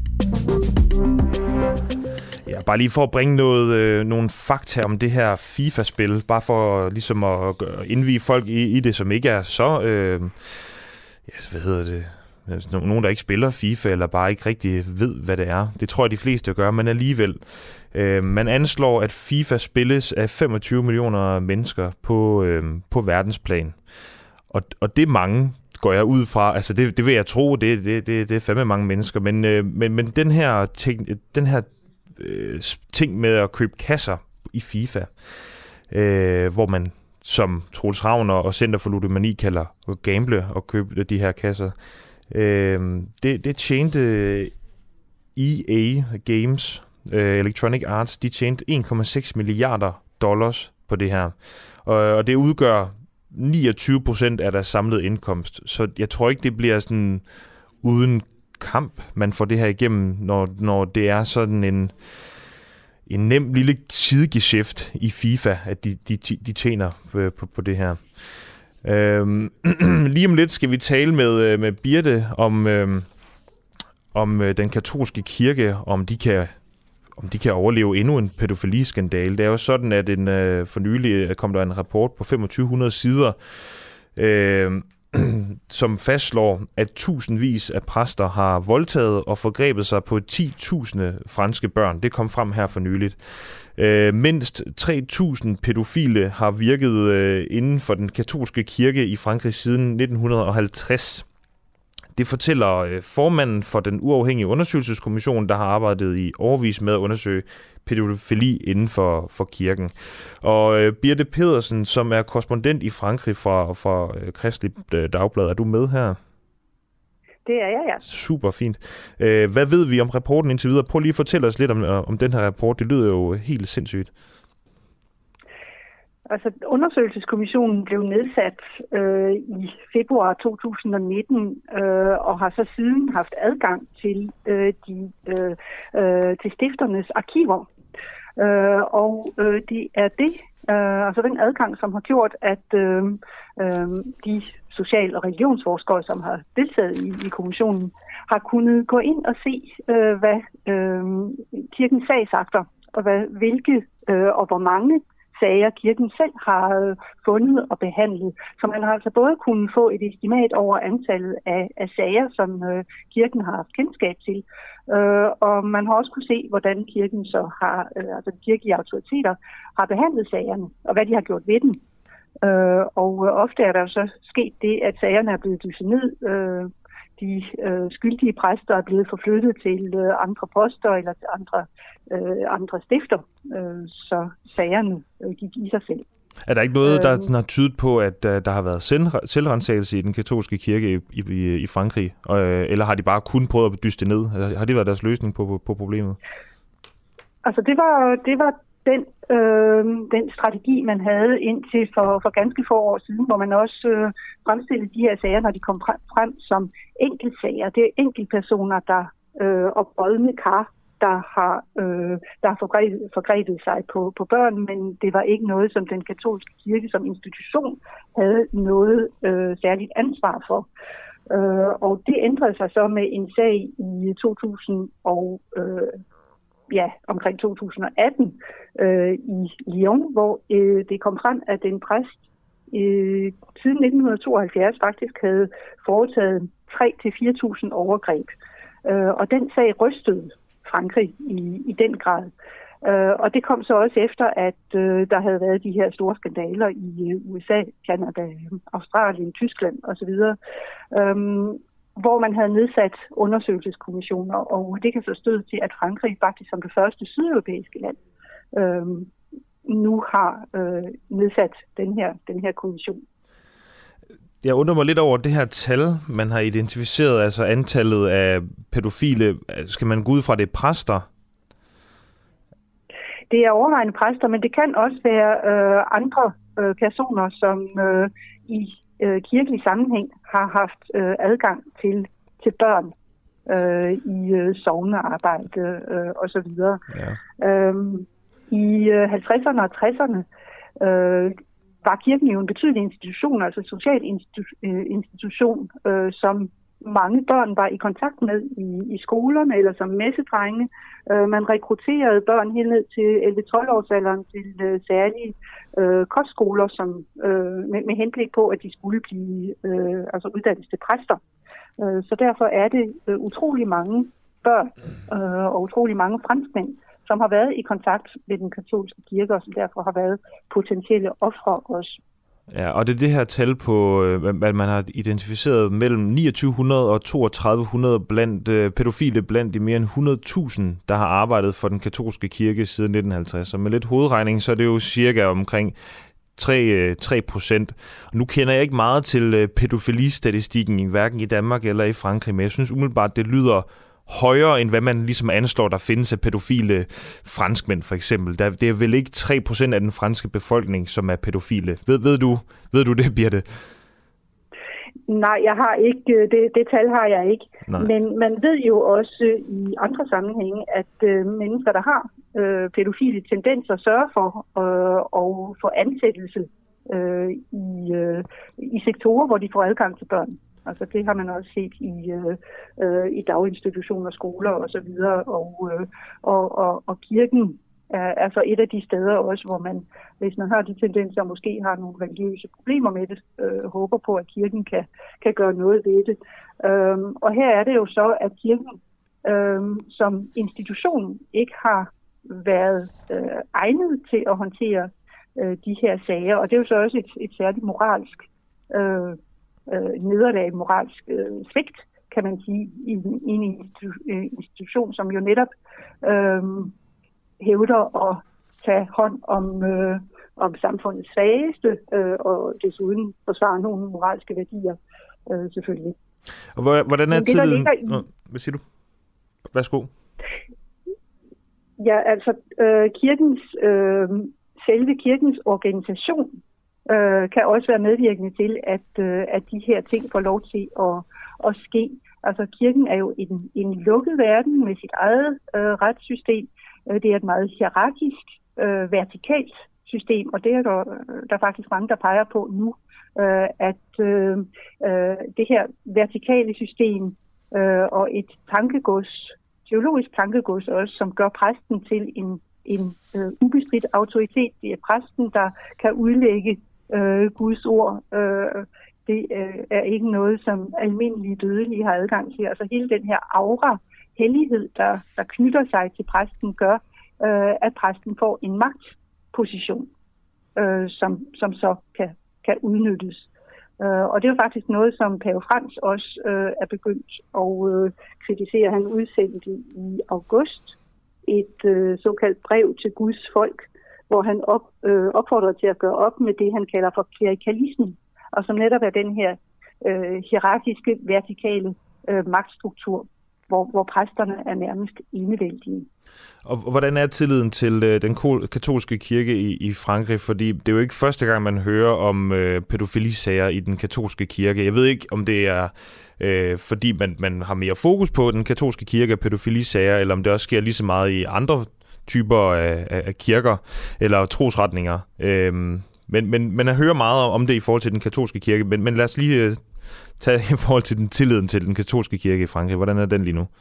Ja, bare lige for at bringe noget, øh, nogle fakta om det her FIFA-spil, bare for ligesom at indvige folk i, i det, som ikke er så, øh, ja, hvad hedder det, nogen, der ikke spiller FIFA, eller bare ikke rigtig ved, hvad det er. Det tror jeg, de fleste gør, men alligevel. Øh, man anslår, at FIFA spilles af femogtyve millioner mennesker på, øh, på verdensplan. Og, og det er mange, går jeg ud fra. Altså, det, det vil jeg tro, det, det, det, det er fandme mange mennesker. Men, øh, men, men den her ting, den her øh, ting med at købe kasser i FIFA, øh, hvor man som Troels Ravn og Center for Ludomani kalder at gamble og købe de her kasser, øh, det, det tjente E A Games, øh, Electronic Arts, de tjente en komma seks milliarder dollars på det her. Og, og det udgør niogtyve procent af deres samlede indkomst. Så jeg tror ikke, det bliver sådan uden kamp, man får det her igennem, når, når det er sådan en, en nem lille sidegeschæft i FIFA, at de, de, de tjener på, på, på det her. Øhm, lige om lidt skal vi tale med, med Birte om, øhm, om den katolske kirke, om de kan om de kan overleve endnu en pædofiliskandale. Det er jo sådan, at en, øh, for nylig kom der en rapport på femogtyve hundrede sider, øh, som fastslår, at tusindvis af præster har voldtaget og forgrebet sig på ti tusind franske børn. Det kom frem her for nyligt. Øh, mindst tre tusind pædofile har virket øh, inden for den katolske kirke i Frankrig siden nitten halvtreds. Det fortæller øh, formanden for den uafhængige undersøgelseskommission, der har arbejdet i årevis med at undersøge pædofili inden for, for kirken. Og øh, Birte Pedersen, som er korrespondent i Frankrig fra, fra øh, Kristeligt Dagblad, er du med her? Det er jeg, ja. Super fint. Hvad ved vi om rapporten indtil videre? Prøv lige at fortælle os lidt om, om den her rapport. Det lyder jo helt sindssygt. Altså, undersøgelseskommissionen blev nedsat øh, i februar to tusind nitten øh, og har så siden haft adgang til, øh, de, øh, øh, til stifternes arkiver. Øh, og øh, det er det, øh, altså den adgang, som har gjort, at øh, øh, de social- og religionsforskere, som har deltaget i, i kommissionen, har kunnet gå ind og se, øh, hvad øh, kirkens sagsakter, og hvad, hvilke øh, og hvor mange sager kirken selv har øh, fundet og behandlet. Så man har altså både kunnet få et estimat over antallet af, af sager, som øh, kirken har haft kendskab til, øh, og man har også kunne se, hvordan kirken så har, øh, altså de kirkelige autoriteter, har behandlet sagerne, og hvad de har gjort ved dem. Øh, og øh, ofte er der så sket det, at sagerne er blevet dysset ned. Øh, de øh, skyldige præster er blevet forflyttet til øh, andre poster eller til andre, øh, andre stifter, øh, så sagerne øh, gik i sig selv. Er der ikke noget, der sådan har tydet på, at uh, der har været selvrensagelse i den katolske kirke i, i, i Frankrig? Uh, eller har de bare kun prøvet at dyste ned? Har det været deres løsning på, på, på problemet? Altså det var, det var den, øh, den strategi, man havde indtil for, for ganske få år siden, hvor man også øh, fremstillede de her sager, når de kom frem som enkeltsager. Det er enkeltpersoner, der øh, og brødne kar, der har, øh, der har forgrebet, forgrebet sig på, på børn, men det var ikke noget, som den katolske kirke som institution havde noget øh, særligt ansvar for. Øh, og det ændrede sig så med en sag i to tusind og øh, ja, omkring to tusind og atten øh, i Lyon, hvor øh, det kom frem, at en præst øh, siden nitten tooghalvfjerds faktisk havde foretaget tre til fire tusind overgreb. Øh, og den sag rystede Frankrig i, i den grad. Øh, og det kom så også efter, at øh, der havde været de her store skandaler i øh, U S A, Canada, Australien, Tyskland osv., øh, hvor man havde nedsat undersøgelseskommissioner, og det kan så støde til, at Frankrig faktisk som det første sydeuropæiske land øh, nu har øh, nedsat den her, den her kommission. Jeg undrer mig lidt over det her tal, man har identificeret, altså antallet af pædofile. Skal man gå ud fra, det er præster? Det er overvejende præster, men det kan også være øh, andre øh, personer, som øh, i øh, kirkelig sammenhæng har haft øh, adgang til, til børn øh, i øh, sognearbejde øh, osv. Ja. Øhm, I øh, halvtredserne og tresserne øh, var kirken jo en betydelig institution, altså social institu- institution, øh, som mange børn var i kontakt med i, i skolerne eller som messedrenge. Øh, man rekrutterede børn helt ned til elleve til tolv års alderen til øh, særlige øh, kostskoler, som, øh, med, med henblik på, at de skulle blive øh, altså uddannet til præster. Øh, så derfor er det øh, utrolig mange børn øh, og utrolig mange franskmænd, som har været i kontakt med den katolske kirke, og som derfor har været potentielle ofre også. Ja, og det er det her tal på, hvad man har identificeret mellem niogtyve hundrede og toogtredive hundrede blandt øh, pædofile blandt de mere end hundrede tusind, der har arbejdet for den katolske kirke siden nitten halvtreds. Og med lidt hovedregning, så er det jo cirka omkring tre procent. Nu kender jeg ikke meget til pædofilistatistikken, hverken i Danmark eller i Frankrig, men jeg synes umiddelbart, det lyder højere, end hvad man ligesom anslår, der findes af pædofile franskmænd, for eksempel. Der, det er vel ikke tre procent af den franske befolkning, som er pædofile. Ved, ved, du, ved du det, Birte? Nej, jeg har ikke, det, det tal har jeg ikke. Nej. Men man ved jo også i andre sammenhænge, at øh, mennesker, der har øh, pædofile tendenser, sørger for øh, at få ansættelse øh, i, øh, i sektorer, hvor de får adgang til børn. Altså det har man også set i, øh, i daginstitutioner, skoler og så videre, og, øh, og, og, og kirken er altså et af de steder også, hvor man, hvis man har de tendenser, måske har nogle religiøse problemer med det, øh, håber på, at kirken kan, kan gøre noget ved det. Øhm, og her er det jo så, at kirken øh, som institution ikke har været øh, egnet til at håndtere øh, de her sager, og det er jo så også et, et særligt moralsk øh, Øh, nederlag, moralsk øh, svigt, kan man sige, i, i en institu- øh, institution, som jo netop øh, hævder at tage hånd om, øh, om samfundets svageste, øh, og desuden forsvare nogle moralske værdier, øh, selvfølgelig. Og hvordan er det, der tilliden... ligger i... Nå, hvad siger du? Værsgo. Ja, altså øh, kirkens, øh, selve kirkens organisation øh, kan også være medvirkende til, at, øh, at de her ting får lov til at, at ske. Altså kirken er jo en, en lukket verden med sit eget øh, retssystem. Det er et meget hierarkisk, øh, vertikalt system, og det er der, der er faktisk mange, der peger på nu, øh, at øh, øh, det her vertikale system øh, og et tankegods, teologisk tankegods også, som gør præsten til en, en øh, ubestridt autoritet. Det er præsten, der kan udlægge øh, Guds ord. Øh, det øh, er ikke noget, som almindelige dødelige har adgang til. Altså hele den her aura, hellighed, der, der knytter sig til præsten, gør, øh, at præsten får en magtposition, øh, som, som så kan, kan udnyttes. Uh, og det er jo faktisk noget, som Pave Frans også uh, er begyndt at uh, kritisere. Han udsendte i august et uh, såkaldt brev til Guds folk, hvor han op, uh, opfordrer til at gøre op med det, han kalder for klerikalismen, og som netop er den her uh, hierarkiske, vertikale uh, magtstruktur, hvor, hvor præsterne er nærmest enevældige. Og hvordan er tilliden til øh, den katolske kirke i, i Frankrig? Fordi det er jo ikke første gang, man hører om øh, pædofilisager i den katolske kirke. Jeg ved ikke, om det er, øh, fordi man, man har mere fokus på den katolske kirke og pædofilisager, eller om det også sker lige så meget i andre typer af, af, af kirker eller trosretninger. Øh, men, men man hører meget om det i forhold til den katolske kirke. Men, men lad os lige øh, tage i forhold til den tilliden til den katolske kirke i Frankrig. Hvordan er den lige nu?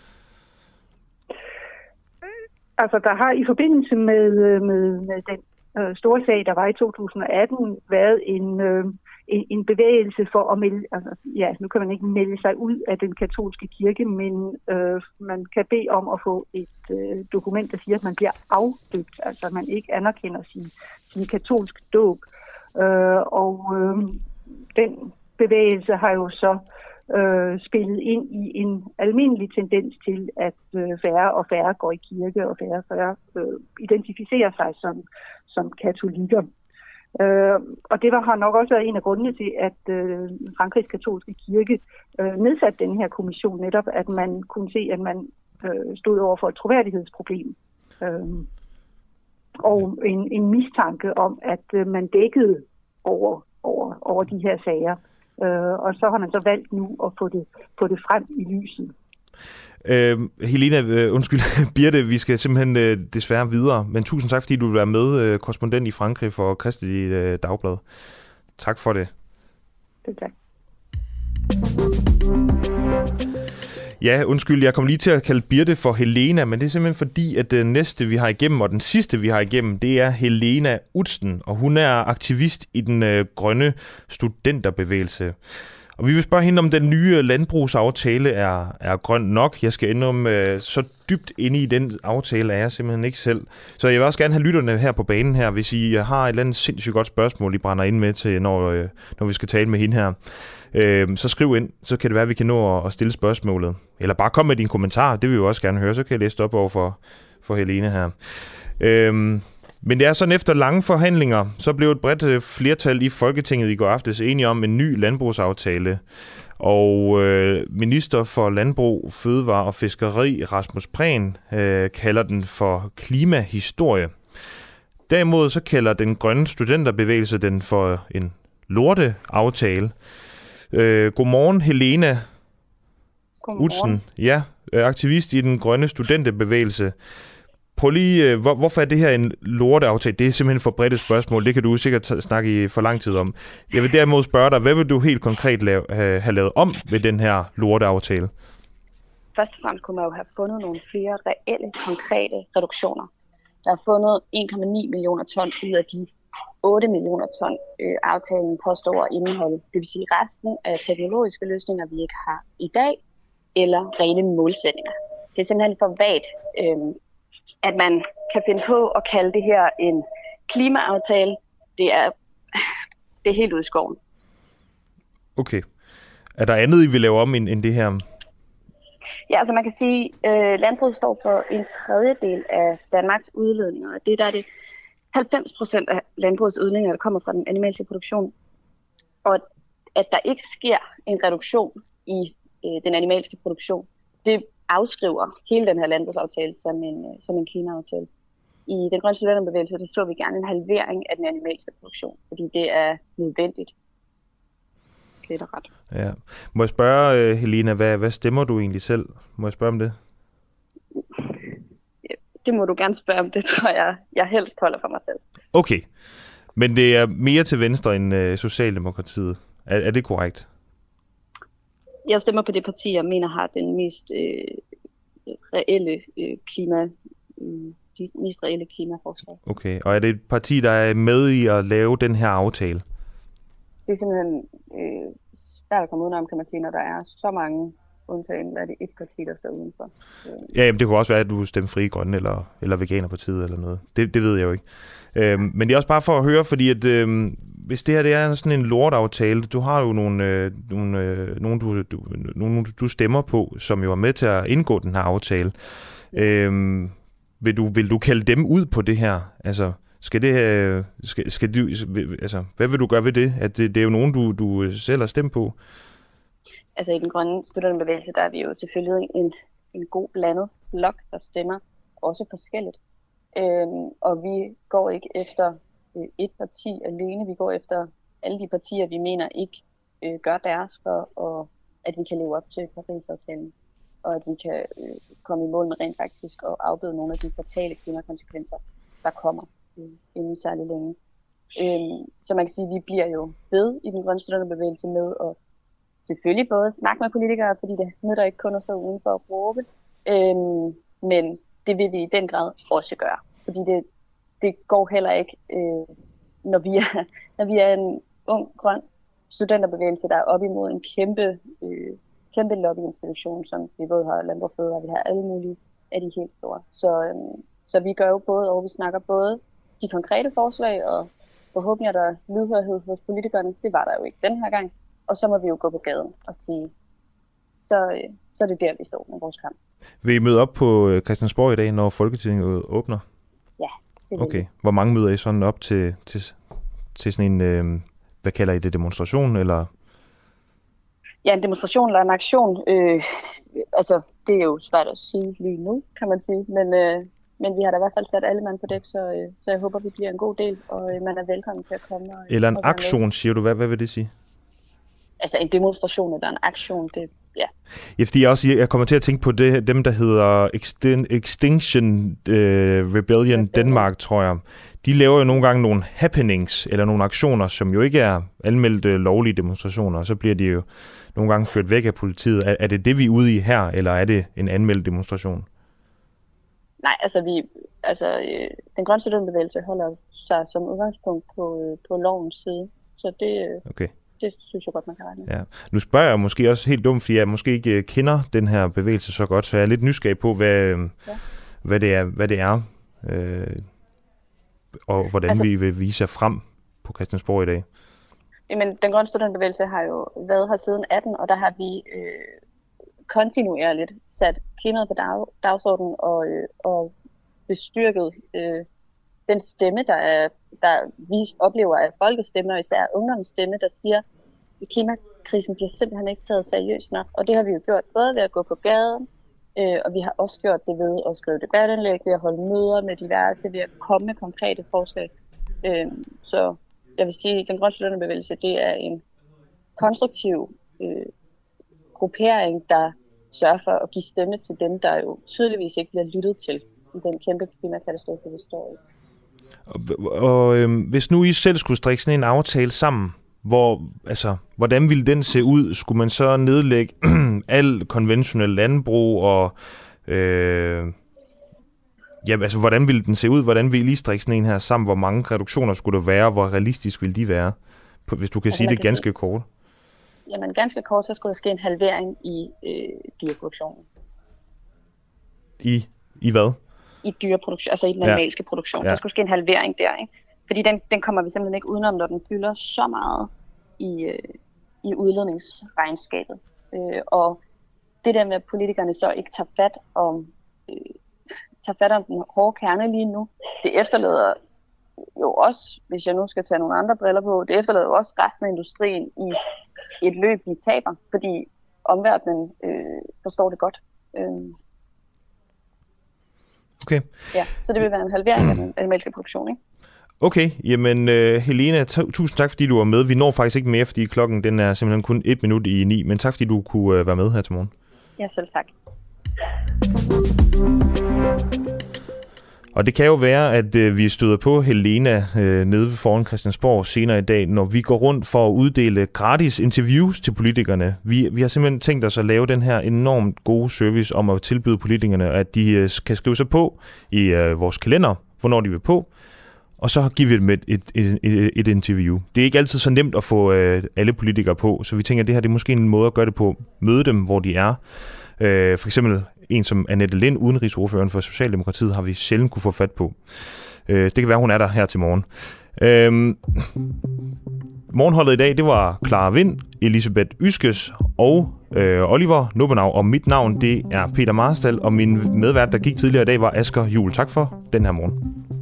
Altså, der har i forbindelse med, med, med den øh, store sag, der var i to tusind og atten, været en, øh, en, en bevægelse for at melde, altså, ja, nu kan man ikke melde sig ud af den katolske kirke, men øh, man kan bede om at få et øh, dokument, der siger, at man bliver afdøbt, altså man ikke anerkender sin, sin katolsk dåb. Øh, og øh, den bevægelse har jo så Øh, spillet ind i en almindelig tendens til, at øh, færre og færre går i kirke, og færre og færre øh, identificerer sig som, som katolikker. Øh, og det var, har nok også været en af grundene til, at øh, Frankrigs katolske kirke øh, nedsatte den her kommission, netop at man kunne se, at man øh, stod over for et troværdighedsproblem. Øh, og en, en mistanke om, at øh, man dækkede over, over, over de her sager. Uh, og så har man så valgt nu at få det, få det frem i lyset. Uh, Helena, uh, undskyld, Birte, vi skal simpelthen uh, desværre videre, men tusind tak, fordi du vil være med, uh, korrespondent i Frankrig for Kristeligt uh, Dagblad. Tak for det. Det tak. Ja, undskyld, jeg kom lige til at kalde Birte for Helena, men det er simpelthen fordi, at den næste, vi har igennem, og den sidste, vi har igennem, det er Helena Utzon, og hun er aktivist i den øh, grønne studenterbevægelse. Og vi vil spørge hende, om den nye landbrugsaftale er, er grøn nok. Jeg skal indrømme, øh, så dybt inde i den aftale er jeg simpelthen ikke selv. Så jeg vil også gerne have lytterne her på banen her, hvis I har et eller andet sindssygt godt spørgsmål, I brænder ind med til, når, øh, når vi skal tale med hende her. Øh, så skriv ind, så kan det være, at vi kan nå at stille spørgsmålet. Eller bare kom med dine kommentarer, det vil vi jo også gerne høre, så kan jeg læse det op over for, for Helene her. Øh, Men det er sådan, efter lange forhandlinger, så blev et bredt flertal i Folketinget i går aftes enige om en ny landbrugsaftale. Og øh, minister for Landbrug, Fødevare og Fiskeri, Rasmus Prehn, øh, kalder den for klimahistorie. Derimod så kalder den grønne studenterbevægelse den for en lorteaftale. Øh, godmorgen, Helena Utzon. Ja, aktivist i den grønne studenterbevægelse. Prøv lige, hvor, hvorfor er det her en lorteaftale? Det er simpelthen for bredt et spørgsmål. Det kan du sikkert snakke i for lang tid om. Jeg vil derimod spørge dig, hvad vil du helt konkret lave, have, have lavet om ved den her lorteaftale? Først og fremmest kunne man jo have fundet nogle flere reelle, konkrete reduktioner. Der er fundet en komma ni millioner ton ud af de otte millioner ton øh, aftalen påstår at indeholde. Det vil sige resten af teknologiske løsninger, vi ikke har i dag, eller rene målsætninger. Det er simpelthen for vagt, øh, at man kan finde på at kalde det her en klimaaftale. Det er, det er helt ude i skoven. Okay. Er der andet, I vil lave om end, end det her? Ja, altså man kan sige, at øh, landbruget står for en tredjedel af Danmarks udledninger. Det der er det halvfems procent af landbrugets udledninger, der kommer fra den animalske produktion. Og at der ikke sker en reduktion i øh, den animalske produktion. Det afskriver hele den her landbrugsaftale som en, øh, som en klimaaftale. I den grønne studenterbevægelse, der så vi gerne en halvering af den animalske produktion, fordi det er nødvendigt. Slet og ret. Ja. Må jeg spørge, uh, Helena, hvad, hvad stemmer du egentlig selv? Må jeg spørge om det? Det må du gerne spørge om, det tror jeg, jeg helst holder for mig selv. Okay, men det er mere til venstre end uh, Socialdemokratiet. Er, er det korrekt? Jeg stemmer på det parti, jeg mener har den mest øh, reelle øh, klima, øh, de mest reelle klimaforslag. Okay, og er det et parti, der er med i at lave den her aftale? Det er simpelthen øh, svært at komme udenom, kan man sige, når der er så mange undtagen, er det et parti, der står udenfor. Ja, jamen, det kunne også være, at du stemmer Frie Grønne eller, eller Veganerpartiet eller noget. Det, det ved jeg jo ikke. Øhm, men det er også bare for at høre, fordi at, øhm, hvis det her det er sådan en lortaftale, du har jo nogle, øh, nogle, øh, nogle, du, du, nogle, du stemmer på, som jo er med til at indgå den her aftale. Øhm, vil, du, vil du kalde dem ud på det her? Altså, skal det øh, skal, skal du, altså, hvad vil du gøre ved det? At det, det er jo nogen, du, du selv har stemt på. Altså i den grønne studenterbevægelse, der er vi jo selvfølgelig en, en god blandet blok, der stemmer også forskelligt. Øhm, og vi går ikke efter øh, et parti alene, vi går efter alle de partier, vi mener ikke øh, gør deres for, og, at vi kan leve op til Paris-aftalen, og at vi kan øh, komme i mål med rent faktisk og afbøde nogle af de fatale klimakonsekvenser, der kommer øh, inden særlig længe. Øhm, så man kan sige, at vi bliver jo ved i den grønne studenterbevægelse med at selvfølgelig både snakke med politikere, fordi det nytter ikke kun at stå udenfor og råbe, øhm, men det vil vi i den grad også gøre. Fordi det, det går heller ikke, øh, når, vi er, når vi er en ung, grøn studenterbevægelse, der er op imod en kæmpe, øh, kæmpe lobbyinstitution, som vi både har Landbrug og Fødevarer, vi har alle mulige af de helt store. Så, øh, så vi gør jo både, og vi snakker både de konkrete forslag, og forhåbentlig er der lydhørhed hos politikerne. Det var der jo ikke den her gang. Og så må vi jo gå på gaden og sige, så, så er det der, vi står med vores kamp. Vil I møde op på Christiansborg i dag, når Folketinget åbner? Ja, det vil Okay. Vi. Hvor mange møder I sådan op til, til, til sådan en, øh, hvad kalder I det, demonstration? Eller? Ja, en demonstration eller en aktion. Øh, altså, det er jo svært at sige lige nu, kan man sige. Men, øh, men vi har da i hvert fald sat alle mand på dæk, så, øh, så jeg håber, vi bliver en god del, og øh, man er velkommen til at komme. Og, eller en og aktion, siger du. Hvad, hvad vil det sige? Altså en demonstration eller en aktion, det, ja. Ja, fordi jeg, også, jeg kommer til at tænke på det, dem, der hedder Extinction uh, Rebellion, Rebellion Denmark, tror jeg. De laver jo nogle gange nogle happenings, eller nogle aktioner, som jo ikke er anmeldt uh, lovlige demonstrationer, og så bliver de jo nogle gange ført væk af politiet. Er, er det det, vi er ude i her, eller er det en anmeldt demonstration? Nej, altså, vi, altså øh, den grønne studenterbevægelse holder sig som udgangspunkt på, øh, på lovens side, så det... Øh, okay. Det synes jeg godt, man kan regne med. Ja. Nu spørger jeg måske også helt dumt, fordi jeg måske ikke kender den her bevægelse så godt, så jeg er lidt nysgerrig på, hvad, ja. hvad det er, hvad det er øh, og hvordan altså, vi vil vise jer frem på Christiansborg i dag. Jamen, den grønne studenterbevægelse har jo været her siden atten, og der har vi øh, kontinuerligt sat klimaet på dag, dagsordenen og, øh, og bestyrket øh, den stemme, der, er, der vi oplever af folkestemme, og især ungdomsstemme, der siger, at klimakrisen bliver simpelthen ikke taget seriøst nok. Og det har vi jo gjort både ved at gå på gaden, øh, og vi har også gjort det ved at skrive debatindlæg, ved at holde møder med diverse, ved at komme med konkrete forslag. Øh, så jeg vil sige, at den grønne studenterbevægelse, det er en konstruktiv øh, gruppering, der sørger for at give stemme til dem, der jo tydeligvis ikke bliver lyttet til i den kæmpe klimakatastrofe, vi står i. Og, og øhm, hvis nu I selv skulle strikke sådan en aftale sammen, hvor, altså, hvordan ville den se ud? Skulle man så nedlægge al konventionel landbrug, og øh, ja, altså, hvordan ville den se ud? Hvordan ville I strikke sådan en her sammen? Hvor mange reduktioner skulle der være? Hvor realistisk ville de være? Hvis du kan altså, sige det ganske sige, kort. Jamen ganske kort, så skulle der ske en halvering i øh, dyreproduktionen. I, I hvad? I dyreproduktion, altså i den animalske ja. produktion. Ja. Der skulle ske en halvering der, ikke? Fordi den, den kommer vi simpelthen ikke udenom, når den fylder så meget i, øh, i udledningsregnskabet. Øh, og det der med, at politikerne så ikke tager fat om, øh, tager fat om den hårde kerne lige nu, det efterlader jo også, hvis jeg nu skal tage nogle andre briller på, det efterlader jo også resten af industrien i et løb, de taber. Fordi omverdenen øh, forstår det godt. Øh. Okay. Ja, så det vil være en halvering af den animalske produktion, ikke? Okay, jamen uh, Helena, t- tusind tak, fordi du var med. Vi når faktisk ikke mere, fordi klokken den er simpelthen kun et minut i ni, men tak, fordi du kunne uh, være med her til morgen. Ja, selv tak. Og det kan jo være, at øh, vi støder på Helena øh, nede foran Christiansborg senere i dag, når vi går rundt for at uddele gratis interviews til politikerne. Vi, vi har simpelthen tænkt os at lave den her enormt gode service om at tilbyde politikerne, at de øh, kan skrive sig på i øh, vores kalender, hvornår de vil på, og så giver vi dem et, et, et, et, et interview. Det er ikke altid så nemt at få øh, alle politikere på, så vi tænker, at det her det er måske en måde at gøre det på. Møde dem, hvor de er. Øh, for eksempel en som Annette Lind, udenrigsordføreren for Socialdemokratiet, har vi sjældent kunne få fat på. Øh, det kan være, hun er der her til morgen. Øh, morgenholdet i dag, det var Clara Vind, Elisabeth Yskes og øh, Oliver Nubbenau. Og mit navn, det er Peter Marstal, og min medvært, der gik tidligere i dag, var Asger Juhl. Tak for den her morgen.